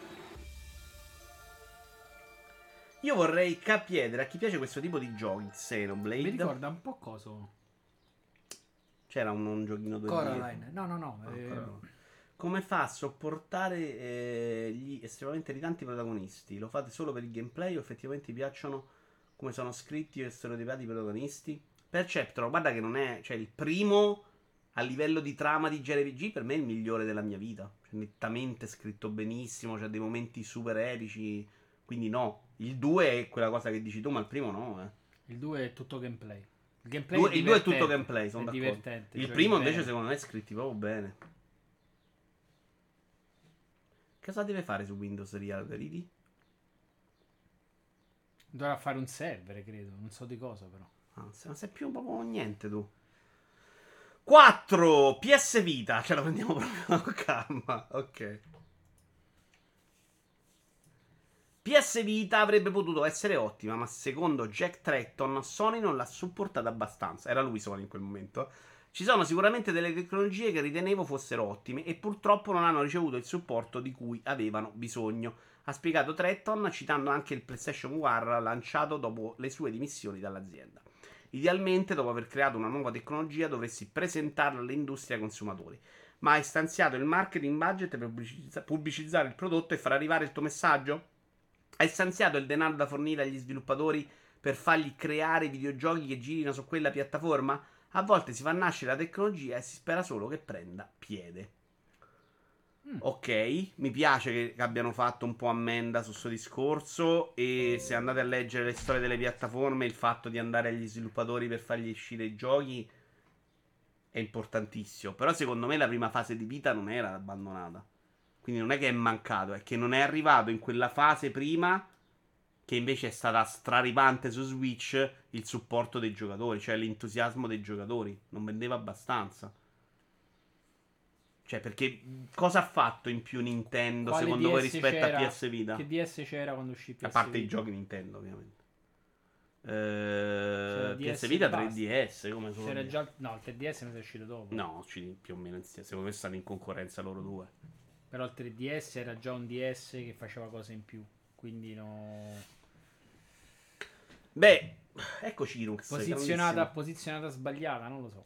Io vorrei chiedere a chi piace questo tipo di giochi, Xenoblade. Mi ricorda un po' coso. C'era un giochino 2D. Coraline. No. No. Come fa a sopportare gli estremamente irritanti protagonisti? Lo fate solo per il gameplay o effettivamente vi piacciono come sono scritti e stereotipati i protagonisti? Perceptron, guarda che non è... Cioè, il primo a livello di trama di JRPG per me è il migliore della mia vita. Cioè, nettamente scritto benissimo, c'ha dei momenti super epici. Quindi no. Il 2 è quella cosa che dici tu, ma il primo no, Il 2 è tutto gameplay. Il 2 è tutto gameplay, sono è d'accordo. divertente. Il cioè primo bene. invece secondo me è scritto proprio bene. Cosa deve fare su Windows Real, vedi? Dovrà fare un server, credo. Non so di cosa, però. Non sai più proprio niente tu. 4 PS Vita. Ce la prendiamo proprio con calma. Ok. PS Vita avrebbe potuto essere ottima, ma secondo Jack Tretton Sony non l'ha supportata abbastanza. Era lui Sony in quel momento. Ci sono sicuramente delle tecnologie che ritenevo fossero ottime e purtroppo non hanno ricevuto il supporto di cui avevano bisogno. Ha spiegato Tretton citando anche il PlayStation VR lanciato dopo le sue dimissioni dall'azienda. Idealmente, dopo aver creato una nuova tecnologia, dovresti presentarla all'industria ai consumatori. Ma hai stanziato il marketing budget per pubblicizzare il prodotto e far arrivare il tuo messaggio? Hai stanziato il denaro da fornire agli sviluppatori per fargli creare videogiochi che girino su quella piattaforma? A volte si fa nascere la tecnologia e si spera solo che prenda piede. Ok, mi piace che abbiano fatto un po' ammenda su questo discorso. E se andate a leggere le storie delle piattaforme, il fatto di andare agli sviluppatori per fargli uscire i giochi è importantissimo. Però secondo me la prima fase di vita non era abbandonata. Quindi non è che è mancato, è che non è arrivato in quella fase prima, che invece è stata straripante su Switch, il supporto dei giocatori, cioè l'entusiasmo dei giocatori. Non vendeva abbastanza. Cioè, perché cosa ha fatto in più Nintendo, Quale secondo voi, DS rispetto c'era? a PS Vita? Che DS c'era quando uscì PS A parte i Vita? giochi Nintendo, ovviamente. DS PS Vita basta. 3DS, come sono? C'era già... No, il 3DS mi è uscito dopo. No, usciti più o meno insieme. Secondo me stanno in concorrenza loro due. Però il 3DS era già un DS che faceva cose in più. Quindi no... Beh, ecco Cirux. grandissimo. Posizionata sbagliata, non lo so.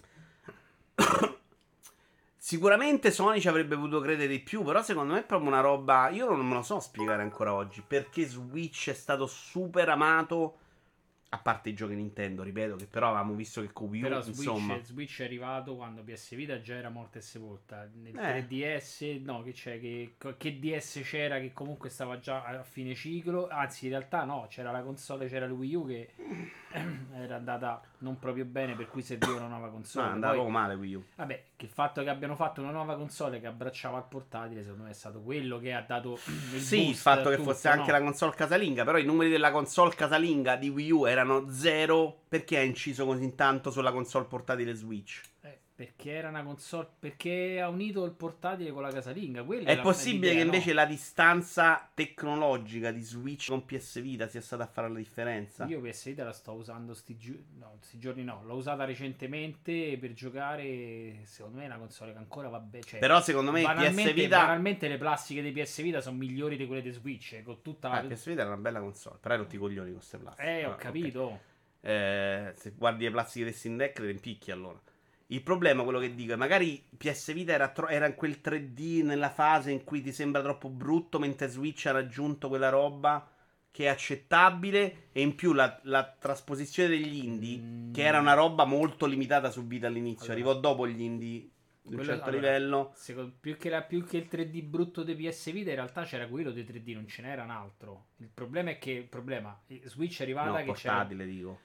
Sicuramente Sony ci avrebbe potuto credere di più, però secondo me è proprio una roba... Io non me lo so spiegare ancora oggi, perché Switch è stato super amato A parte i giochi Nintendo, ripeto, che però avevamo visto che con Wii U, Però insomma... Switch è arrivato quando PS Vita già era morta e sepolta. Nel Eh. 3DS, no, che c'è? Che DS c'era che comunque stava già a fine ciclo? Anzi, in realtà no, c'era la console, c'era il Wii U che era andata non proprio bene, per cui serviva una nuova No, console. è andato Poi, proprio male Wii U. vabbè, che il fatto che abbiano fatto una nuova console che abbracciava il portatile, secondo me è stato quello che ha dato il Sì, il boost fatto a che tutto, fosse anche no? la console casalinga, però i numeri della console casalinga di Wii U erano zero, perché ha inciso così tanto sulla console portatile Switch? Perché era una console. Perché ha unito il portatile con la casalinga. Quella È è possibile l'idea, che invece no? la distanza tecnologica di Switch con PS Vita sia stata a fare la differenza? Io PS Vita la sto usando no, sti giorni no. L'ho usata recentemente per giocare. Secondo me è una console che ancora va bene. Cioè, Però secondo me PS Vita... banalmente le plastiche di PS Vita sono migliori di quelle di Switch. Con tutta la. PS Vita era una bella console, però hai rotti i coglioni con queste plastiche. Ho Ok. capito. Se guardi le plastiche del Steam Deck, le impicchi allora. Il problema, quello che dico, è magari PS Vita era in quel 3D nella fase in cui ti sembra troppo brutto, mentre Switch ha raggiunto quella roba che è accettabile. E in più la trasposizione degli indie, che era una roba molto limitata su Vita all'inizio, Allora, arrivò dopo gli indie di un certo allora, livello. più che il 3D brutto di PS Vita, in realtà c'era quello di 3D, non ce n'era un altro. Il problema è che Switch è arrivata No, che c'era. portatile, dico.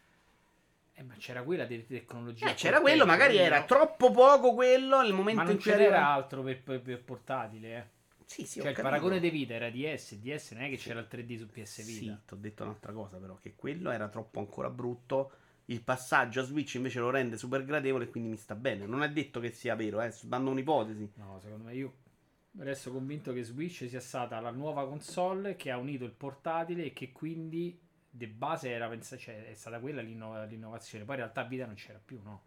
Ma c'era quella di tecnologia. C'era quello, corteccia, magari quindi era no. troppo poco quello nel Ma momento non in cui ce n'era arriva. altro per portatile, eh. Sì, sì, ho Cioè, il capito. paragone di Vita era DS non è che Sì. c'era il 3D su PS Sì, Vita. ti ho detto un'altra cosa però, che quello era troppo ancora brutto. Il passaggio a Switch invece lo rende super gradevole e quindi mi sta bene. Non è detto che sia vero, sto dando un'ipotesi. No, secondo me io resto convinto che Switch sia stata la nuova console che ha unito il portatile e che quindi di base cioè, è stata quella l'innovazione. Poi in realtà Vita non c'era più, no?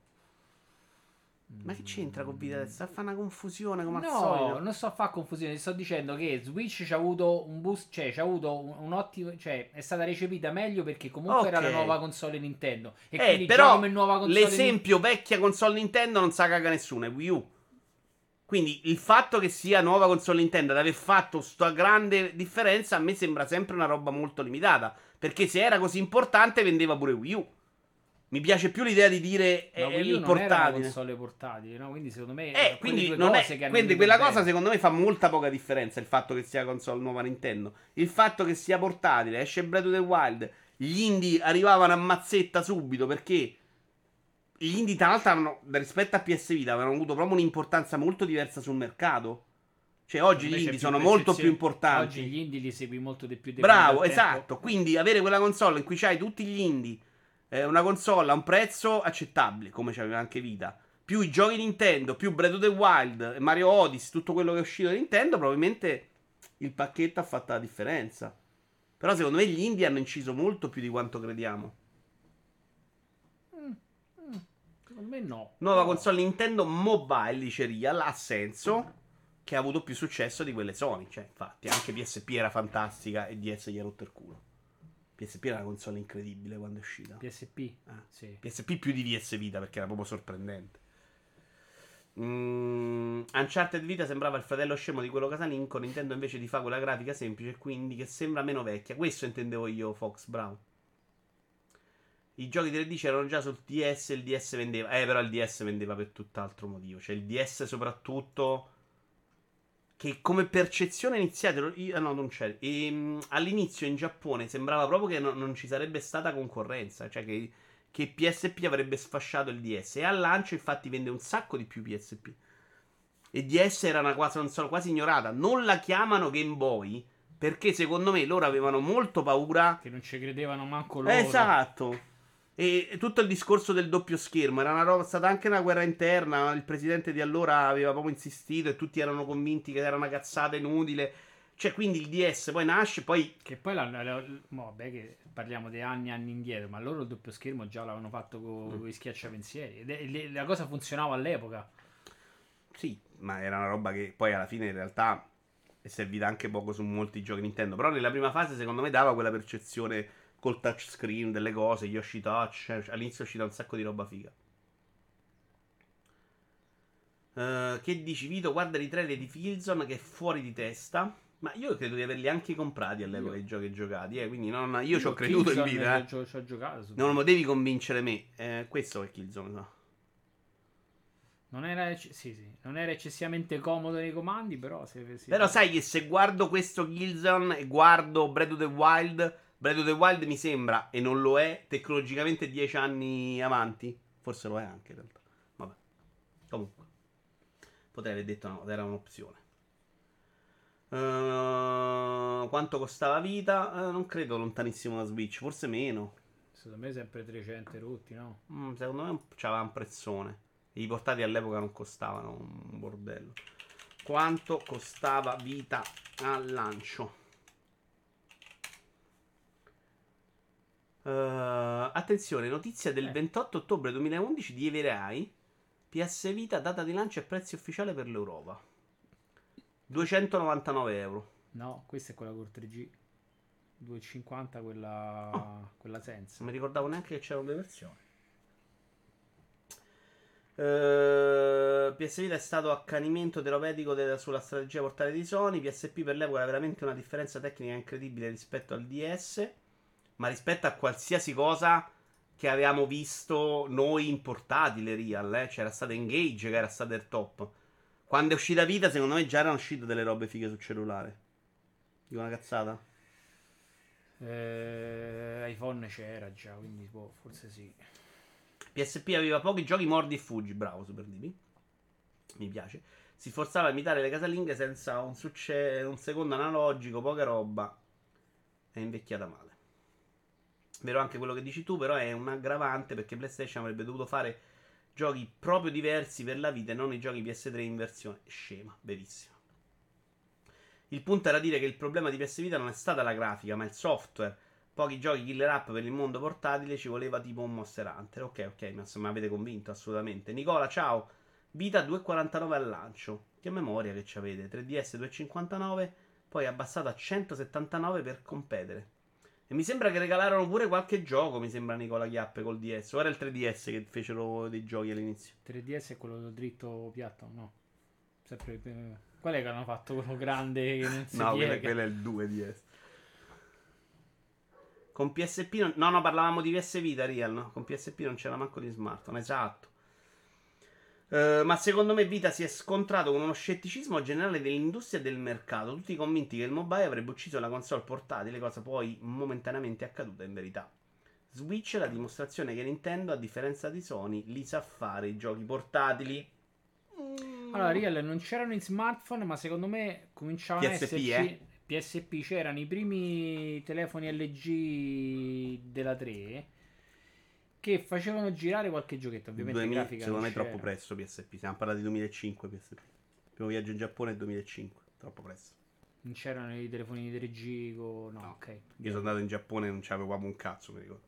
Ma che c'entra con Vita? Sta a fare una confusione come al No, solito. non sto a fare confusione, ti sto dicendo che Switch ci ha avuto un boost, cioè ci ha avuto un ottimo, cioè è stata recepita meglio perché comunque era la Ok. nuova console Nintendo e quindi già Però come nuova console l'esempio vecchia console Nintendo non sa caga nessuno, è Wii U. Quindi il fatto che sia nuova console Nintendo ad aver fatto sta grande differenza a me sembra sempre una roba molto limitata. Perché se era così importante vendeva pure Wii U. Mi piace più l'idea di dire Ma Wii U il non era una portatile. console portatile, no? Quindi secondo me sono quelle Quindi, due non è, cose che hanno quindi unito quella bene. cosa secondo me fa molta poca differenza. Il fatto che sia console nuova Nintendo. Il fatto che sia portatile, esce Breath of the Wild. Gli indie arrivavano a mazzetta subito perché gli indie, tra l'altro, rispetto a PS Vita, avevano avuto proprio un'importanza molto diversa sul mercato. Cioè, oggi Secondo gli me c'è indie più sono molto più percezione. importanti. Oggi gli indie li segui molto di più Bravo, dal tempo. esatto. Quindi avere quella console in cui c'hai tutti gli indie, una console a un prezzo accettabile, come c'aveva anche Vita, più i giochi Nintendo, più Breath of the Wild, Mario Odyssey, tutto quello che è uscito da Nintendo, probabilmente il pacchetto ha fatto la differenza. Però secondo me gli indie hanno inciso molto più di quanto crediamo. Secondo me no. Nuova Però console Nintendo Mobile, dice Real, ha senso, che ha avuto più successo di quelle Sony. Cioè, infatti, anche PSP era fantastica e DS gli ha rotto il culo. PSP era una console incredibile quando è uscita. PSP? Sì. PSP più di PS Vita perché era proprio sorprendente. Uncharted Vita sembrava il fratello scemo di quello casalingo. Nintendo invece ti fa quella grafica semplice, quindi che sembra meno vecchia. Questo intendevo io, Fox Brown. I giochi 3D c'erano già sul DS e il DS vendeva. Però il DS vendeva per tutt'altro motivo. Cioè il DS soprattutto, che come percezione iniziale no, non c'è. All'inizio in Giappone sembrava proprio che non ci sarebbe stata concorrenza. Cioè che PSP avrebbe sfasciato il DS. E al lancio infatti vende un sacco di più PSP. E DS era una console quasi ignorata. Non la chiamano Game Boy perché secondo me loro avevano molto paura. Che non ci credevano manco loro. Esatto. E tutto il discorso del doppio schermo era una roba, stata anche una guerra interna. Il presidente di allora aveva proprio insistito e tutti erano convinti che era una cazzata inutile. Cioè, quindi il DS poi nasce, poi Che poi vabbè, che parliamo di anni e anni indietro, ma loro il doppio schermo già l'avevano fatto con i schiacciapensieri. La cosa funzionava all'epoca. sì, ma era una roba che poi alla fine in realtà è servita anche poco su molti giochi Nintendo. Però nella prima fase secondo me dava quella percezione col touchscreen delle cose, Yoshi Touch. All'inizio è uscita un sacco di roba figa. Che dici, Vito? Guarda i trailer di Killzone che è fuori di testa. Ma io credo di averli anche comprati all'epoca i giochi giocati, quindi io ci Io ho creduto in Killzone vita, ci ho giocato su. Non lo devi convincere me. Questo è Killzone, no? Non era, non era eccessivamente comodo nei comandi, però Però sai che se guardo questo Killzone e guardo Breath of the Wild mi sembra, e non lo è, tecnologicamente 10 anni avanti. Forse lo è anche in realtà. Vabbè. Comunque. Potrei aver detto no, era un'opzione. Quanto costava vita? Non credo lontanissimo da Switch, forse meno. Secondo me sempre 300 rotti, no? Secondo me c'aveva un prezzone. I portati all'epoca non costavano un bordello. Quanto costava vita al lancio? Attenzione, notizia del 28 ottobre 2011 di Everai. PS Vita, data di lancio e prezzo ufficiale per l'Europa. 299 euro. No, questa è quella con 3G. 250 quella senza. Non mi ricordavo neanche che c'erano due versioni. PS Vita è stato accanimento terapeutico sulla strategia portale di Sony. PSP per l'epoca era veramente una differenza tecnica incredibile rispetto al DS, ma rispetto a qualsiasi cosa che avevamo visto noi in portatile real, c'era stato Engage che era stato il top. Quando è uscita Vita, secondo me già erano uscite delle robe fighe sul cellulare. Dico una cazzata? iPhone c'era già, quindi forse sì. PSP aveva pochi giochi mordi e fuggi. Bravo, Super DB. Mi piace. Si sforzava a imitare le casalinghe senza un secondo analogico, poca roba. È invecchiata male. Vero anche quello che dici tu, però è un aggravante perché PlayStation avrebbe dovuto fare giochi proprio diversi per la vita e non i giochi PS3 in versione scema. Verissimo. Il punto era dire che il problema di PS Vita non è stata la grafica, ma il software. Pochi giochi killer app per il mondo portatile, ci voleva tipo un Monster Hunter. Ok, ma mi avete convinto assolutamente. Nicola, ciao. Vita 2,49 al lancio. Che memoria che ci avete? 3DS 2,59, poi abbassato a 179 per competere. E mi sembra che regalarono pure qualche gioco, mi sembra Nicola Chiappe col DS. O era il 3DS che fecero dei giochi all'inizio? 3DS è quello dritto piatto? No. Sempre. Qual è che hanno fatto quello grande che non si No, piega? quello è il 2DS. Con PSP no, parlavamo di PS Vita Real, no? Con PSP non c'era manco di smartphone, esatto. Ma secondo me Vita si è scontrato con uno scetticismo generale dell'industria e del mercato, tutti convinti che il mobile avrebbe ucciso la console portatile, cosa poi momentaneamente accaduta in verità. Switch è la dimostrazione che Nintendo, a differenza di Sony, li sa fare i giochi portatili. Allora, Real non c'erano in smartphone, ma secondo me cominciavano PSP, a esserci. PSP c'erano i primi telefoni LG della 3 che facevano girare qualche giochetto. Ovviamente 2000, grafica secondo non me è troppo c'era. presto PSP. Stiamo parlando di 2005 PSP. Il primo viaggio in Giappone è 2005. Troppo presto. Non c'erano i telefoni di 3G. No, ok. Io sono andato in Giappone e non c'avevo proprio un cazzo, mi ricordo.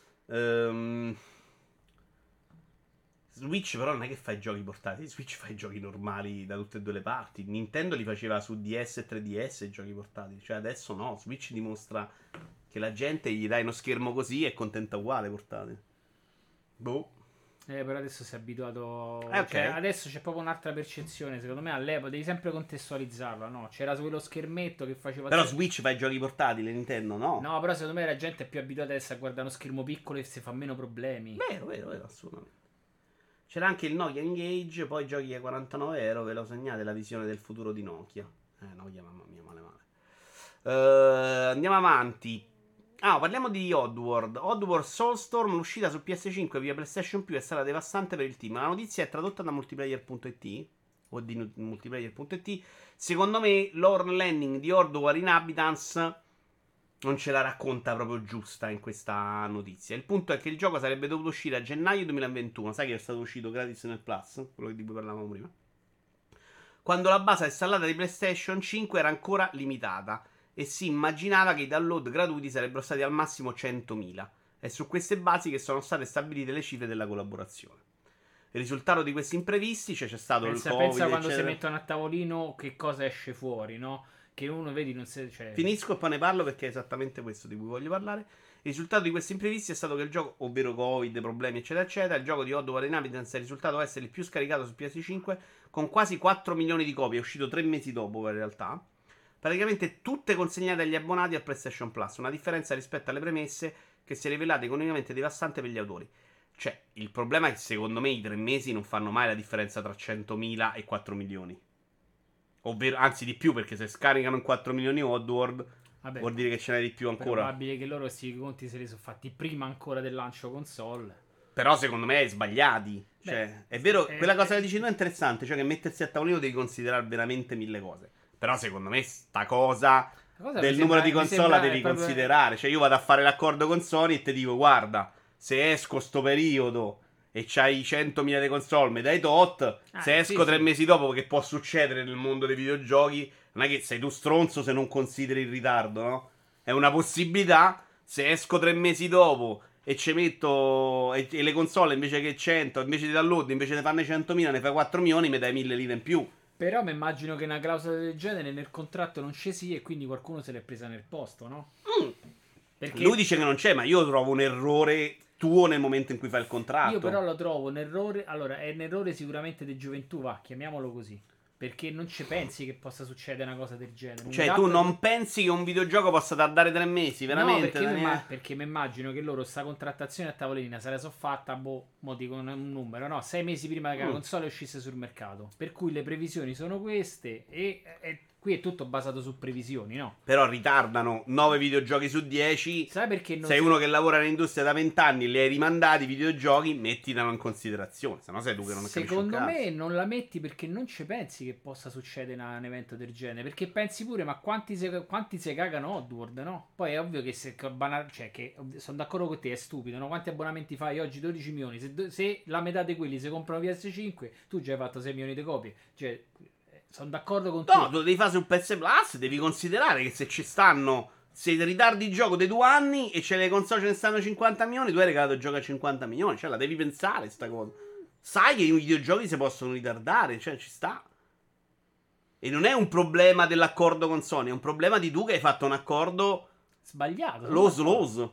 Switch però non è che fa i giochi portatili. Switch fa i giochi normali da tutte e due le parti. Nintendo li faceva su DS e 3DS i giochi portatili. Cioè adesso no. Switch dimostra che la gente gli dai uno schermo così e è contenta uguale portatile. Boh. Però adesso si è abituato. Ok. Cioè, adesso c'è proprio un'altra percezione. Secondo me all'epoca devi sempre contestualizzarla. No, c'era quello schermetto che faceva. Però Switch fa i giochi portatili, Nintendo no. No, però secondo me la gente è più abituata adesso a guardare uno schermo piccolo e si fa meno problemi. Vero, assolutamente. C'era anche il Nokia Engage, poi giochi a 49 euro, ve lo segnate la visione del futuro di Nokia. Nokia, mamma mia, male. Andiamo avanti. Parliamo di Oddworld. Oddworld Soulstorm, l'uscita su PS5 via PlayStation Plus è stata devastante per il team. La notizia è tradotta da multiplayer.it o di multiplayer.it. Secondo me l'horror landing di Oddworld Inhabitants non ce la racconta proprio giusta in questa notizia. Il punto è che il gioco sarebbe dovuto uscire a gennaio 2021. Sai che è stato uscito gratis nel Plus? Quello di cui parlavamo prima. Quando la base installata di PlayStation 5 era ancora limitata e si immaginava che i download gratuiti sarebbero stati al massimo 100.000. È su queste basi che sono state stabilite le cifre della collaborazione. Il risultato di questi imprevisti, c'è stato il Covid, pensa quando eccetera. si mettono a tavolino che cosa esce fuori, no? Che uno vedi non si... Cioè... Finisco e poi ne parlo perché è esattamente questo di cui voglio parlare. Il risultato di questi imprevisti è stato che il gioco, ovvero Covid, problemi eccetera eccetera, il gioco di Oddworld Inhabitants è risultato essere il più scaricato su PS5 con quasi 4 milioni di copie, è uscito 3 mesi dopo in realtà. praticamente tutte consegnate agli abbonati al PlayStation Plus. Una differenza rispetto alle premesse che si è rivelata economicamente devastante per gli autori. Cioè, il problema è che secondo me i 3 mesi non fanno mai la differenza tra 100.000 e 4 milioni. Ovvero, anzi di più, perché se scaricano in 4 milioni Oddworld, Vabbè, vuol dire che ce n'è di più è ancora. probabile che loro questi conti se li sono fatti prima ancora del lancio console. Però secondo me è sbagliati. Cioè, è vero, quella cosa che dici tu è interessante, cioè che mettersi a tavolino devi considerare veramente mille cose. Però secondo me sta cosa del numero di console la devi considerare. Cioè io vado a fare l'accordo con Sony e ti dico, guarda, se esco sto periodo e c'hai 100.000 di console, mi dai tot. Se esco 3 mesi dopo, che può succedere nel mondo dei videogiochi, non è che sei tu stronzo se non consideri il ritardo, no? È una possibilità. Se esco 3 mesi dopo e ci metto e le console invece che 100, invece di download, invece di farne 100.000, ne fai 4 milioni, mi dai 1.000 lire in più. Però mi immagino che una clausola del genere nel contratto non ci sia e quindi qualcuno se l'è presa nel posto, no? Perché lui dice che non c'è, ma io trovo un errore tuo nel momento in cui fai il contratto. Io però lo trovo un errore. Allora, è un errore sicuramente di gioventù, va, chiamiamolo così. Perché non ci pensi che possa succedere una cosa del genere. Cioè, tu non pensi che un videogioco possa tardare 3 mesi, veramente? No, perché mi immagino che loro sta contrattazione a tavolina se la so fatta, mo dicono un numero, no? 6 mesi prima che la console uscisse sul mercato. Per cui le previsioni sono queste e qui è tutto basato su previsioni, no? Però ritardano 9 videogiochi su 10. Sai perché non sei uno che lavora nell'industria da 20 anni, li hai rimandati i videogiochi, mettitela in considerazione. Se no sei tu che non capisci un Secondo cazzo. me non la metti perché non ci pensi che possa succedere un evento del genere. Perché pensi pure, ma quanti si cagano Oddworld, no? Poi è ovvio che che sono d'accordo con te, è stupido, no? Quanti abbonamenti fai oggi? 12 milioni. Se la metà di quelli si comprano PS5, tu già hai fatto 6 milioni di copie. Cioè, sono d'accordo con te. No, tu lo devi fare sul PS Plus, devi considerare che se ci stanno, se ritardi il gioco dei 2 anni e c'è le console ce ne stanno 50 milioni, tu hai regalato il gioco a 50 milioni, cioè la devi pensare sta cosa. Sai che i videogiochi si possono ritardare, cioè ci sta. E non è un problema dell'accordo con Sony, è un problema di tu che hai fatto un accordo sbagliato. Lose.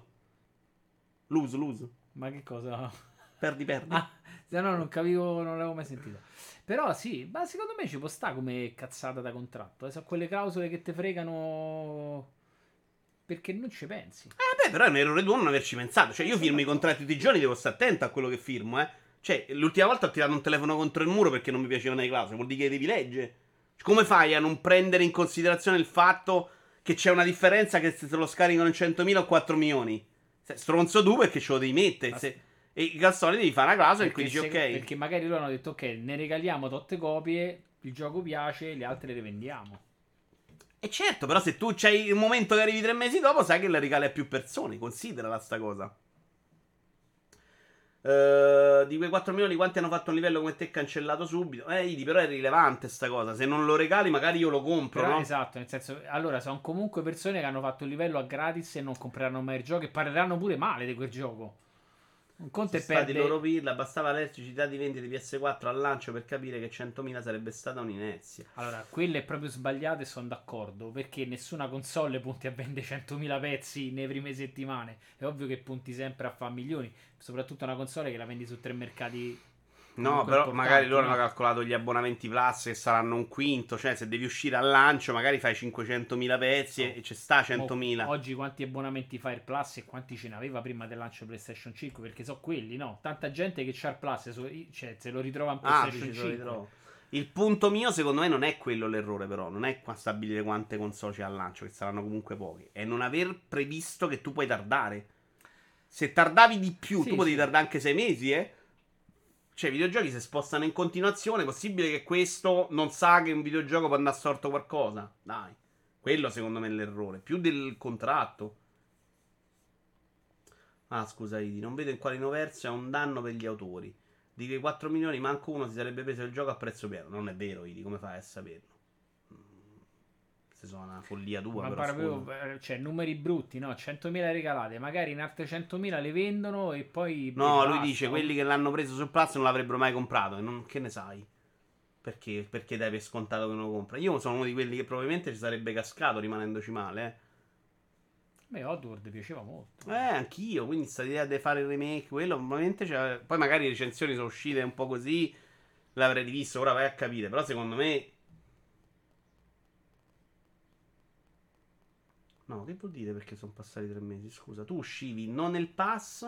Ma che cosa? Perdi. Se no non capivo, non l'avevo mai sentito. Però sì, ma secondo me ci può sta come cazzata da contratto. Sono quelle clausole che te fregano perché non ci pensi. Però è un errore tuo non averci pensato. Cioè io firmo i contratti tutti i giorni, devo stare attento a quello che firmo, eh. Cioè l'ultima volta ho tirato un telefono contro il muro perché non mi piacevano le clausole, vuol dire che devi leggere. Come fai a non prendere in considerazione il fatto che c'è una differenza che se te lo scaricano in 100.000 o 4 milioni? Stronzo tu perché ce lo devi mettere. E i cazzoni devi fare una clausola in cui dici ok. Perché magari loro hanno detto ok, ne regaliamo totte copie, il gioco piace, le altre le vendiamo. E certo, però se tu c'hai il momento che arrivi 3 mesi dopo, sai che la regali a più persone. Considerala sta cosa. Di quei 4 milioni, quanti hanno fatto un livello come te cancellato subito? Idi, però è rilevante sta cosa. Se non lo regali, magari io lo compro, però, no? Esatto, nel senso, allora sono comunque persone che hanno fatto il livello a gratis e non compreranno mai il gioco e parleranno pure male di quel gioco. Un conto è stati loro pirla, bastava l'elettricità di vendita di PS4 al lancio per capire che 100.000 sarebbe stata un'inezia. Allora, quello è proprio sbagliato e sono d'accordo, perché nessuna console punti a vendere 100.000 pezzi nelle prime settimane. È ovvio che punti sempre a fare milioni, soprattutto una console che la vendi su 3 mercati. No, però magari loro hanno calcolato gli abbonamenti Plus che saranno un quinto. Cioè, se devi uscire al lancio, magari fai 500.000 pezzi e ci sta 100.000. Oggi quanti abbonamenti fa il Plus e quanti ce n'aveva prima del lancio PlayStation 5? Perché so quelli, no? Tanta gente che c'ha il Plus, cioè, se lo ritrova in PlayStation 5. Il punto mio, secondo me, non è quello l'errore, però. Non è stabilire quante console c'è al lancio, che saranno comunque pochi. È non aver previsto che tu puoi tardare. Se tardavi di più, tu potevi tardare anche 6 mesi, Cioè, i videogiochi si spostano in continuazione. È possibile che questo non sa che un videogioco può andare storto qualcosa? Dai. Quello, secondo me, è l'errore. Più del contratto. Ah, scusa, Idi. Non vedo in quale universo è un danno per gli autori. Di quei 4 milioni, manco uno si sarebbe preso il gioco a prezzo pieno. Non è vero, Idi. Come fai a saperlo? Sono una follia tua. Ma però cioè, numeri brutti, no? 100.000 regalate, magari in altre 100.000 le vendono e poi. No, lui dice quelli che l'hanno preso sul Plus non l'avrebbero mai comprato. Che ne sai? Perché dai per scontato che non lo compra? Io sono uno di quelli che probabilmente ci sarebbe cascato rimanendoci male, Beh, Oddworld piaceva molto. Anch'io. Quindi sta idea di fare il remake, quello probabilmente poi magari le recensioni sono uscite un po' così. L'avrei rivisto, ora vai a capire. Però secondo me No, che vuol dire perché sono passati 3 mesi? Scusa, tu uscivi non nel pass?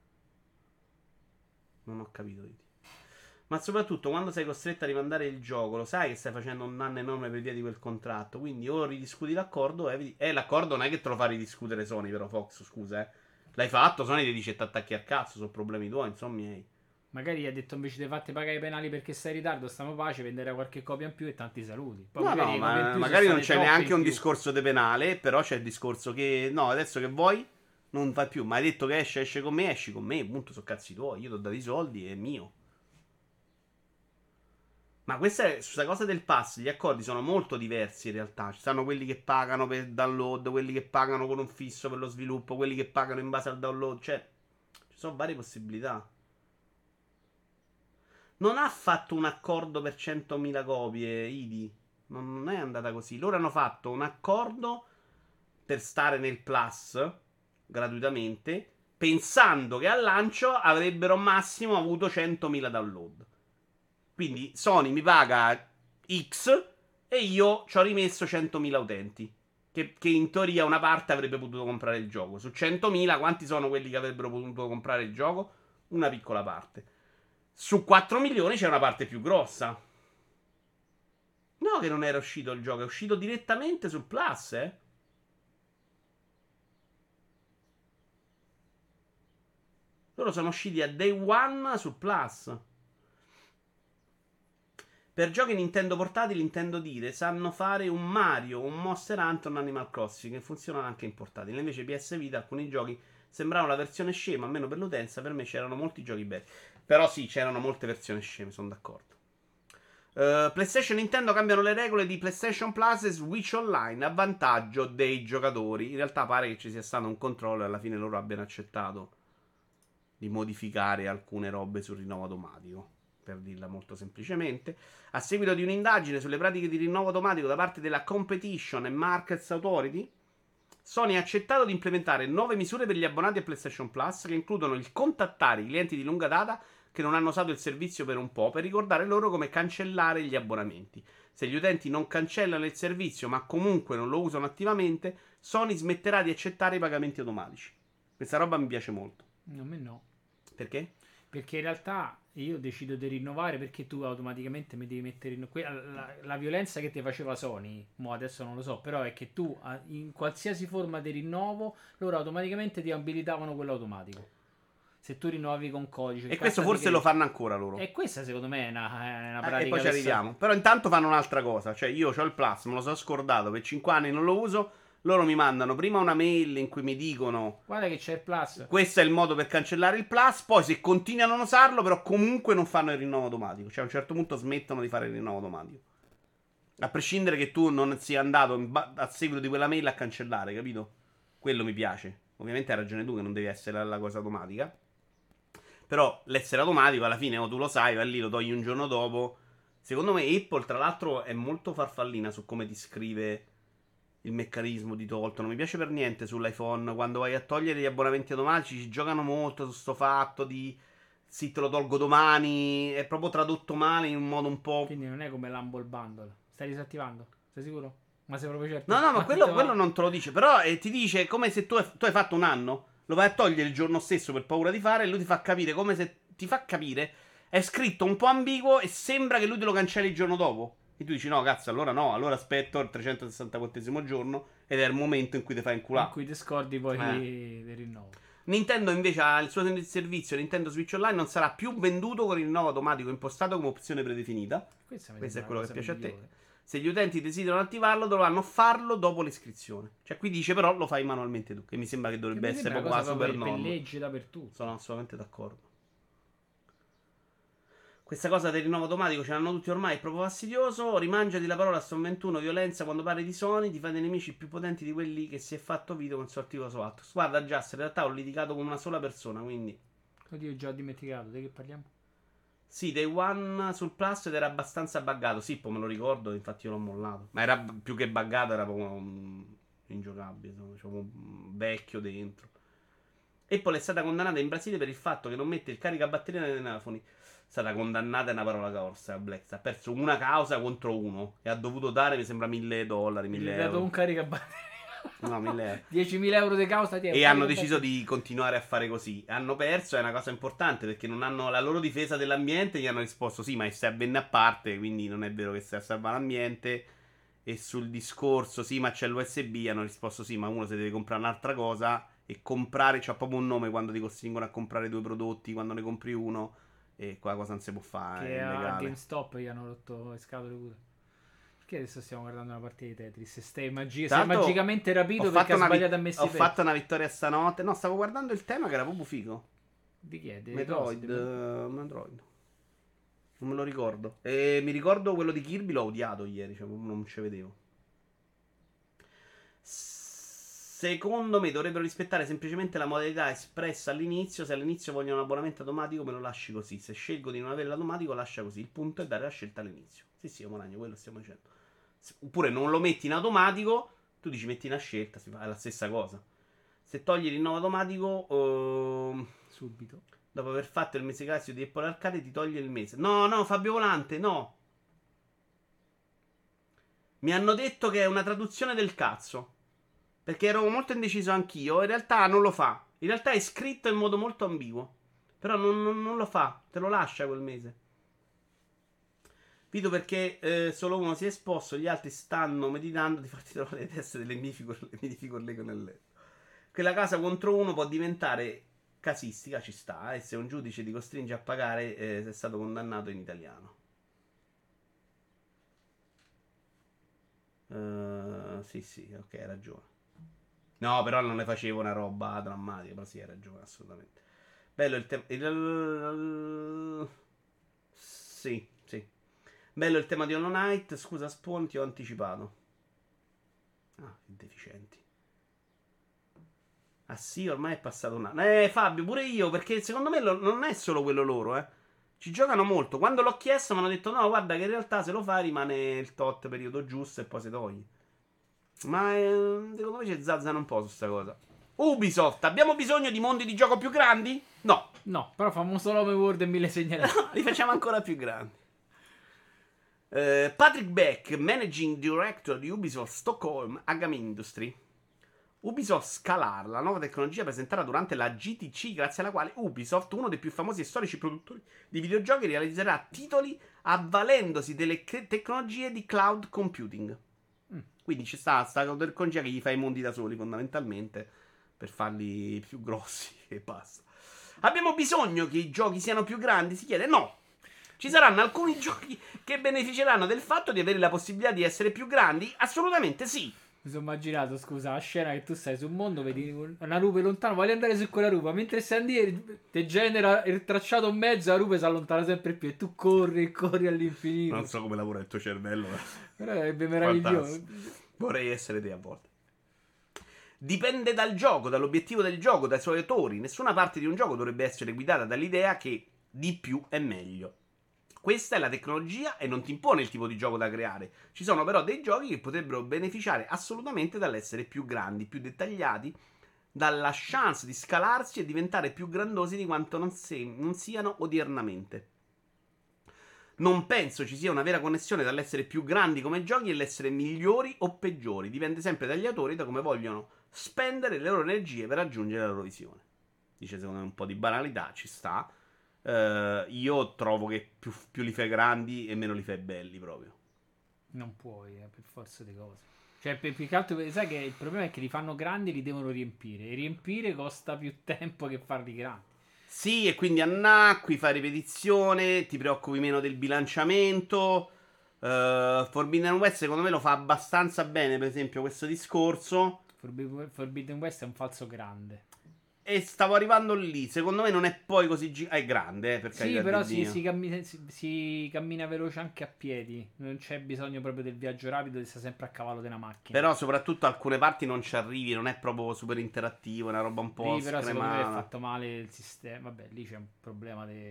Non ho capito. Vedi. Ma soprattutto quando sei costretto a rimandare il gioco, lo sai che stai facendo un danno enorme per via di quel contratto. Quindi o ridiscuti l'accordo, l'accordo non è che te lo fa ridiscutere Sony, però Fox, scusa, eh. L'hai fatto, Sony ti dice t'attacchi al cazzo, sono problemi tuoi, non sono miei. Magari gli ha detto invece di fatti pagare i penali perché sei in ritardo, stiamo pace, venderà qualche copia in più e tanti saluti. Poi No, no, magari ma magari non c'è neanche un discorso di penale, però c'è il discorso che no, adesso che vuoi non fai più. Ma hai detto che esci con me, esci con me, punto, sono cazzi tuoi, io ti ho dato i soldi, è mio. Ma questa cosa del pass, gli accordi sono molto diversi in realtà. Ci stanno quelli che pagano per download, quelli che pagano con un fisso per lo sviluppo, quelli che pagano in base al download, cioè ci sono varie possibilità. Non ha fatto un accordo per 100.000 copie, Idi. Non è andata così. Loro hanno fatto un accordo per stare nel Plus gratuitamente, pensando che al lancio avrebbero massimo avuto 100.000 download. Quindi Sony mi paga X e io ci ho rimesso 100.000 utenti. Che in teoria una parte avrebbe potuto comprare il gioco. Su 100.000, quanti sono quelli che avrebbero potuto comprare il gioco? Una piccola parte. Su 4 milioni c'è una parte più grossa. No, che non era uscito il gioco, è uscito direttamente sul Plus, eh. Loro sono usciti a day one sul Plus. Per giochi Nintendo portatili intendo dire, sanno fare un Mario, un Monster Hunter, un Animal Crossing, che funzionano anche in portatili. Invece PS Vita, alcuni giochi sembravano la versione scema, almeno per l'utenza, per me c'erano molti giochi belli. Però sì, c'erano molte versioni sceme, sono d'accordo. PlayStation e Nintendo cambiano le regole di PlayStation Plus e Switch Online a vantaggio dei giocatori. In realtà pare che ci sia stato un controllo e alla fine loro abbiano accettato di modificare alcune robe sul rinnovo automatico, per dirla molto semplicemente. A seguito di un'indagine sulle pratiche di rinnovo automatico da parte della Competition and Markets Authority, Sony ha accettato di implementare nuove misure per gli abbonati a PlayStation Plus che includono il contattare i clienti di lunga data che non hanno usato il servizio per un po' per ricordare loro come cancellare gli abbonamenti. Se gli utenti non cancellano il servizio ma comunque non lo usano attivamente, Sony smetterà di accettare i pagamenti automatici. Questa roba mi piace molto. A me no. Perché? Perché in realtà io decido di rinnovare perché tu automaticamente mi devi mettere in... La violenza che ti faceva Sony, mo adesso non lo so, però è che tu in qualsiasi forma di rinnovo loro automaticamente ti abilitavano quello automatico. Se tu rinnovi con codice. E questo forse lo fanno ancora loro. E questa secondo me è una pratica. E poi ci arriviamo. Però intanto fanno un'altra cosa. Cioè io ho il Plus, me lo sono scordato, per 5 anni non lo uso. Loro mi mandano prima una mail in cui mi dicono: guarda che c'è il Plus. questo è il modo per cancellare il Plus. Poi se continuano a non usarlo, però comunque non fanno il rinnovo automatico. Cioè a un certo punto smettono di fare il rinnovo automatico. A prescindere che tu non sia andato a seguito di quella mail a cancellare, capito? Quello mi piace. Ovviamente hai ragione tu che non deve essere la cosa automatica. Però l'essere automatico alla fine, tu lo sai, vai lì, lo togli un giorno dopo. Secondo me Apple, tra l'altro, è molto farfallina su come ti scrive il meccanismo di tolto. Non mi piace per niente sull'iPhone. Quando vai a togliere gli abbonamenti automatici, ci giocano molto su sto fatto di sì, te lo tolgo domani. È proprio tradotto male in un modo un po'. Quindi non è come l'Humble Bundle. Stai disattivando? Sei sicuro? Ma sei proprio certo? No, ma quello non te lo dice. Però ti dice come se tu hai fatto un anno. Lo vai a togliere il giorno stesso per paura di fare. E lui ti fa capire come se ti fa capire. È scritto un po' ambiguo e sembra che lui te lo cancelli il giorno dopo. E tu dici no, cazzo, allora no. Allora aspetto il 364esimo giorno. Ed è il momento in cui ti fai inculare. In cui ti scordi poi del rinnovo. Nintendo invece ha il suo servizio Nintendo Switch Online. Non sarà più venduto con il rinnovo automatico impostato come opzione predefinita. Questo è quello che piace a te. Se gli utenti desiderano attivarlo, dovranno farlo dopo l'iscrizione. Cioè, qui dice però lo fai manualmente tu. Che mi sembra che dovrebbe essere proprio la super norma. Legge dappertutto. Sono assolutamente d'accordo. Questa cosa del rinnovo automatico ce l'hanno tutti ormai. È proprio fastidioso. Rimangiati la parola a Son 21. Violenza quando parli di Sony. Ti fai dei nemici più potenti di quelli che si è fatto video con il suo articolo su Atlas. Guarda, già, in realtà ho litigato con una sola persona. Quindi. Oddio, già ho dimenticato. Di che parliamo? Sì, Day One sul Plus ed era abbastanza buggato. Sì, poi me lo ricordo, infatti io l'ho mollato. Ma era più che buggato, era proprio ingiocabile. Diciamo, un vecchio dentro. Apple è stata condannata in Brasile per il fatto che non mette il caricabatteria nei telefoni. È stata condannata è una parola corsa. Black ha perso una causa contro uno e ha dovuto dare, mi sembra, $1.000, 1.000 euro. Ha dato un caricabatteria. No, 1000 euro. 10.000 euro di causa e hanno deciso di continuare a fare così. Hanno perso, è una cosa importante perché non hanno la loro difesa dell'ambiente. Gli hanno risposto: sì, ma stai bene a parte, quindi non è vero che stai a salvare l'ambiente. E sul discorso, sì, ma c'è l'USB. Hanno risposto: sì, ma uno se deve comprare un'altra cosa. E comprare c'ha proprio un nome quando ti costringono a comprare due prodotti. Quando ne compri uno, e qua cosa non si può fare. Che È a illegale. GameStop gli hanno rotto le scatole pure. Perché adesso stiamo guardando una partita di Tetris? Sei Tra l'altro, magicamente rapito ho perché fatto ha una, sbagliato a messi ho i pezzi. fatto una vittoria stanotte. No, stavo guardando il tema che era proprio figo. Di chi è? Metroid. Metroid. Non me lo ricordo. E mi ricordo quello di Kirby, l'ho odiato ieri, cioè non ci vedevo. Secondo me dovrebbero rispettare semplicemente la modalità espressa all'inizio. Se all'inizio vogliono un abbonamento automatico, me lo lasci così. Se scelgo di non avere l'automatico, lascia così. Il punto è dare la scelta all'inizio. Sì, sì, Moragno, quello stiamo dicendo. Oppure non lo metti in automatico, tu dici metti una scelta, si fa, è la stessa cosa. Se togli il rinnovo automatico, Subito. dopo aver fatto il mese gratis di Apple Arcade, ti toglie il mese. No, no, Fabio Volante, no. Mi hanno detto che è una traduzione del cazzo. Perché ero molto indeciso anch'io. In realtà non lo fa. In realtà è scritto in modo molto ambiguo. Però non lo fa. Te lo lascia quel mese. Vito perché solo uno si è esposto. Gli altri stanno meditando di farti trovare le teste delle minifigur Lego nel letto. Quella casa contro uno può diventare casistica. Ci sta. E se un giudice ti costringe a pagare, sei stato condannato in italiano. Sì, sì, ok, hai ragione. No, però non ne facevo una roba drammatica. Però sì, hai ragione, assolutamente. Bello il tema. Sì, sì. Bello il tema di Hollow Knight. Scusa, Spawn, ti ho anticipato. Ah, che deficienti. Ah sì, ormai è passato un anno. Fabio, pure io, perché secondo me non è solo quello loro, eh. Ci giocano molto. Quando l'ho chiesto mi hanno detto no, guarda che in realtà se lo fai rimane il tot periodo giusto e poi si toglie. Ma secondo me ci zazzano un po' su sta cosa. Ubisoft, abbiamo bisogno di mondi di gioco più grandi? No. No, però famo solo Home World e 1000 segnali. Li facciamo ancora più grandi. Patrick Beck, Managing Director di Ubisoft Stockholm a Game Industry. Ubisoft Scalar, la nuova tecnologia presentata durante la GTC, grazie alla quale Ubisoft, uno dei più famosi e storici produttori di videogiochi, realizzerà titoli avvalendosi delle tecnologie di cloud computing. Quindi ci sta tecnologia che gli fa i mondi da soli, fondamentalmente, per farli più grossi e basta. Abbiamo bisogno che i giochi siano più grandi? Si chiede no. Ci saranno alcuni giochi che beneficeranno del fatto di avere la possibilità di essere più grandi? Assolutamente sì. Mi sono immaginato, scusa, la scena che tu stai sul mondo, vedi una rupe lontano, voglio andare su quella rupa, mentre stai andando, ti genera il tracciato in mezzo, la rupe si allontana sempre più e tu corri all'infinito. Non so come lavora il tuo cervello. Però sarebbe meraviglioso. Fantastico. Vorrei essere te a volte. Dipende dal gioco, dall'obiettivo del gioco, dai suoi autori. Nessuna parte di un gioco dovrebbe essere guidata dall'idea che di più è meglio. Questa è la tecnologia e non ti impone il tipo di gioco da creare. Ci sono però dei giochi che potrebbero beneficiare assolutamente dall'essere più grandi, più dettagliati, dalla chance di scalarsi e diventare più grandosi di quanto non siano odiernamente. Non penso ci sia una vera connessione dall'essere più grandi come giochi e l'essere migliori o peggiori. Dipende sempre dagli autori, da come vogliono spendere le loro energie per raggiungere la loro visione. Dice secondo me un po' di banalità, ci sta. Io trovo che più li fai grandi e meno li fai belli proprio. Non puoi, per forza di cose. Cioè, più che altro, sai che il problema è che li fanno grandi e li devono riempire. E riempire costa più tempo che farli grandi. Sì, e quindi annacqui, fai ripetizione, ti preoccupi meno del bilanciamento. Forbidden West secondo me lo fa abbastanza bene, per esempio, questo discorso. Forbidden West è un falso grande. E stavo arrivando lì. Secondo me non è poi così è grande, per carità. Sì, però di Dio. si cammina veloce anche a piedi. Non c'è bisogno proprio del viaggio rapido, di stare sempre a cavallo di una macchina. Però soprattutto alcune parti non ci arrivi. Non è proprio super interattivo. È una roba un po' Sì, però secondo me è scremata. fatto male il sistema. Vabbè, lì c'è un problema di...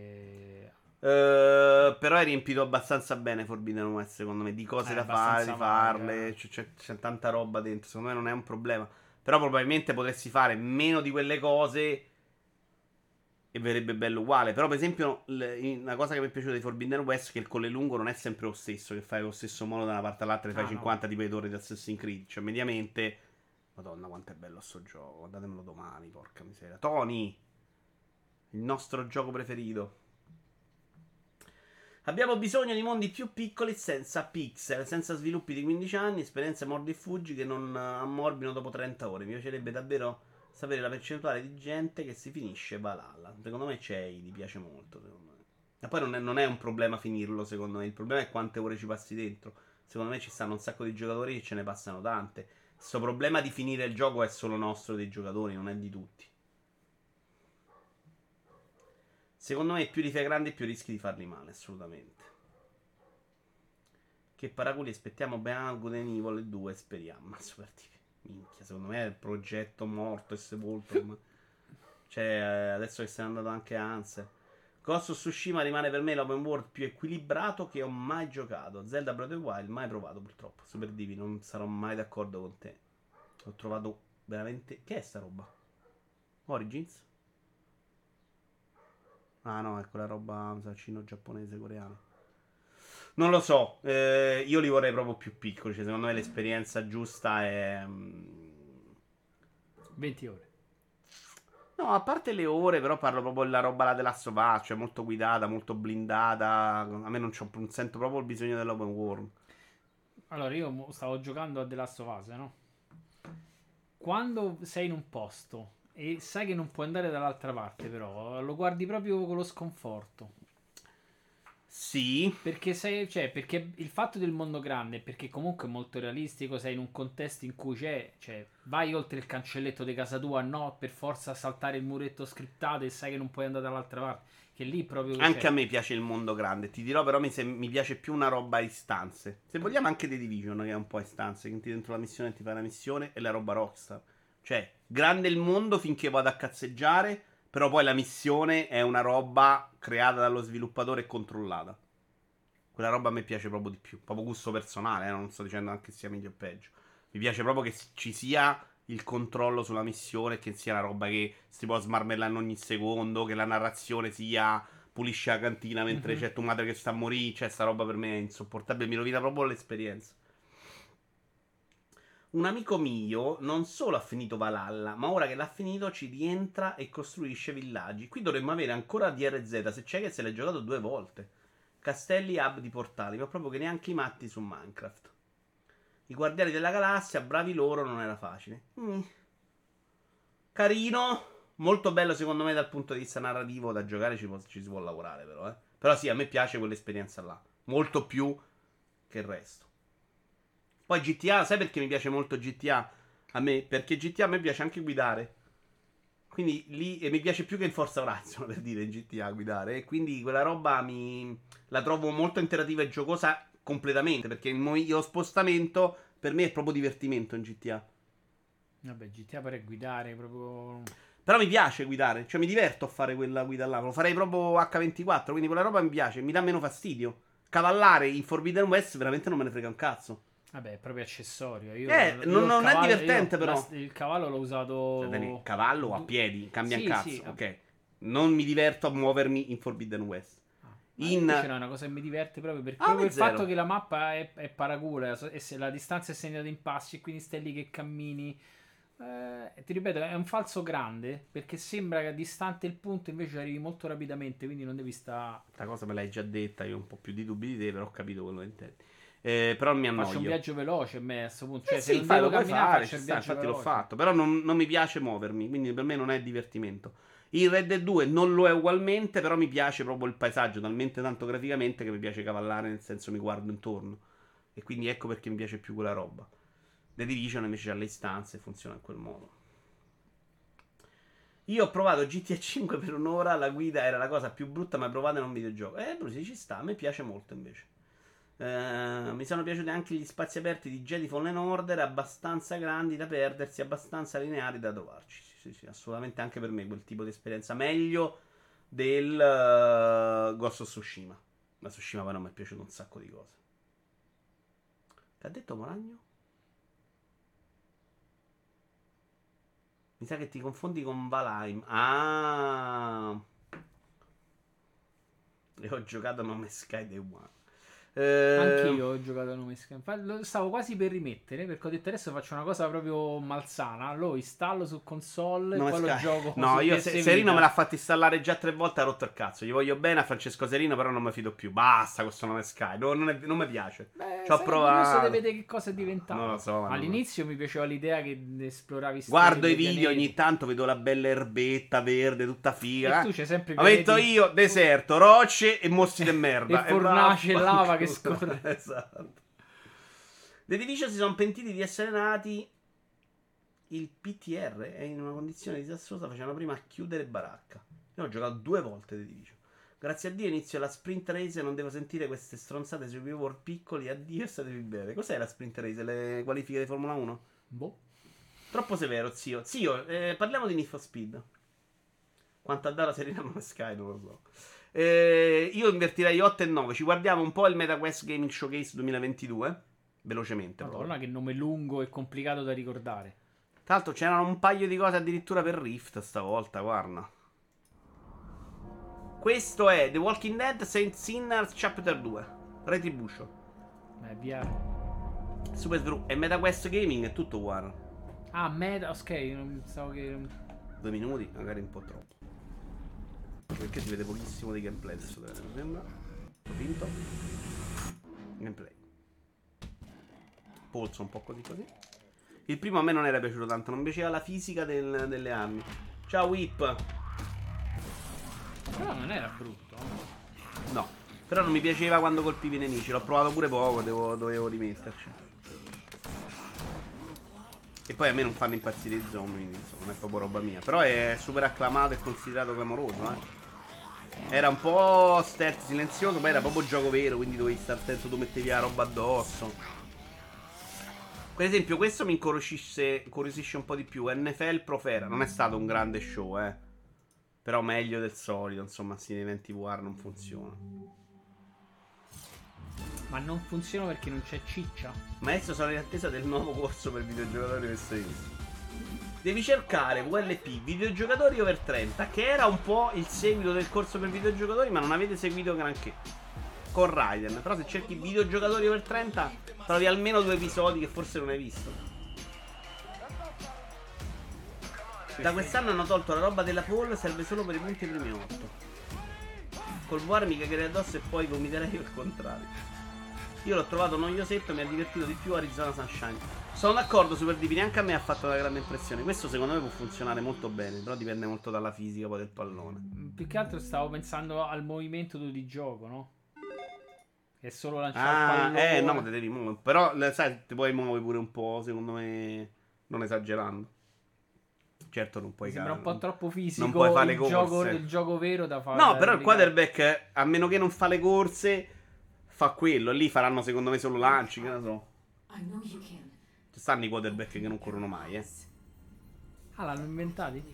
Però è riempito abbastanza bene Forbidden West, secondo me. Di cose da fare, di farle. Vario. C'è tanta roba dentro. Secondo me non è un problema. Però probabilmente potresti fare meno di quelle cose e verrebbe bello uguale. Però, per esempio, una cosa che mi è piaciuta di Forbidden West è che il colle lungo non è sempre lo stesso. Che fai lo stesso modo da una parte all'altra e fai 50 tipo i torri di Assassin's Creed. Cioè, mediamente, Madonna, quanto è bello sto gioco. Datemelo domani, porca miseria. Tony, il nostro gioco preferito. Abbiamo bisogno di mondi più piccoli senza pixel, senza sviluppi di 15 anni, esperienze mordi e fuggi che non ammorbino dopo 30 ore. Mi piacerebbe davvero sapere la percentuale di gente che si finisce Valhalla. Secondo me c'è, gli piace molto, secondo me. E poi non è un problema finirlo, secondo me. Il problema è quante ore ci passi dentro. Secondo me ci stanno un sacco di giocatori che ce ne passano tante. Questo problema di finire il gioco è solo nostro dei giocatori, non è di tutti. Secondo me più li fai grandi più rischi di farli male, assolutamente. Che paraculi aspettiamo Beyond Good and Evil 2, speriamo. Ma super TV. Minchia, secondo me è il progetto morto e sepolto. Cioè, adesso che se n'è andato anche Ansel. Ghost of Tsushima rimane per me l'open world più equilibrato che ho mai giocato. Zelda Breath of the Wild mai provato purtroppo. Super Divi, non sarò mai d'accordo con te. Ho trovato veramente... Che è sta roba? Origins? Ah no, è quella roba cino-giapponese, coreana. Non lo so, io li vorrei proprio più piccoli. Cioè, secondo me l'esperienza giusta è... 20 ore. No, a parte le ore, però parlo proprio della roba là della Us, cioè molto guidata, molto blindata. A me non sento proprio il bisogno dell'open world. Allora, io stavo giocando a The Last of Us, no? Quando sei in un posto e sai che non puoi andare dall'altra parte, però lo guardi proprio con lo sconforto. Sì. Perché perché il fatto del mondo grande, perché comunque è molto realistico, sei in un contesto in cui cioè, vai oltre il cancelletto di casa tua, no, per forza saltare il muretto scriptato e sai che non puoi andare dall'altra parte. Che lì proprio... Anche a me piace il mondo grande. Ti dirò però mi piace più una roba a istanze. Se vogliamo anche The Division, che è un po' a istanze, che entri dentro la missione e ti fai la missione, e la roba Rockstar. Cioè, grande il mondo finché vado a cazzeggiare, però poi la missione è una roba creata dallo sviluppatore e controllata. Quella roba a me piace proprio di più. Proprio gusto personale, non sto dicendo anche sia meglio o peggio. Mi piace proprio che ci sia il controllo sulla missione, che sia una roba che si può smarmellare in ogni secondo, che la narrazione sia pulisce la cantina mentre c'è tua madre che sta a morire. Cioè, sta roba per me è insopportabile, mi rovina proprio l'esperienza. Un amico mio non solo ha finito Valhalla, ma ora che l'ha finito ci rientra e costruisce villaggi. Qui dovremmo avere ancora DRZ, se c'è che se l'è giocato 2 volte. Castelli hub di portali, ma proprio che neanche i matti su Minecraft. I Guardiani della Galassia, bravi loro, non era facile. Carino, molto bello secondo me dal punto di vista narrativo, da giocare ci si può lavorare però, eh. Però sì, a me piace quell'esperienza là, molto più che il resto. Poi GTA, sai perché mi piace molto GTA? A me, perché GTA a me piace anche guidare. Quindi lì mi piace più che in Forza Horizon per dire in GTA guidare. E quindi quella roba la trovo molto interattiva e giocosa completamente. Perché lo spostamento per me è proprio divertimento in GTA. Vabbè, GTA per guidare proprio... Però mi piace guidare, cioè mi diverto a fare quella guida là. Lo farei proprio H24. Quindi quella roba mi piace, mi dà meno fastidio. Cavallare in Forbidden West veramente non me ne frega un cazzo. Vabbè, è proprio accessorio. Non è divertente però. Il cavallo l'ho usato... Cioè, cavallo o a piedi, cambia un Sì, cazzo, sì. ok. Non mi diverto a muovermi in Forbidden West. Ma invece no, è una cosa che mi diverte proprio perché proprio il fatto che la mappa è paracula e se la distanza è segnata in passi e quindi stai lì che cammini. Ti ripeto, è un falso grande perché sembra che distante il punto invece arrivi molto rapidamente, quindi non devi stare... Questa cosa me l'hai già detta, io ho un po' più di dubbi di te, però ho capito quello che intendi. Però mi annoio. Faccio un viaggio veloce a me a questo punto. Cioè, sì, se non devo lo puoi camminare, fare, faccio il sta, viaggio infatti l'ho veloce. fatto. Però non mi piace muovermi, quindi per me non è divertimento. Il Red Dead 2 non lo è ugualmente, però mi piace proprio il paesaggio, talmente tanto graficamente che mi piace cavallare, nel senso mi guardo intorno. E quindi ecco perché mi piace più quella roba. The Division invece ha le istanze e funziona in quel modo. Io ho provato GTA 5 per un'ora, la guida era la cosa più brutta mai provata in un videogioco. Brusi, ci sta, a me piace molto invece. Mi sono piaciuti anche gli spazi aperti di Jedi Fallen Order, abbastanza grandi da perdersi, abbastanza lineari da trovarci. Sì, assolutamente anche per me quel tipo di esperienza. Meglio del Ghost of Tsushima. Ma Tsushima poi non mi è piaciuto un sacco di cose. Che ha detto Moragno? Mi sa che ti confondi con Valheim. Ah. E ho giocato Nome Sky Day One. Anch'io ho giocato a No Man's Sky. Lo stavo quasi per rimettere, perché ho detto adesso faccio una cosa proprio malsana. Lo installo su console No e poi Man's lo Sky. gioco. No, su io PS Vita. Serino me l'ha fatto installare già 3 volte, ha rotto il cazzo. Gli voglio bene a Francesco Serino, però non mi fido più. Basta questo No Man's Sky. Non mi piace. Beh, Ci ho sarei provato. curioso di vedere che cosa è diventato. Non lo so, ma All'inizio mi piaceva l'idea che esploravi guardo i stelle, video, pianeti. ogni tanto vedo la bella erbetta verde, tutta figa. E tu c'hai sempre i Ma metto pianeti- io deserto, rocce e mostri di merda. E fornace e vaffanculo. lava che scorre. Esatto. The Division si sono pentiti di essere nati. Il PTR è in una condizione disastrosa. Facevano prima a chiudere baracca. Io ho giocato 2 volte The Division. Grazie a Dio inizio la sprint race e non devo sentire queste stronzate sui viewer piccoli. Addio e statevi bene. Cos'è la sprint race? Le qualifiche di Formula 1? Boh. Troppo severo, zio. Zio, parliamo di Need for Speed. Quanto ha dato la Serena non Sky, non lo so. Io invertirei 8 e 9. Ci guardiamo un po' il MetaQuest Gaming Showcase 2022. Velocemente. Madonna, che nome lungo e complicato da ricordare. Tra l'altro c'erano un paio di cose addirittura per Rift stavolta, guarda. Questo è The Walking Dead Saint Sinners Chapter 2 Retribution. VR. Super True. E MetaQuest Gaming è tutto uguale. Ah, meta. Ok, non pensavo che. 2 minuti, magari un po' troppo. Perché si vede pochissimo di gameplay adesso, mi sembra. Ho vinto. Gameplay. Polso un po' così così. Il primo a me non era piaciuto tanto, non mi piaceva la fisica delle armi. Ciao Whip. Però non era brutto. No, però non mi piaceva quando colpivi i nemici. L'ho provato pure poco, dovevo rimetterci. E poi a me non fanno impazzire i zombie, quindi insomma, non è proprio roba mia. Però è super acclamato e considerato clamoroso, Era un po' stealth silenzioso, ma era proprio gioco vero, quindi dovevi stare attento, tu mettevi la roba addosso. Per esempio, questo mi incuriosisce un po' di più. NFL Profera non è stato un grande show, però meglio del solito. Insomma, sti eventi VR non funziona. Ma non funziona perché non c'è ciccia. Ma adesso sono in attesa del nuovo corso per videogiocatori per visto. Devi cercare VLP videogiocatori over 30, che era un po' il seguito del corso per videogiocatori, ma non avete seguito granché. Con Raiden. Però se cerchi videogiocatori over 30 trovi almeno 2 episodi che forse non hai visto. Da quest'anno hanno tolto la roba della poll, serve solo per i punti primi 8. Col VR mi cagherei addosso e poi vomiterei al contrario. Io l'ho trovato noiosetto, mi ha divertito di più Arizona Sunshine. Sono d'accordo, Super Divi, neanche a me ha fatto una grande impressione. Questo secondo me può funzionare molto bene, però dipende molto dalla fisica poi del pallone. Più che altro stavo pensando al movimento di gioco, no? Che è solo lanciare il pallone. No, te devi muovere. Però, sai, ti puoi muovere pure un po', secondo me, non esagerando. Certo non puoi sembra un po' troppo fisico. Non puoi fare le il gioco vero da fare. No, però il quarterback, a meno che non fa le corse, fa quello. Lì faranno secondo me solo lanci, che ne so. Ci stanno i quarterback che non corrono mai, Ah, l'hanno inventati?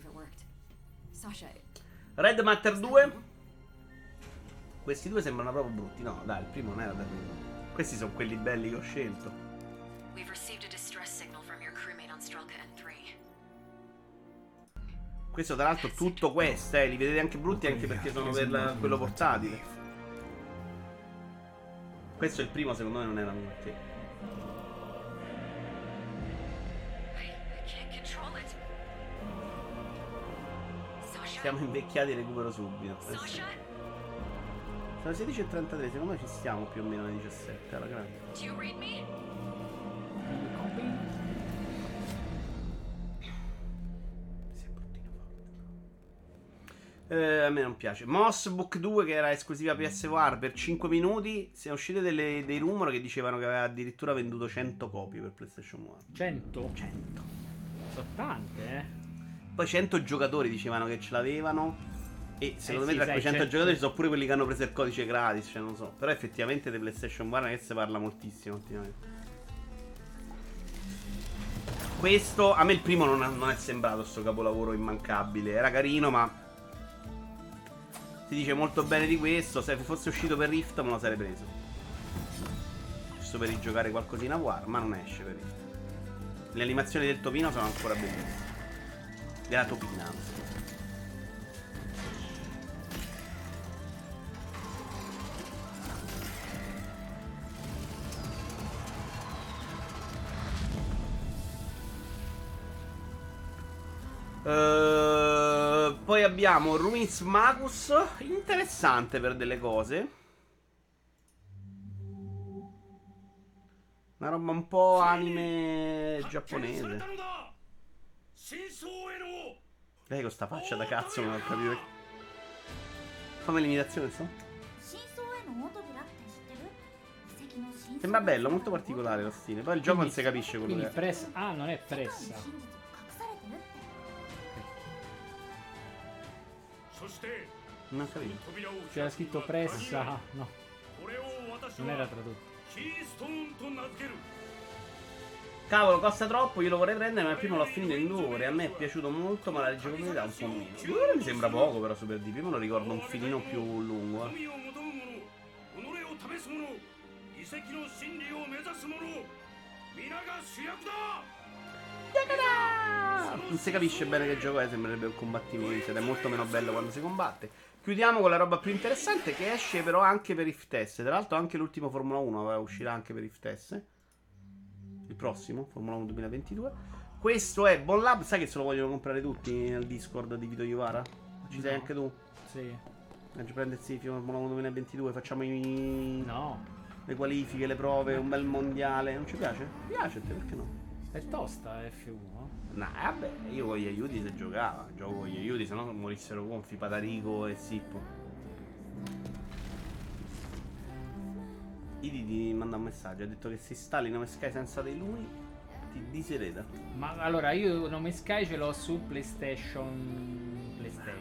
Red Matter 2. Questi due sembrano proprio brutti. No, dai, il primo non era terribile. Questi sono quelli belli che ho scelto. Questo tra l'altro tutto questo, li vedete anche brutti anche perché sono per quello portatile. Questo è il primo, secondo me non era niente. Siamo invecchiati e recupero subito. Sono 16:33, secondo me ci stiamo più o meno alle 17 alla grande. A me non piace. Moss Book 2, che era esclusiva PSVR per 5 minuti. Sono uscite dei rumor che dicevano che aveva addirittura venduto 100 copie per PlayStation 1. 100? 100. Sono tante, Poi 100 giocatori dicevano che ce l'avevano. E secondo me sì, tra sai, quei 100 certo. giocatori ci sono pure quelli che hanno preso il codice gratis, cioè non so. Però effettivamente di PlayStation 1 che si parla moltissimo ultimamente. Questo, a me il primo non è sembrato sto capolavoro immancabile. Era carino, ma si dice molto bene di questo. Se fosse uscito per Rift me lo sarei preso. Giusto per rigiocare qualcosina war, ma non esce per Rift. Le animazioni del topino sono ancora bellissime. Della topina, anzi. abbiamo Ruins Magus, interessante per delle cose. Una roba un po' anime giapponese. Lei con sta faccia da cazzo non ho capito. Fammi l'imitazione, insomma. Sembra bello, molto particolare lo stile. Poi il gioco non si capisce quello che è. Ah, non è pressa. Non ho capito. C'era scritto pressa. No, non era tradotto. Cavolo, costa troppo, io lo vorrei prendere, ma il primo l'ho finito in 2 ore. A me è piaciuto molto, ma la rigiocabilità un po' meno. 2 ore mi sembra poco, però Super D. Prima lo ricordo un filino più lungo. Non si capisce bene che gioco è, sembrerebbe un combattimento ed è molto meno bello quando si combatte. Chiudiamo con la roba più interessante che esce però anche per IFTS. Tra l'altro anche l'ultimo Formula 1 uscirà anche per IFTS. Il prossimo, Formula 1 2022. Questo è Bon Lab, sai che se lo vogliono comprare tutti nel Discord di Vito Iovara? Ci sei anche tu? Sì. Oggi prendersi Formula 1 2022, facciamo le qualifiche, le prove, un bel mondiale. Non ci piace? Mi piace a te, perché no? È tosta F1. No, vabbè, io con gli aiuti se giocava. Gioco con gli aiuti, se no morissero gonfi Patarico e Sippo. Idi ti manda un messaggio, ha detto che se installi Nome Sky senza di lui ti disereda. Ma allora io Nome Sky ce l'ho su PlayStation.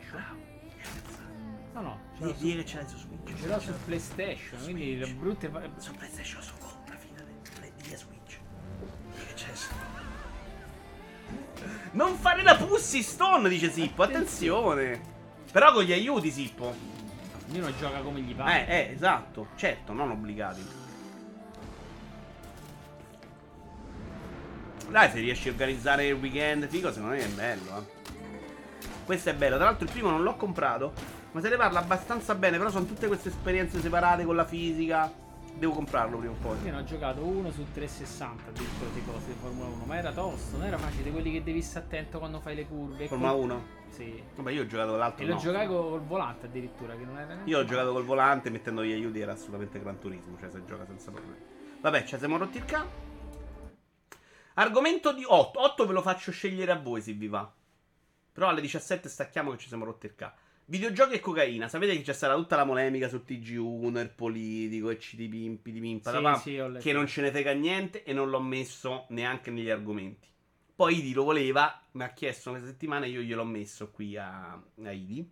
No, Dì che ce l'hai su Switch. ce l'ho su PlayStation, quindi le brutte. Su PlayStation su compra, fidate. Le di Switch. Dì che c'è su. Non fare la Pussy Stone, dice Sippo, attenzione. Però con gli aiuti, Sippo. Ognuno gioca come gli pare. Esatto, certo, non obbligati. Dai, se riesci a organizzare il weekend figo, secondo me è bello, Questo è bello, tra l'altro il primo non l'ho comprato, ma se ne parla abbastanza bene, però sono tutte queste esperienze separate con la fisica. Devo comprarlo prima o poi. Io ne ho giocato uno su 360 addirittura di cose di Formula 1, ma era tosto, non era facile, quelli che devi stare attento quando fai le curve. Formula 1? Sì. Vabbè, io ho giocato con l'altro. E lo giocai col volante addirittura, che non era neanche. Io ho giocato col volante mettendo gli aiuti, era assolutamente Gran Turismo, cioè si gioca senza problemi. Vabbè, ci siamo rotti il ca. Argomento di 8. 8 ve lo faccio scegliere a voi se vi va. Però alle 17 stacchiamo che ci siamo rotti il ca. Videogiochi e cocaina. Sapete che c'è stata tutta la polemica su TG1, il politico, e CD Pimpi, di Pimpa, che non ce ne frega niente e non l'ho messo neanche negli argomenti. Poi Idi lo voleva, mi ha chiesto questa settimana e io gliel'ho messo qui a Idi.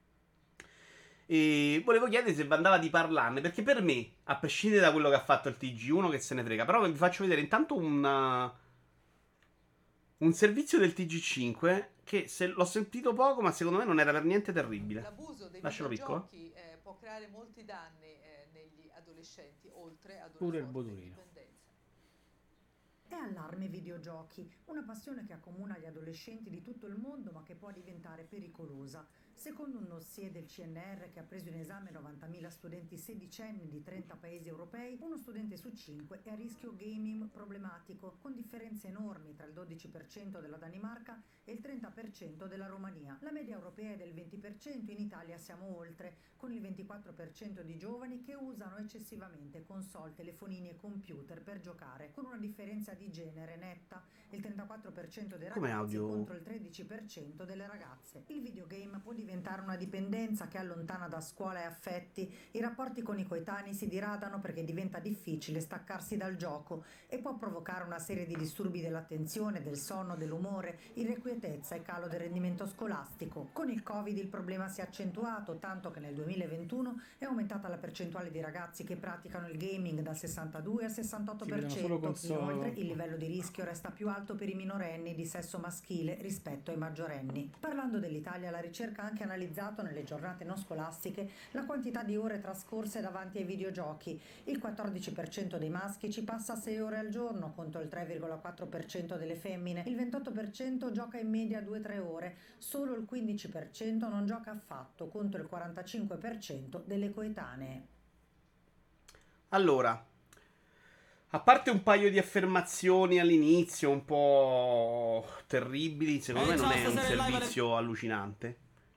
E volevo chiedere se vi andava di parlarne, perché per me, a prescindere da quello che ha fatto il TG1, che se ne frega, però vi faccio vedere intanto un servizio del TG5 che l'ho sentito poco, ma secondo me non era per niente terribile. L'abuso dei Lascialo videogiochi può creare molti danni negli adolescenti, oltre ad Pure il una forte bodurino. dipendenza. È allarme videogiochi, una passione che accomuna gli adolescenti di tutto il mondo ma che può diventare pericolosa. Secondo un dossier del CNR che ha preso in esame 90.000 studenti sedicenni di 30 paesi europei, uno studente su 5 è a rischio gaming problematico, con differenze enormi tra il 12% della Danimarca e il 30% della Romania. La media europea è del 20%, in Italia siamo oltre, con il 24% di giovani che usano eccessivamente console, telefonini e computer per giocare, con una differenza di genere netta, il 34% dei ragazzi contro il 13% delle ragazze. Il videogame può diventare una dipendenza che allontana da scuola e affetti, i rapporti con i coetanei si diradano perché diventa difficile staccarsi dal gioco e può provocare una serie di disturbi dell'attenzione, del sonno, dell'umore, irrequietezza e calo del rendimento scolastico. Con il Covid il problema si è accentuato, tanto che nel 2021 è aumentata la percentuale di ragazzi che praticano il gaming dal 62 al 68%. Inoltre il livello di rischio resta più alto per i minorenni di sesso maschile rispetto ai maggiorenni. Parlando dell'Italia, la ricerca ha anche analizzato nelle giornate non scolastiche la quantità di ore trascorse davanti ai videogiochi. Il 14% dei maschi ci passa 6 ore al giorno contro il 3,4% delle femmine, il 28% gioca in media 2-3 ore, solo il 15% non gioca affatto contro il 45% delle coetanee. Allora, a parte un paio di affermazioni all'inizio un po' terribili, secondo me non è un servizio allucinante.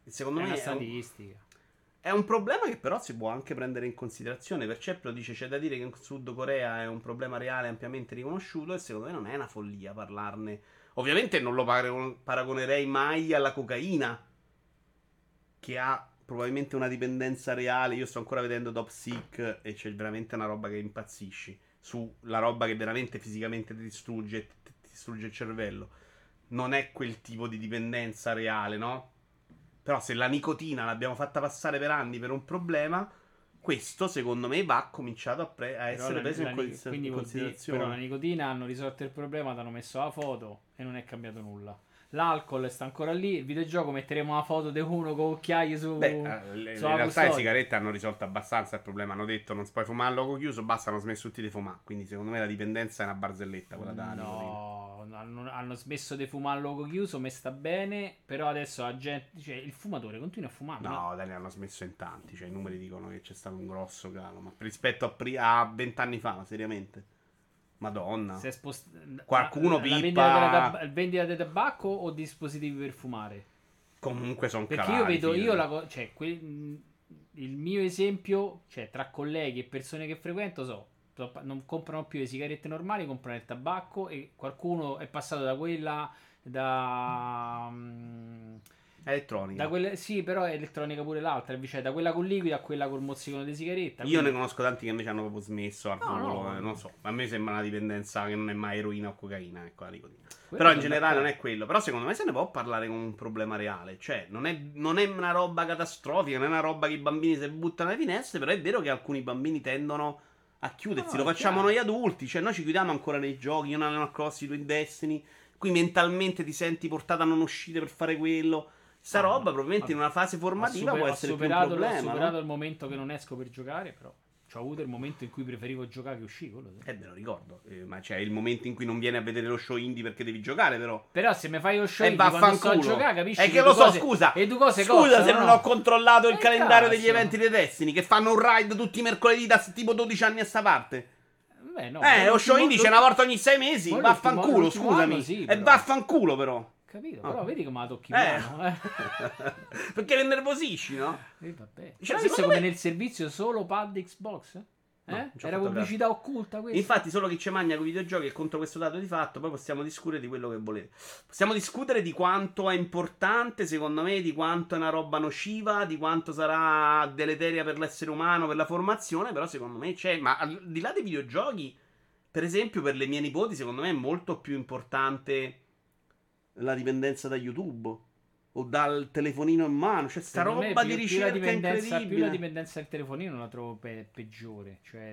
Secondo È me una è un, statistica. è un problema che però si può anche prendere in considerazione. Perceplo dice c'è da dire che in Sud Corea è un problema reale ampiamente riconosciuto e secondo me non è una follia parlarne. Ovviamente non lo paragonerei mai alla cocaina, che ha probabilmente una dipendenza reale. Io sto ancora vedendo Top Sick e c'è veramente una roba che impazzisci. Sulla roba che veramente fisicamente ti distrugge il cervello. Non è quel tipo di dipendenza reale, no? Però se la nicotina l'abbiamo fatta passare per anni per un problema, questo secondo me va cominciato a Però essere preso quindi in vuol dire, però la considerazione. nicotina hanno risolto il problema, ti hanno messo la foto e non è cambiato nulla. L'alcol sta ancora lì, il videogioco metteremo la foto di uno con occhiaie su Beh, in sulla realtà le custodia. sigarette hanno risolto abbastanza il problema. Hanno detto non si puoi fumare al logo chiuso, basta, hanno smesso tutti di fumare. Quindi secondo me la dipendenza è una barzelletta quella da nicotina. No, hanno smesso di fumare al logo chiuso, me sta bene, però adesso la gente, cioè il fumatore continua a fumare. No, Dani, hanno smesso in tanti. Cioè, i numeri dicono che c'è stato un grosso calo. Ma rispetto a 20 anni fa, seriamente. Madonna. Si è Qualcuno la pippa. vendita di tabacco o dispositivi per fumare? Comunque sono Perché calati. io vedo, io fidati. cioè, il mio esempio, cioè tra colleghi e persone che frequento, non comprano più le sigarette normali, comprano il tabacco e qualcuno è passato da quella, da, Elettronica. sì, però è elettronica pure l'altra, cioè da quella con liquido a quella col mozzicone di sigaretta. Io ne quindi- conosco tanti che invece hanno proprio smesso al No, volo. no. Non so. A me sembra una dipendenza che non è mai eroina o cocaina. Ecco la nicotina. quello Però in sono generale non d'accordo. è quello. Però secondo me se ne può parlare come un problema reale. Cioè, non è una roba catastrofica, non è una roba che i bambini si buttano alle finestre. Però è vero che alcuni bambini tendono a chiudersi. No, Lo è facciamo chiaro. noi adulti. Cioè, noi ci chiudiamo ancora nei giochi. Io non Animal Crossing, tu in Destiny. Qui mentalmente ti senti portato a non uscire per fare quello. Sta No, roba, probabilmente in una fase formativa può ho essere più un superato, problema. ho superato No? il momento che non esco per giocare, però c'ho avuto il momento in cui preferivo giocare che uscire, quello sì. Me lo ricordo. Ma c'è il momento in cui non vieni a vedere lo show indie perché devi giocare, però. Però se mi fai lo show E indie quando sto a vaffanculo. giocare, capisci? È che che lo due so, cose- scusa. E due cose Scusa costano, se non no? ho controllato il calendario degli cazzo. eventi di Destiny. Che fanno un raid tutti i mercoledì da tipo 12 anni a sta parte. Beh, no, Lo show indie c'è una volta ogni 6 mesi. ma Vaffanculo, l'ultimo scusami. anno sì, E però. vaffanculo, però. Capito, Ah. però vedi come la tocchi Eh. mano, Perché ne nervosisci, no? Vabbè. Cioè, Hai visto secondo come me- nel servizio solo pad Xbox? non ci ho Era fatto pubblicità occulta questa? Infatti, solo chi ci magna con i videogiochi è contro questo dato di fatto. Poi possiamo discutere di quello che volete. Possiamo discutere di quanto è importante, secondo me, di quanto è una roba nociva, di quanto sarà deleteria per l'essere umano, per la formazione. Però, secondo me c'è. Ma al di là dei videogiochi, per esempio, per le mie nipoti, secondo me è molto più importante la dipendenza da YouTube o dal telefonino in mano. Cioè, sta Secondo me roba di più la ricerca dipendenza, più la incredibile. dipendenza del telefonino la trovo peggiore. Cioè,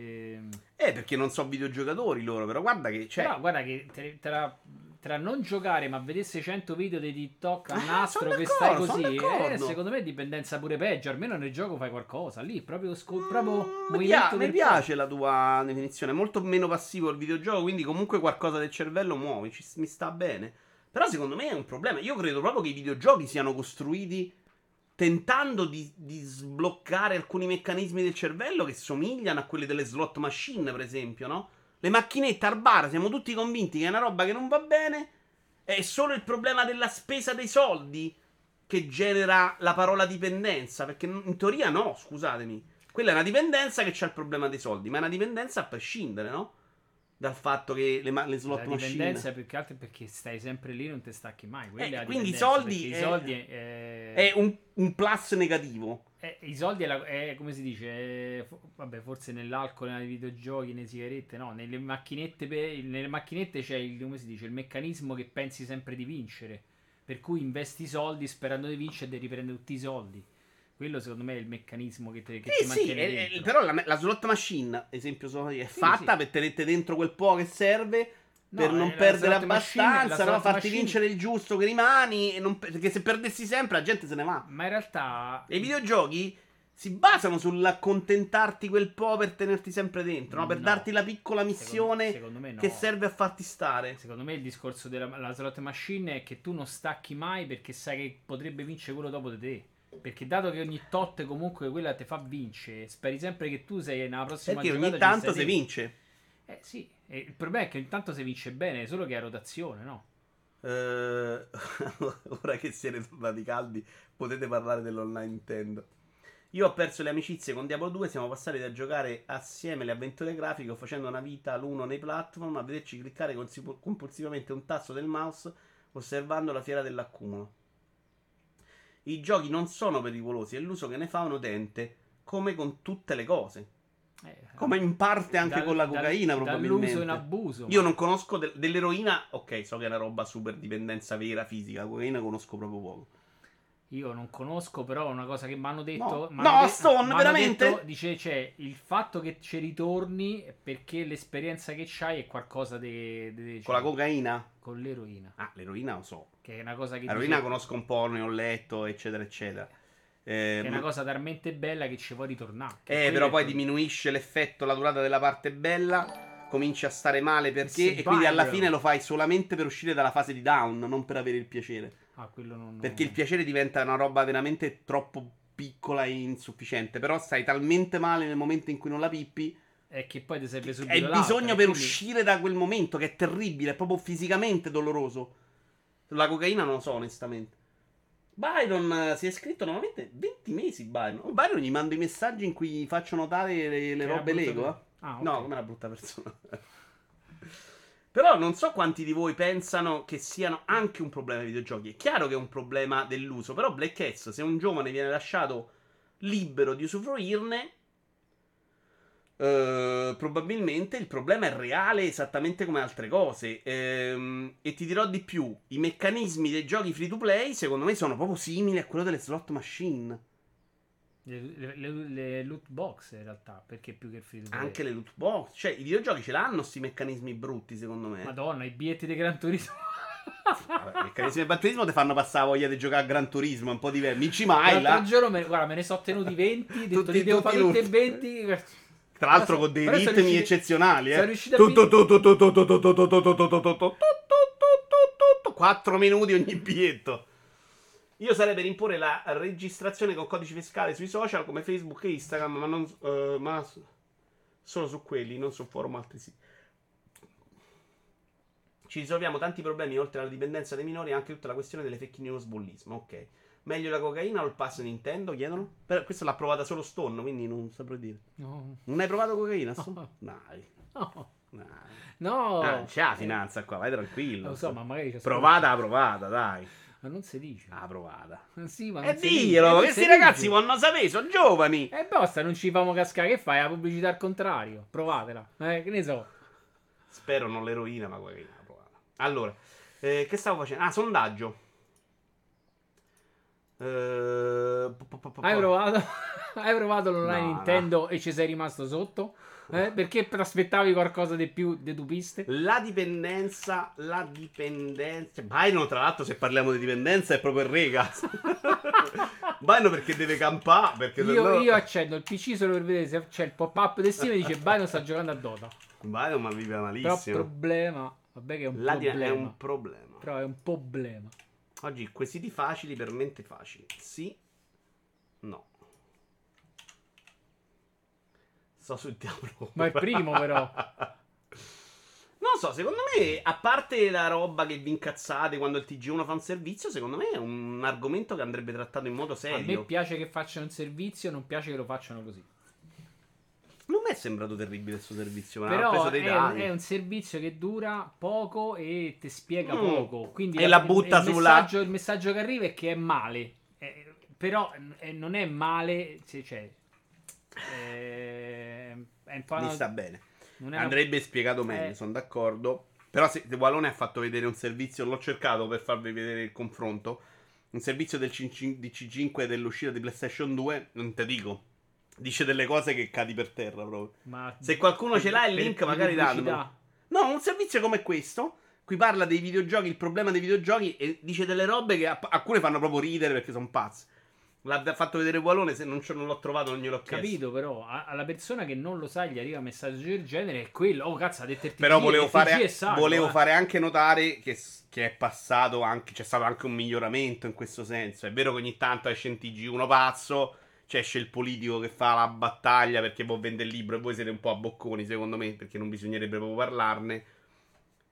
Perché non so videogiocatori loro, però guarda che c'è. però guarda che tra non giocare ma vedere 600 video di TikTok a nastro sono che stai d'accordo, così, sono d'accordo. secondo me è dipendenza pure peggio. Almeno nel gioco fai qualcosa. Lì proprio, Mi movimento mi del piace la tua definizione. È molto meno passivo il videogioco, quindi comunque qualcosa del cervello muovi. Mi sta bene. Però secondo me è un problema. Io credo proprio che i videogiochi siano costruiti tentando di sbloccare alcuni meccanismi del cervello che somigliano a quelli delle slot machine, per esempio, no? Le macchinette al bar, siamo tutti convinti che è una roba che non va bene. È solo il problema della spesa dei soldi che genera la parola dipendenza. Perché in teoria no, scusatemi. Quella è una dipendenza che c'ha il problema dei soldi, ma è una dipendenza a prescindere, no? Dal fatto che le slot La machine. dipendenza più che altro è perché stai sempre lì, non ti stacchi mai. Quella è la quindi i dipendenza, soldi perché è- i soldi È un plus negativo. i soldi è come si dice, vabbè, forse nell'alcol, nei videogiochi, nelle sigarette, no, nelle macchinette c'è come si dice, il meccanismo che pensi sempre di vincere, per cui investi i soldi sperando di vincere e di riprendere tutti i soldi. Quello secondo me è il meccanismo che ti Sì, mantiene dentro. però la slot machine, esempio, è Sì, fatta sì. per tenere dentro quel po' che serve No, per non la perdere slot machine- la abbastanza, no? slot Farti machine- vincere il giusto che rimani. Perché se perdessi sempre la gente se ne va. Ma in realtà E i videogiochi si basano sull'accontentarti quel po' per tenerti sempre dentro, no? Per No. darti la piccola missione secondo me no. che serve a farti stare. Secondo me il discorso della la slot machine è che tu non stacchi mai perché sai che potrebbe vincere quello dopo di te. Perché dato che ogni tot comunque quella ti fa vincere, speri sempre che tu sei nella prossima Perché giocata ogni ci tanto stai si te. vince. Sì, e il problema è che intanto si vince bene, solo che è a rotazione, no? Ora che siete tornati caldi, potete parlare dell'online Nintendo. Io ho perso le amicizie con Diablo 2. Siamo passati da giocare assieme le avventure grafiche, facendo una vita l'uno nei platform, a vederci cliccare compulsivamente un tasto del mouse, osservando la fiera dell'accumulo. I giochi non sono pericolosi, è l'uso che ne fa un utente, come con tutte le cose. Come in parte anche con la cocaina, probabilmente. Dall'uso in abuso. Io non conosco dell'eroina. Ok, so che è una roba super dipendenza vera, fisica. La cocaina conosco proprio poco. Io non conosco, però una cosa che mi hanno detto. No, Stone, veramente? Detto, dice, c'è il fatto che ci ritorni perché l'esperienza che c'hai è qualcosa di Con la cocaina? Con l'eroina. Ah, l'eroina lo so. Che è una cosa che. L'eroina conosco un po', ne ho letto, eccetera, eccetera. Che è una cosa talmente bella che ci vuoi ritornare. Però poi diminuisce l'effetto, la durata della parte bella. Cominci a stare male perché. E quindi alla fine lo fai solamente per uscire dalla fase di down, non per avere il piacere. Quello non. Perché il piacere diventa una roba veramente troppo piccola e insufficiente. Però stai talmente male nel momento in cui non la pippi. E che poi ti serve subito. Hai bisogno per uscire da quel momento, che è terribile, è proprio fisicamente doloroso. La cocaina non lo so, onestamente. Byron si è iscritto normalmente 20 mesi. Byron gli mando i messaggi in cui faccio notare le robe Lego. Okay. No, come una brutta persona. Però non so quanti di voi pensano che siano anche un problema dei videogiochi. È chiaro che è un problema dell'uso, però Black Cats, se un giovane viene lasciato libero di usufruirne, probabilmente il problema è reale esattamente come altre cose. E ti dirò di più, i meccanismi dei giochi free to play secondo me sono proprio simili a quello delle slot machine. Le loot box in realtà, perché più che free to play. Anche le loot box, cioè i videogiochi ce l'hanno sti meccanismi brutti secondo me. Madonna, i biglietti di Gran Turismo. Vabbè, i meccanismi del Gran Turismo ti fanno passare voglia di giocare a Gran Turismo, un po' diverso. Vinci mai là. L'altro giorno guarda, me ne sono tenuti 20, detto li devo fare tutti e 20. Tra l'altro con dei ritmi eccezionali, Sono riuscito a 4 minuti ogni biglietto. Io sarei per imporre la registrazione con codice fiscale sui social come Facebook e Instagram, ma solo su quelli, non su forum altri siti. Ci risolviamo tanti problemi oltre alla dipendenza dei minori e anche tutta la questione delle fake news bullismo. Ok. Meglio la cocaina o il pass Nintendo? Chiedono. Però questo l'ha provata solo Stone, quindi non saprò dire. No. Non hai provato cocaina? No. Dai. No. Dai. No. C'è la finanza qua, vai tranquillo. Lo so, ma magari c'è provata, dai. Ma non si dice. Provata. Sì, ma E non si dice. dillo, Non questi si ragazzi dice. vogliono sapere, sono giovani. E basta, non ci famo cascare. Che fai? La pubblicità al contrario. Provatela. Che ne so. Spero non l'eroina, ma cocaina provata. Allora, che stavo facendo? Ah, sondaggio. Hai provato? Hai provato l'online No, Nintendo e ci sei rimasto sotto? Perché ti aspettavi qualcosa di più detupiste? La dipendenza. Byron, tra l'altro, se parliamo di dipendenza, è proprio il rega. Byron perché deve campare. Perché Io accendo il PC solo per vedere se c'è il pop-up di Steam e dice Byron sta giocando a Dota. Byron ma vive malissimo. Però problema. Vabbè che è un problema. È un problema. Però è un problema. Oggi quesiti facili per mente facili. Sì. No. Sto sul diavolo. Ma è il primo però. Non so, secondo me, a parte la roba che vi incazzate quando il TG1 fa un servizio, secondo me è un argomento che andrebbe trattato in modo A serio. me piace che facciano un servizio, non piace che lo facciano così. Non mi è sembrato terribile questo servizio, ma Però ha preso dei dati. è un servizio che dura poco e ti spiega poco. Quindi E la butta sulla... il messaggio che arriva è che è male. Però non è male. Cioè, è un po' Mi sta bene. non è Andrebbe spiegato meglio, sono d'accordo. Però se Walone ha fatto vedere un servizio, l'ho cercato per farvi vedere il confronto. Un servizio di C5 dell'uscita di PlayStation 2, non te dico. Dice delle cose che cadi per terra proprio. Ma Se qualcuno ce l'ha il link, magari dammelo. No, un servizio come questo. Qui parla dei videogiochi, il problema dei videogiochi, e dice delle robe che alcune fanno proprio ridere perché sono pazzi. L'ha fatto vedere Walone, se non l'ho trovato non gliel'ho chiesto. capito, però alla persona che non lo sa gli arriva un messaggio del genere è quello. Oh cazzo, ha detto il TG. Però volevo fare fare anche notare che è passato anche, c'è stato anche un miglioramento in questo senso. È vero che ogni tanto esce un TG1 pazzo, cioè esce il politico che fa la battaglia perché può vendere il libro e voi siete un po' a bocconi secondo me, perché non bisognerebbe proprio parlarne.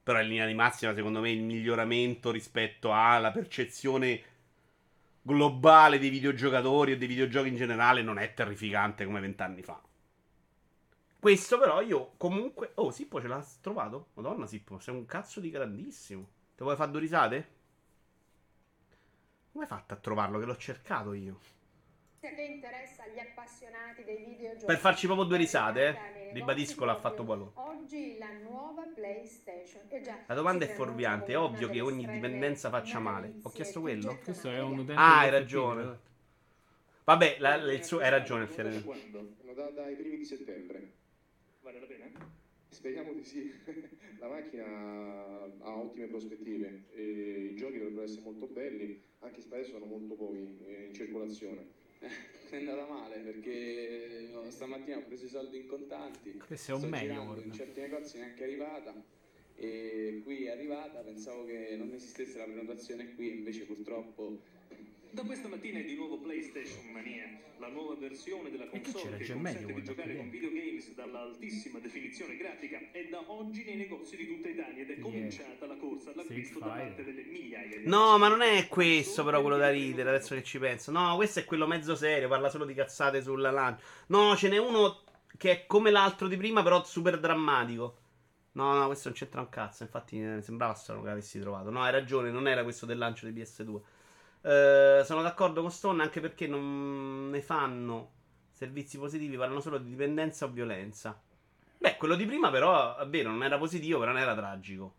Però in linea di massima, secondo me, il miglioramento rispetto alla percezione globale dei videogiocatori e dei videogiochi in generale non è terrificante come 20 anni fa. Questo però io comunque... Oh, Sippo ce l'ha trovato? Madonna Sippo, sei un cazzo di grandissimo. Te vuoi fare due risate? Come hai fatto a trovarlo? Che l'ho cercato io. Che interessa agli appassionati dei videogiochi. Per farci proprio due risate, ribadisco, l'ha fatto Wallo. Oggi la nuova PlayStation. La domanda è fuorviante. È ovvio che ogni dipendenza faccia male. Ho chiesto quello? Questo è un utente. Ah, hai di FP, ragione. Vabbè, il suo... hai ragione il Fiere. Quando? Dai primi di settembre. Vale la pena? Speriamo di sì. La macchina ha ottime prospettive e i giochi dovrebbero essere molto belli, anche se adesso sono molto pochi in circolazione. È andata male perché stamattina ho preso i soldi in contanti. Questo è un sto meglio, girando in guarda. certi negozi neanche è arrivata. E qui è arrivata, pensavo che non esistesse la prenotazione qui, invece purtroppo. Da questa mattina è di nuovo PlayStation Mania, la nuova versione della che console c'era? che C'è consente meglio, di guarda, giocare qui con videogames dall'altissima definizione grafica è da oggi nei negozi di tutta Italia ed è cominciata la corsa all'acquisto da parte delle migliaia di No, ma non è questo però quello da ridere, adesso che ci penso. No, questo è quello mezzo serio, parla solo di cazzate sulla lancio. No, ce n'è uno che è come l'altro di prima, però super drammatico. No, questo non c'entra un cazzo, infatti sembrava strano che l'avessi trovato. No, hai ragione, non era questo del lancio di PS2. Sono d'accordo con Stone anche perché non ne fanno servizi positivi, parlano solo di dipendenza o violenza. Beh, quello di prima però, è vero, non era positivo, però non era tragico.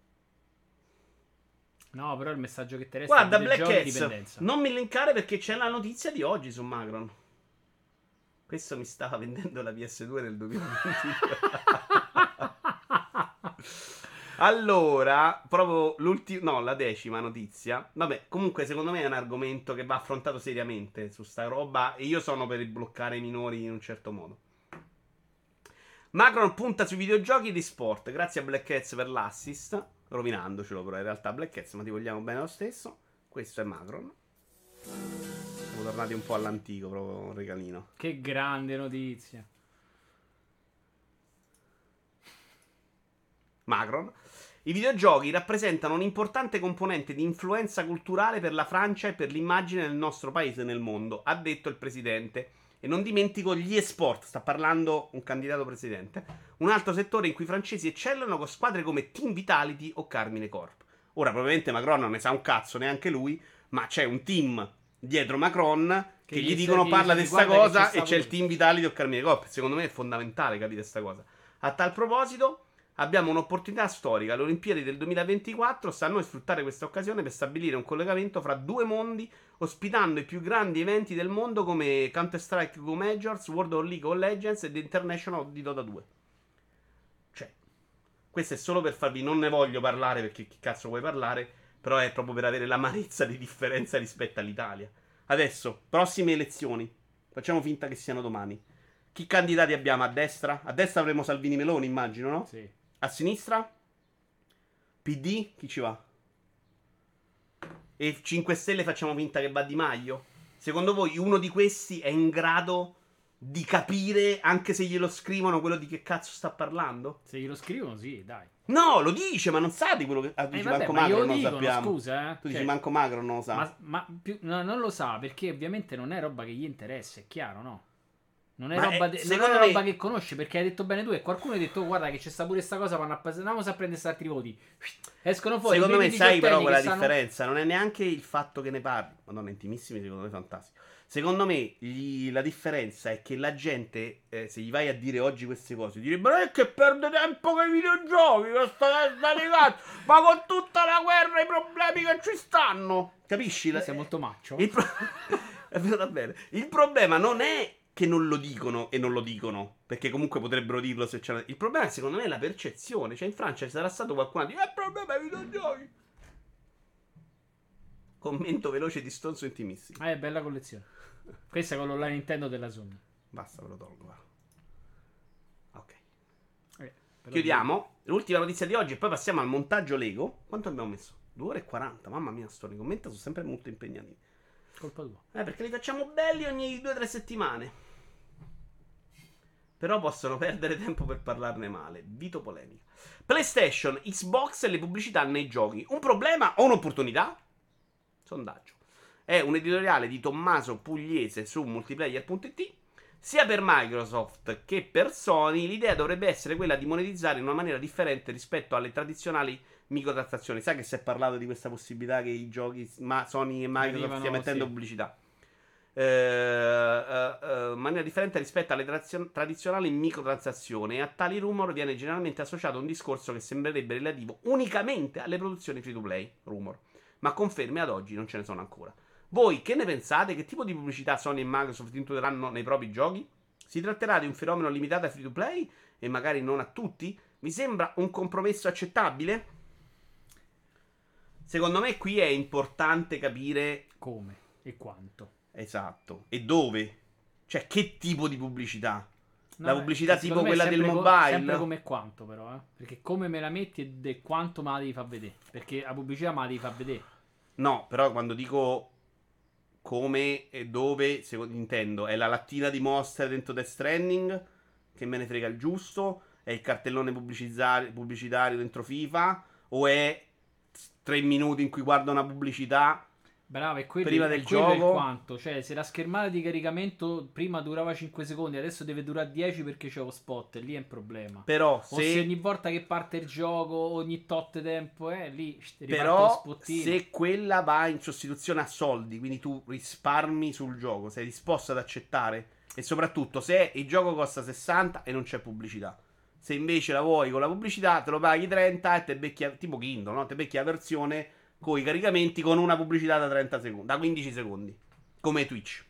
No, però il messaggio che te resta Guarda, è Black videogiochi, Cats, dipendenza. non mi linkare perché c'è la notizia di oggi su Macron. Questo mi stava vendendo la PS2 nel 2022. Allora, proprio la 10ª notizia. Vabbè, comunque secondo me è un argomento che va affrontato seriamente su sta roba e io sono per bloccare i minori in un certo modo. Macron punta sui videogiochi di sport. Grazie a Black Cats per l'assist. Rovinandocelo però in realtà Black Cats, ma ti vogliamo bene lo stesso. Questo è Macron. Siamo tornati un po' all'antico, proprio un regalino. Che grande notizia. Macron. I videogiochi rappresentano un'importante componente di influenza culturale per la Francia e per l'immagine del nostro paese nel mondo, ha detto il presidente. E non dimentico gli esport, sta parlando un candidato presidente, un altro settore in cui i francesi eccellano con squadre come Team Vitality o Carmine Corp. Ora, probabilmente Macron non ne sa un cazzo neanche lui, ma c'è un team dietro Macron che gli dicono parla di sta cosa e c'è il Team Vitality o Carmine Corp. Secondo me è fondamentale capire sta cosa. A tal proposito... abbiamo un'opportunità storica. Le Olimpiadi del 2024 sta a noi sfruttare questa occasione per stabilire un collegamento fra due mondi, ospitando i più grandi eventi del mondo come Counter-Strike Go Majors, World of League of Legends e The International di Dota 2. Cioè, questo è solo per farvi... non ne voglio parlare perché chi cazzo vuoi parlare, però è proprio per avere l'amarezza di differenza rispetto all'Italia. Adesso, prossime elezioni. Facciamo finta che siano domani. Chi candidati abbiamo a destra? A destra avremo Salvini Meloni, immagino, no? Sì. A sinistra? PD? Chi ci va? E 5 Stelle facciamo finta che va Di Maio? Secondo voi uno di questi è in grado di capire, anche se glielo scrivono, quello di che cazzo sta parlando? Se glielo scrivono, sì, dai. No, lo dice, ma non sa di quello che... dici, vabbè, manco ma Macron glielo non lo dicono, sappiamo. scusa, Tu dici manco Macron non lo sa. No, non lo sa, perché ovviamente non è roba che gli interessa, è chiaro, no? Non è Ma roba, è- non è secondo roba me- che conosce, perché hai detto bene tu e qualcuno ha detto guarda che c'è sta pure sta cosa, andiamo a prendere sti altri voti. Escono fuori. Secondo me i sai però diciottenni quella che stanno- differenza. Non è neanche il fatto che ne parli. Madonna, intimissimi, secondo me fantastico. Secondo me la differenza è che la gente, se gli vai a dire oggi queste cose, direbbe ma non è che perde tempo con i videogiochi, questa testa di cazzo, ma con tutta la guerra e i problemi che ci stanno. Capisci? Questo è molto maccio. È venuta bene. Il problema non è che non lo dicono e non lo dicono, perché comunque potrebbero dirlo se c'è... Il problema è secondo me la percezione. Cioè in Francia ci sarà stato qualcuno a dire il problema è i videogiochi. Commento veloce di Stonzo intimissimo. Bella collezione. Questo è quello là Nintendo della Sony. Basta, ve lo tolgo. Va. Ok. Però Chiudiamo. L'ultima notizia di oggi e poi passiamo al montaggio Lego. Quanto abbiamo messo? 2 ore e 40. Mamma mia, sto nei commenti sono sempre molto impegnativi. Colpa tua. Perché li facciamo belli ogni 2 o 3 settimane. Però possono perdere tempo per parlarne male. Vito polemica. PlayStation, Xbox e le pubblicità nei giochi. Un problema o un'opportunità? Sondaggio. È un editoriale di Tommaso Pugliese su multiplayer.it. Sia per Microsoft che per Sony l'idea dovrebbe essere quella di monetizzare in una maniera differente rispetto alle tradizionali microtransazioni. Sai che si è parlato di questa possibilità che i giochi Sony e Microsoft stiano mettendo pubblicità? In maniera differente rispetto alle tradizionali microtransazioni, e a tali rumor viene generalmente associato un discorso che sembrerebbe relativo unicamente alle produzioni free to play. Rumor. Ma conferme ad oggi non ce ne sono ancora. Voi che ne pensate? Che tipo di pubblicità Sony e Microsoft introdurranno nei propri giochi? Si tratterà di un fenomeno limitato ai free to play e magari non a tutti? Mi sembra un compromesso accettabile? Secondo me qui è importante capire come e quanto. Esatto. E dove? Cioè che tipo di pubblicità? No, la pubblicità tipo quella del sempre mobile? Come e quanto però, Perché come me la metti e quanto me la devi far vedere. Perché la pubblicità me la devi far vedere. No, però quando dico come e dove, intendo, è la lattina di Monster dentro Death Stranding, che me ne frega il giusto, è il cartellone pubblicitario dentro FIFA, o è 3 minuti in cui guardo una pubblicità Bravo, è quello, prima del quello è il gioco. quanto. Cioè, se la schermata di caricamento prima durava 5 secondi, adesso deve durare 10 perché c'è lo spot, e lì è un problema. Però se ogni volta che parte il gioco, ogni tot tempo, lì però lo spottino. Se quella va in sostituzione a soldi, quindi tu risparmi sul gioco, sei disposto ad accettare? E soprattutto se il gioco costa 60 e non c'è pubblicità. Se invece la vuoi con la pubblicità, te lo paghi 30 e te becchi tipo Kindle, no? Te becchi la versione con i caricamenti con una pubblicità da 30 secondi, da 15 secondi, come Twitch.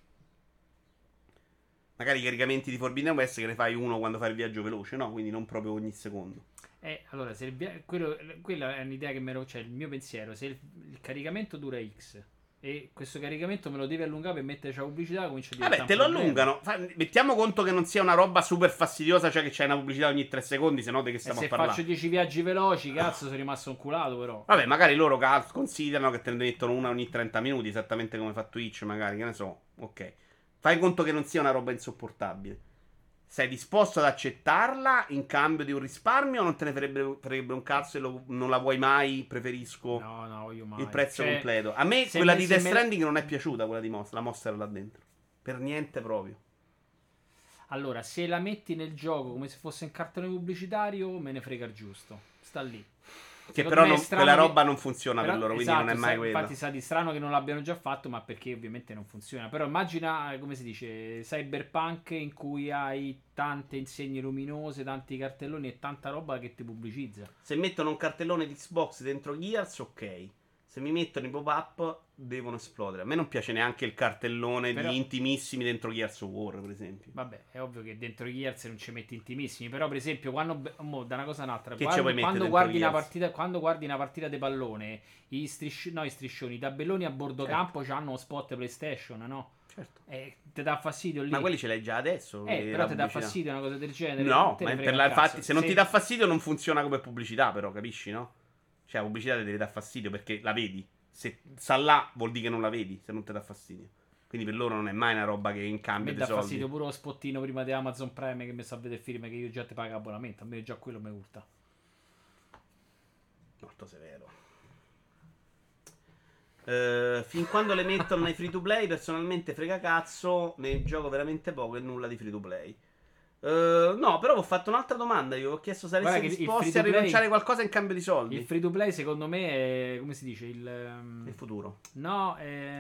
Magari i caricamenti di Forbidden West che ne fai uno quando fai il viaggio veloce, no? Quindi non proprio ogni secondo. Allora, se quella è un'idea che cioè il mio pensiero, se il caricamento dura X e questo caricamento me lo devi allungare per metterci la pubblicità, comincia a diventare te lo allungano. Mettiamo conto che non sia una roba super fastidiosa, cioè che c'è una pubblicità ogni 3 secondi, se no di che stiamo a parlare. Se faccio 10 viaggi veloci, cazzo, sono rimasto un culato, però. Vabbè, magari loro considerano che te ne mettono una ogni 30 minuti, esattamente come fa Twitch, magari, che ne so. Ok. Fai conto che non sia una roba insopportabile. Sei disposto ad accettarla in cambio di un risparmio o non te ne farebbe un cazzo e non la vuoi mai? Preferisco io mai. il prezzo completo. A me quella di Death Stranding non è piaciuta, quella di la Monster là dentro. Per niente proprio. Allora, se la metti nel gioco come se fosse un cartone pubblicitario, me ne frega il giusto. Sta lì. Che però quella roba non funziona per loro, quindi esatto, non è mai quella. Infatti sa di strano che non l'abbiano già fatto, ma perché ovviamente non funziona. Però immagina, come si dice, Cyberpunk in cui hai tante insegne luminose, tanti cartelloni e tanta roba che ti pubblicizza. Se mettono un cartellone di Xbox dentro Gears, ok. Se mi mettono i pop-up devono esplodere. A me non piace neanche il cartellone di intimissimi dentro Gears of War, per esempio. Vabbè, è ovvio che dentro Gears non ci metti intimissimi. Però, per esempio, quando da una cosa all'altra, quando guardi una partita di pallone, i striscioni, i tabelloni a bordo campo hanno spot PlayStation, no? Certo. Ti dà fastidio lì. Ma quelli ce l'hai già adesso. Però ti dà fastidio una cosa del genere. No, ma infatti, se non ti dà fastidio non funziona come pubblicità, però, capisci, no? Cioè, la pubblicità ti deve dar fastidio perché la vedi. Se sta là, vuol dire che non la vedi, se non ti dà fastidio. Quindi per loro non è mai una roba che in cambio di soldi. Mi dà fastidio pure lo spottino prima di Amazon Prime che mi sta a vedere film che io già ti pago abbonamento. A me già quello mi urta. Molto severo. Fin quando le mettono nei free to play, personalmente frega cazzo, ne gioco veramente poco e nulla di free to play. No, però ho fatto un'altra domanda. Io ho chiesto se saresti disposti a rinunciare qualcosa in cambio di soldi. Il free to play, secondo me, è come si dice? Il futuro. No,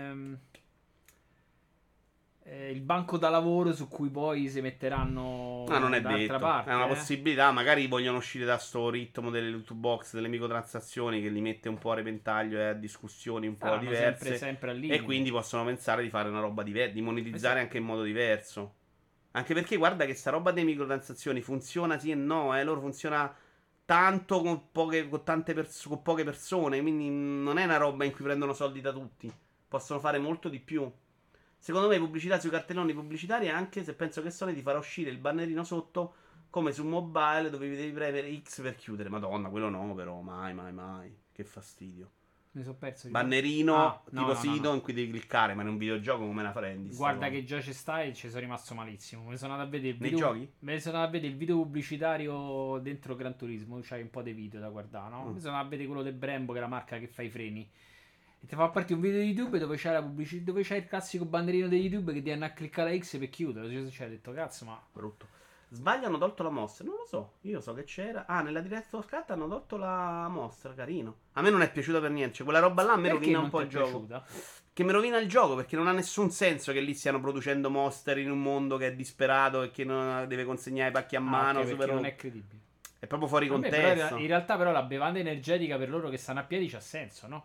il banco da lavoro su cui poi si metteranno non è d'altra detto. parte. È una possibilità. Magari vogliono uscire da sto ritmo delle loot box, delle microtransazioni che li mette un po' a repentaglio e a discussioni un po' diverse. Sempre e quindi possono pensare di fare una roba diversa, di monetizzare anche in modo diverso. Anche perché guarda che sta roba delle microtransazioni funziona sì e no, loro funziona tanto con poche persone, quindi non è una roba in cui prendono soldi da tutti. Possono fare molto di più. Secondo me pubblicità sui cartelloni pubblicitari, anche se penso che Sony ti farà uscire il bannerino sotto come su mobile dove devi premere X per chiudere. Madonna, quello no, però mai. Che fastidio. Mi sono perso. Bannerino no, tipo no, sito no. in cui devi cliccare, ma in un videogioco come la prendi? Guarda che già ci sta e ci sono rimasto malissimo. Mi sono andato a vedere il Nei video, giochi? me sono andato a vedere il video pubblicitario dentro Gran Turismo. C'hai un po' di video da guardare, no? Mi sono andato a vedere quello del Brembo, che è la marca che fa i freni. E ti fa partire un video di YouTube dove c'è la pubblicità, dove c'è il classico bannerino di YouTube che devi andare a cliccare la X per chiudere. Cioè, ho detto, cazzo, ma Brutto. Sbaglio, hanno tolto la mostra. Non lo so. Io so che c'era. Ah, nella Director's Cut hanno tolto la mostra. Carino. A me non è piaciuta per niente. Cioè, quella roba là a me perché rovina non un po' ti è il gioco. piaciuta? Che mi rovina il gioco perché non ha nessun senso che lì stiano producendo monster in un mondo che è disperato e che non deve consegnare i pacchi a mano. Ok, perché super- non è credibile. È proprio fuori Vabbè, contesto. però in realtà però la bevanda energetica per loro che stanno a piedi c'ha senso, no?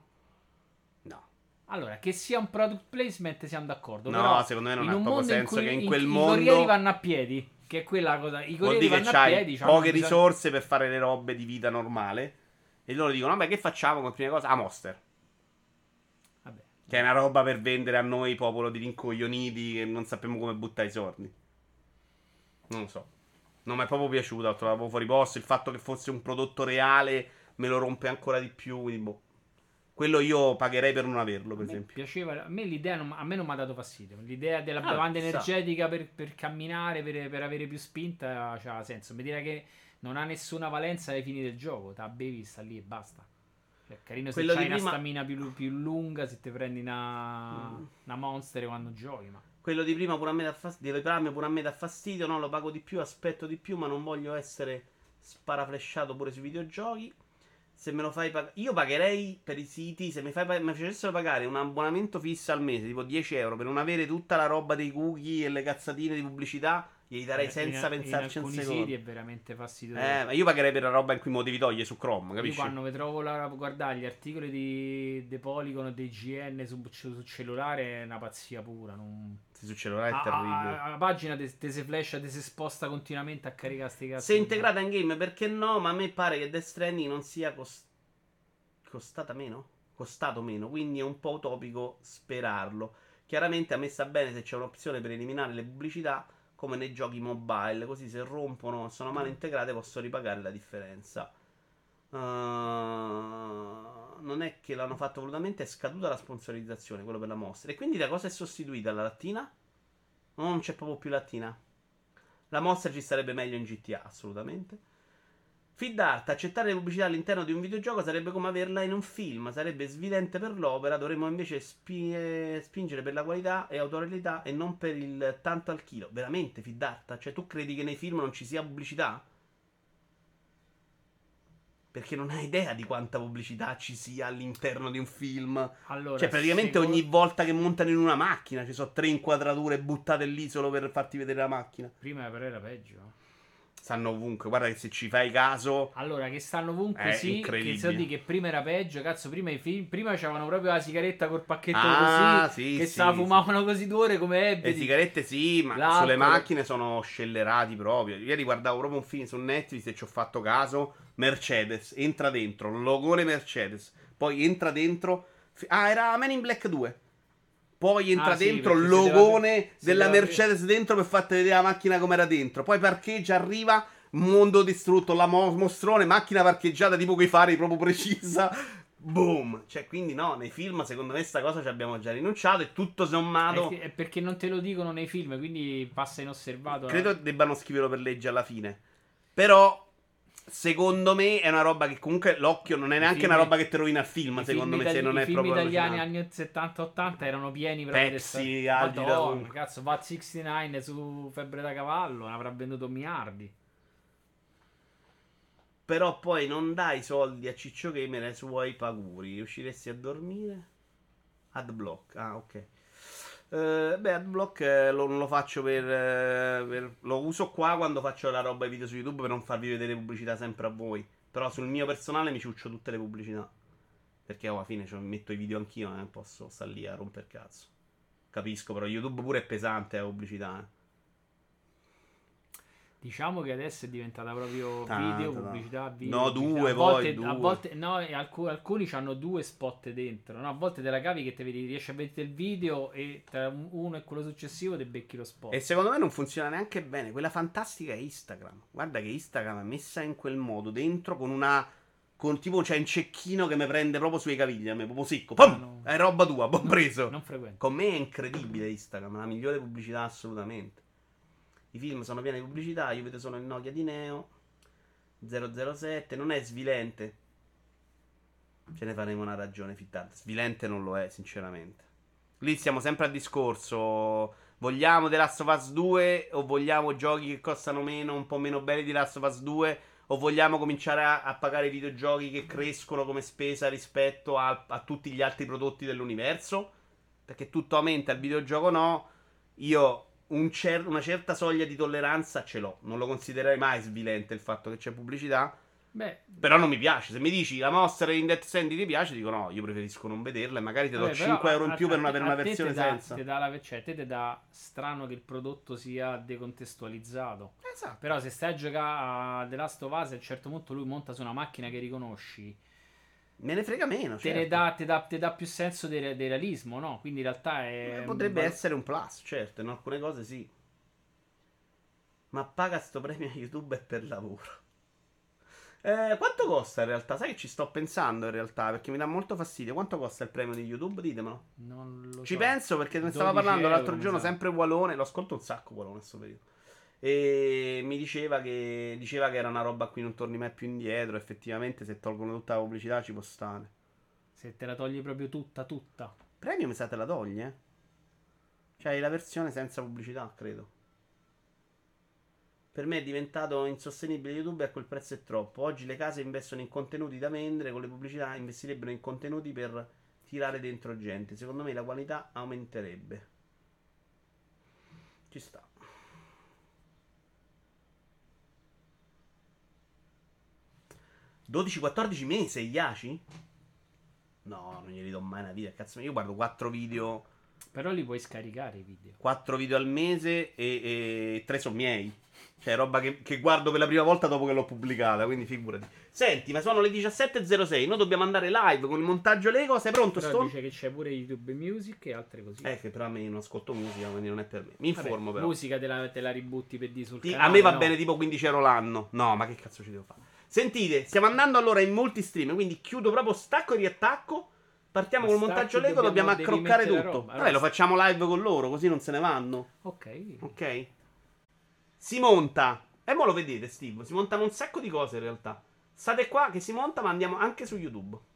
No. Allora, che sia un product placement siamo d'accordo. No, però secondo me non in ha un proprio mondo senso che in quel i mondo- corrieri vanno a piedi, che è quella cosa. I Vuol corrieri dire che vanno a c'hai piedi, c'hanno poche bisogno- risorse per fare le robe di vita normale. E loro dicono, vabbè, che facciamo come prima cosa? Ah, Monster. Vabbè. Che è una roba per vendere a noi, popolo di rincoglioniti, che non sappiamo come buttare i soldi. Non lo so. Non mi è proprio piaciuto, lo trovavo fuori posto. Il fatto che fosse un prodotto reale me lo rompe ancora di più. Quindi, boh. Quello io pagherei per non averlo, per A me esempio. piaceva, a me l'idea a me non mi ha dato fastidio. L'idea della Ah, bevanda chissà. energetica per camminare, per avere più spinta, c'ha senso. Mi dire che non ha nessuna valenza ai fini del gioco. Te la bevi, sta lì e basta. Cioè, carino se Quello c'hai di una prima- stamina più lunga, se ti prendi una Monster quando giochi, ma... Quello di prima pure a me dà fastidio. Di Prime pure a me dà fastidio. No, lo pago di più, aspetto di più, ma non voglio essere sparaflesciato pure sui videogiochi. Se me lo fai pagare, io pagherei per i siti. Se mi facessero pagare un abbonamento fisso al mese, tipo 10 euro, per non avere tutta la roba dei cookie e le cazzatine di pubblicità, glieli darei senza pensarci un in alcuni secondo. siti è veramente fastidioso. Ma io pagherei per la roba in cui me lo devi togliere su Chrome, Io capisci? quando mi trovo a guardare gli articoli di Polygon e dei GN su cellulare è una pazzia pura. Se su cellulare è terribile. La pagina te si flasha, te si sposta continuamente a caricare sti cazzi. Se integrata in game, perché no? Ma a me pare che Death Stranding non sia costato meno, quindi è un po' utopico sperarlo. Chiaramente a me sta bene se c'è un'opzione per eliminare le pubblicità, come nei giochi mobile, così se rompono, sono male integrate, posso ripagare la differenza. Non è che l'hanno fatto volutamente, è scaduta la sponsorizzazione, quello per la mostra. E quindi da cosa è sostituita la lattina? Non c'è proprio più lattina. La mostra ci sarebbe meglio in GTA, assolutamente. Feed art, accettare le pubblicità all'interno di un videogioco sarebbe come averla in un film, sarebbe svilente per l'opera, dovremmo invece spingere per la qualità e autorialità e non per il tanto al chilo. Veramente, feed art? Cioè tu credi che nei film non ci sia pubblicità? Perché non hai idea di quanta pubblicità ci sia all'interno di un film. Allora, Cioè praticamente ogni volta che montano in una macchina ci sono 3 inquadrature buttate lì solo per farti vedere la macchina. Prima però era peggio. Stanno ovunque, guarda che se ci fai caso. Allora, che stanno ovunque, È sì. incredibile. Che so di che prima era peggio. Cazzo, prima i film. Prima c'avevano proprio la sigaretta col pacchetto Ah, così. sì, che sì, se la sì. fumavano così 2 ore come ebbi. Le sigarette sì, ma L'alcol. sulle macchine sono scellerati proprio. Ieri guardavo proprio un film su Netflix e ci ho fatto caso. Mercedes, entra dentro, logone Mercedes. Poi entra dentro. Era Men in Black 2. Poi entra sì, dentro il perché si logone si della deve Mercedes dentro per farti vedere la macchina com'era dentro. Poi parcheggia, arriva, mondo distrutto, la mostrone, macchina parcheggiata tipo coi fari proprio precisa. Boom! Cioè, quindi no, nei film secondo me sta cosa ci abbiamo già rinunciato e tutto sommato È perché non te lo dicono nei film, quindi passa inosservato. credo debbano scriverlo per legge alla fine. Però secondo me è una roba che comunque l'occhio non è neanche film- una roba che te rovina il film, I secondo film me, se non è i film proprio italiani allucinante. anni 70-80 erano pieni proprio Pepsi, Aldi da ovunque. cazzo, VAT 69 su Febbre da Cavallo ne avrà venduto miliardi. Però poi non dai soldi a Ciccio Gamer ai suoi paguri. Riusciresti a dormire? Adblock. Ah, ok. Adblock non lo faccio lo uso qua quando faccio la roba e video su YouTube per non farvi vedere pubblicità sempre a voi. Però sul mio personale mi ciuccio tutte le pubblicità. Perché alla fine metto i video anch'io, non posso stare lì a romper cazzo. Capisco, però YouTube pure è pesante la pubblicità. Diciamo che adesso è diventata proprio Tanto, video, no. pubblicità, video. No, pubblicità. due, A volte, poi, a due. volte no, e alcuni hanno 2 spot dentro. No? A volte te la cavi che te vedi, riesci a vedere il video e tra uno e quello successivo te becchi lo spot. E secondo me non funziona neanche bene. Quella fantastica è Instagram. Guarda che Instagram è messa in quel modo dentro con con tipo c'è un cecchino che mi prende proprio sulle caviglie, a me, proprio secco. Pum! no. È roba tua, buon preso. Non frequento. Con me è incredibile Instagram, la migliore pubblicità assolutamente. I film sono pieni di pubblicità, io vedo solo il Nokia di Neo 007, non è svilente. Ce ne faremo una ragione fittata. Svilente non lo è, sinceramente. Lì siamo sempre al discorso. Vogliamo The Last of Us 2 o vogliamo giochi che costano meno, un po' meno belli di The Last of Us 2? O vogliamo cominciare a pagare videogiochi che crescono come spesa rispetto a tutti gli altri prodotti dell'universo? Perché tutto aumenta, il videogioco no. Io una certa soglia di tolleranza ce l'ho. Non lo considererei mai svilente il fatto che c'è pubblicità. Beh, Però non mi piace. Se mi dici la Monster in Death Stranding ti piace, dico no, io preferisco non vederla e magari ti do vabbè, 5 però euro in più per avere una versione senza. Te te dà strano che il prodotto sia decontestualizzato. Esatto. Però se stai a giocare a The Last of Us a un certo punto lui monta su una macchina che riconosci, Me ne frega meno. te dà più senso di realismo, no? Quindi in realtà è... Potrebbe essere un plus, certo, in alcune cose sì. Ma paga sto premio a YouTube per lavoro. Quanto costa in realtà? Sai che ci sto pensando in realtà, perché mi dà molto fastidio. Quanto costa il premio di YouTube? Ditemelo. Non lo Ci so. penso perché ne stavo 12 parlando l'altro euro, giorno, mi sa. sempre Walone. Lo ascolto un sacco Walone a sto periodo. E mi diceva che era una roba a cui non torni mai più indietro. Effettivamente, se tolgono tutta la pubblicità ci può stare. Se te la togli proprio tutta. Premio mi sa te la togli, eh? C'hai la versione senza pubblicità, credo. Per me è diventato insostenibile YouTube e a quel prezzo è troppo. Oggi le case investono in contenuti da vendere, con le pubblicità investirebbero in contenuti per tirare dentro gente. Secondo me la qualità aumenterebbe. Ci sta. $12-14 mesi, Iaci? No, non glieli do mai una vita. Cazzo, io guardo 4 video. Però li puoi scaricare i video. 4 video al mese e 3 sono miei. Cioè, roba che guardo per la prima volta dopo che l'ho pubblicata, quindi figurati. Senti, ma sono le 17.06, noi dobbiamo andare live con il montaggio Lego, sei pronto, Però Stone? dice che c'è pure YouTube Music e altre così. Che però a me non ascolto musica, quindi non è per me. Mi informo però. Musica te la ributti per di sul Sì, canale, a me va no? bene tipo 15 euro l'anno. No, ma che cazzo ci devo fare? Sentite, stiamo andando allora in multistream, quindi chiudo proprio stacco e riattacco. Partiamo col montaggio Lego, dobbiamo accroccare devi mettere tutto. la roba, Vabbè, lo allora facciamo live con loro, così non se ne vanno. Ok. Ok. Si monta. E mo lo vedete, Steve. Si montano un sacco di cose in realtà. State qua che si monta, ma andiamo anche su YouTube.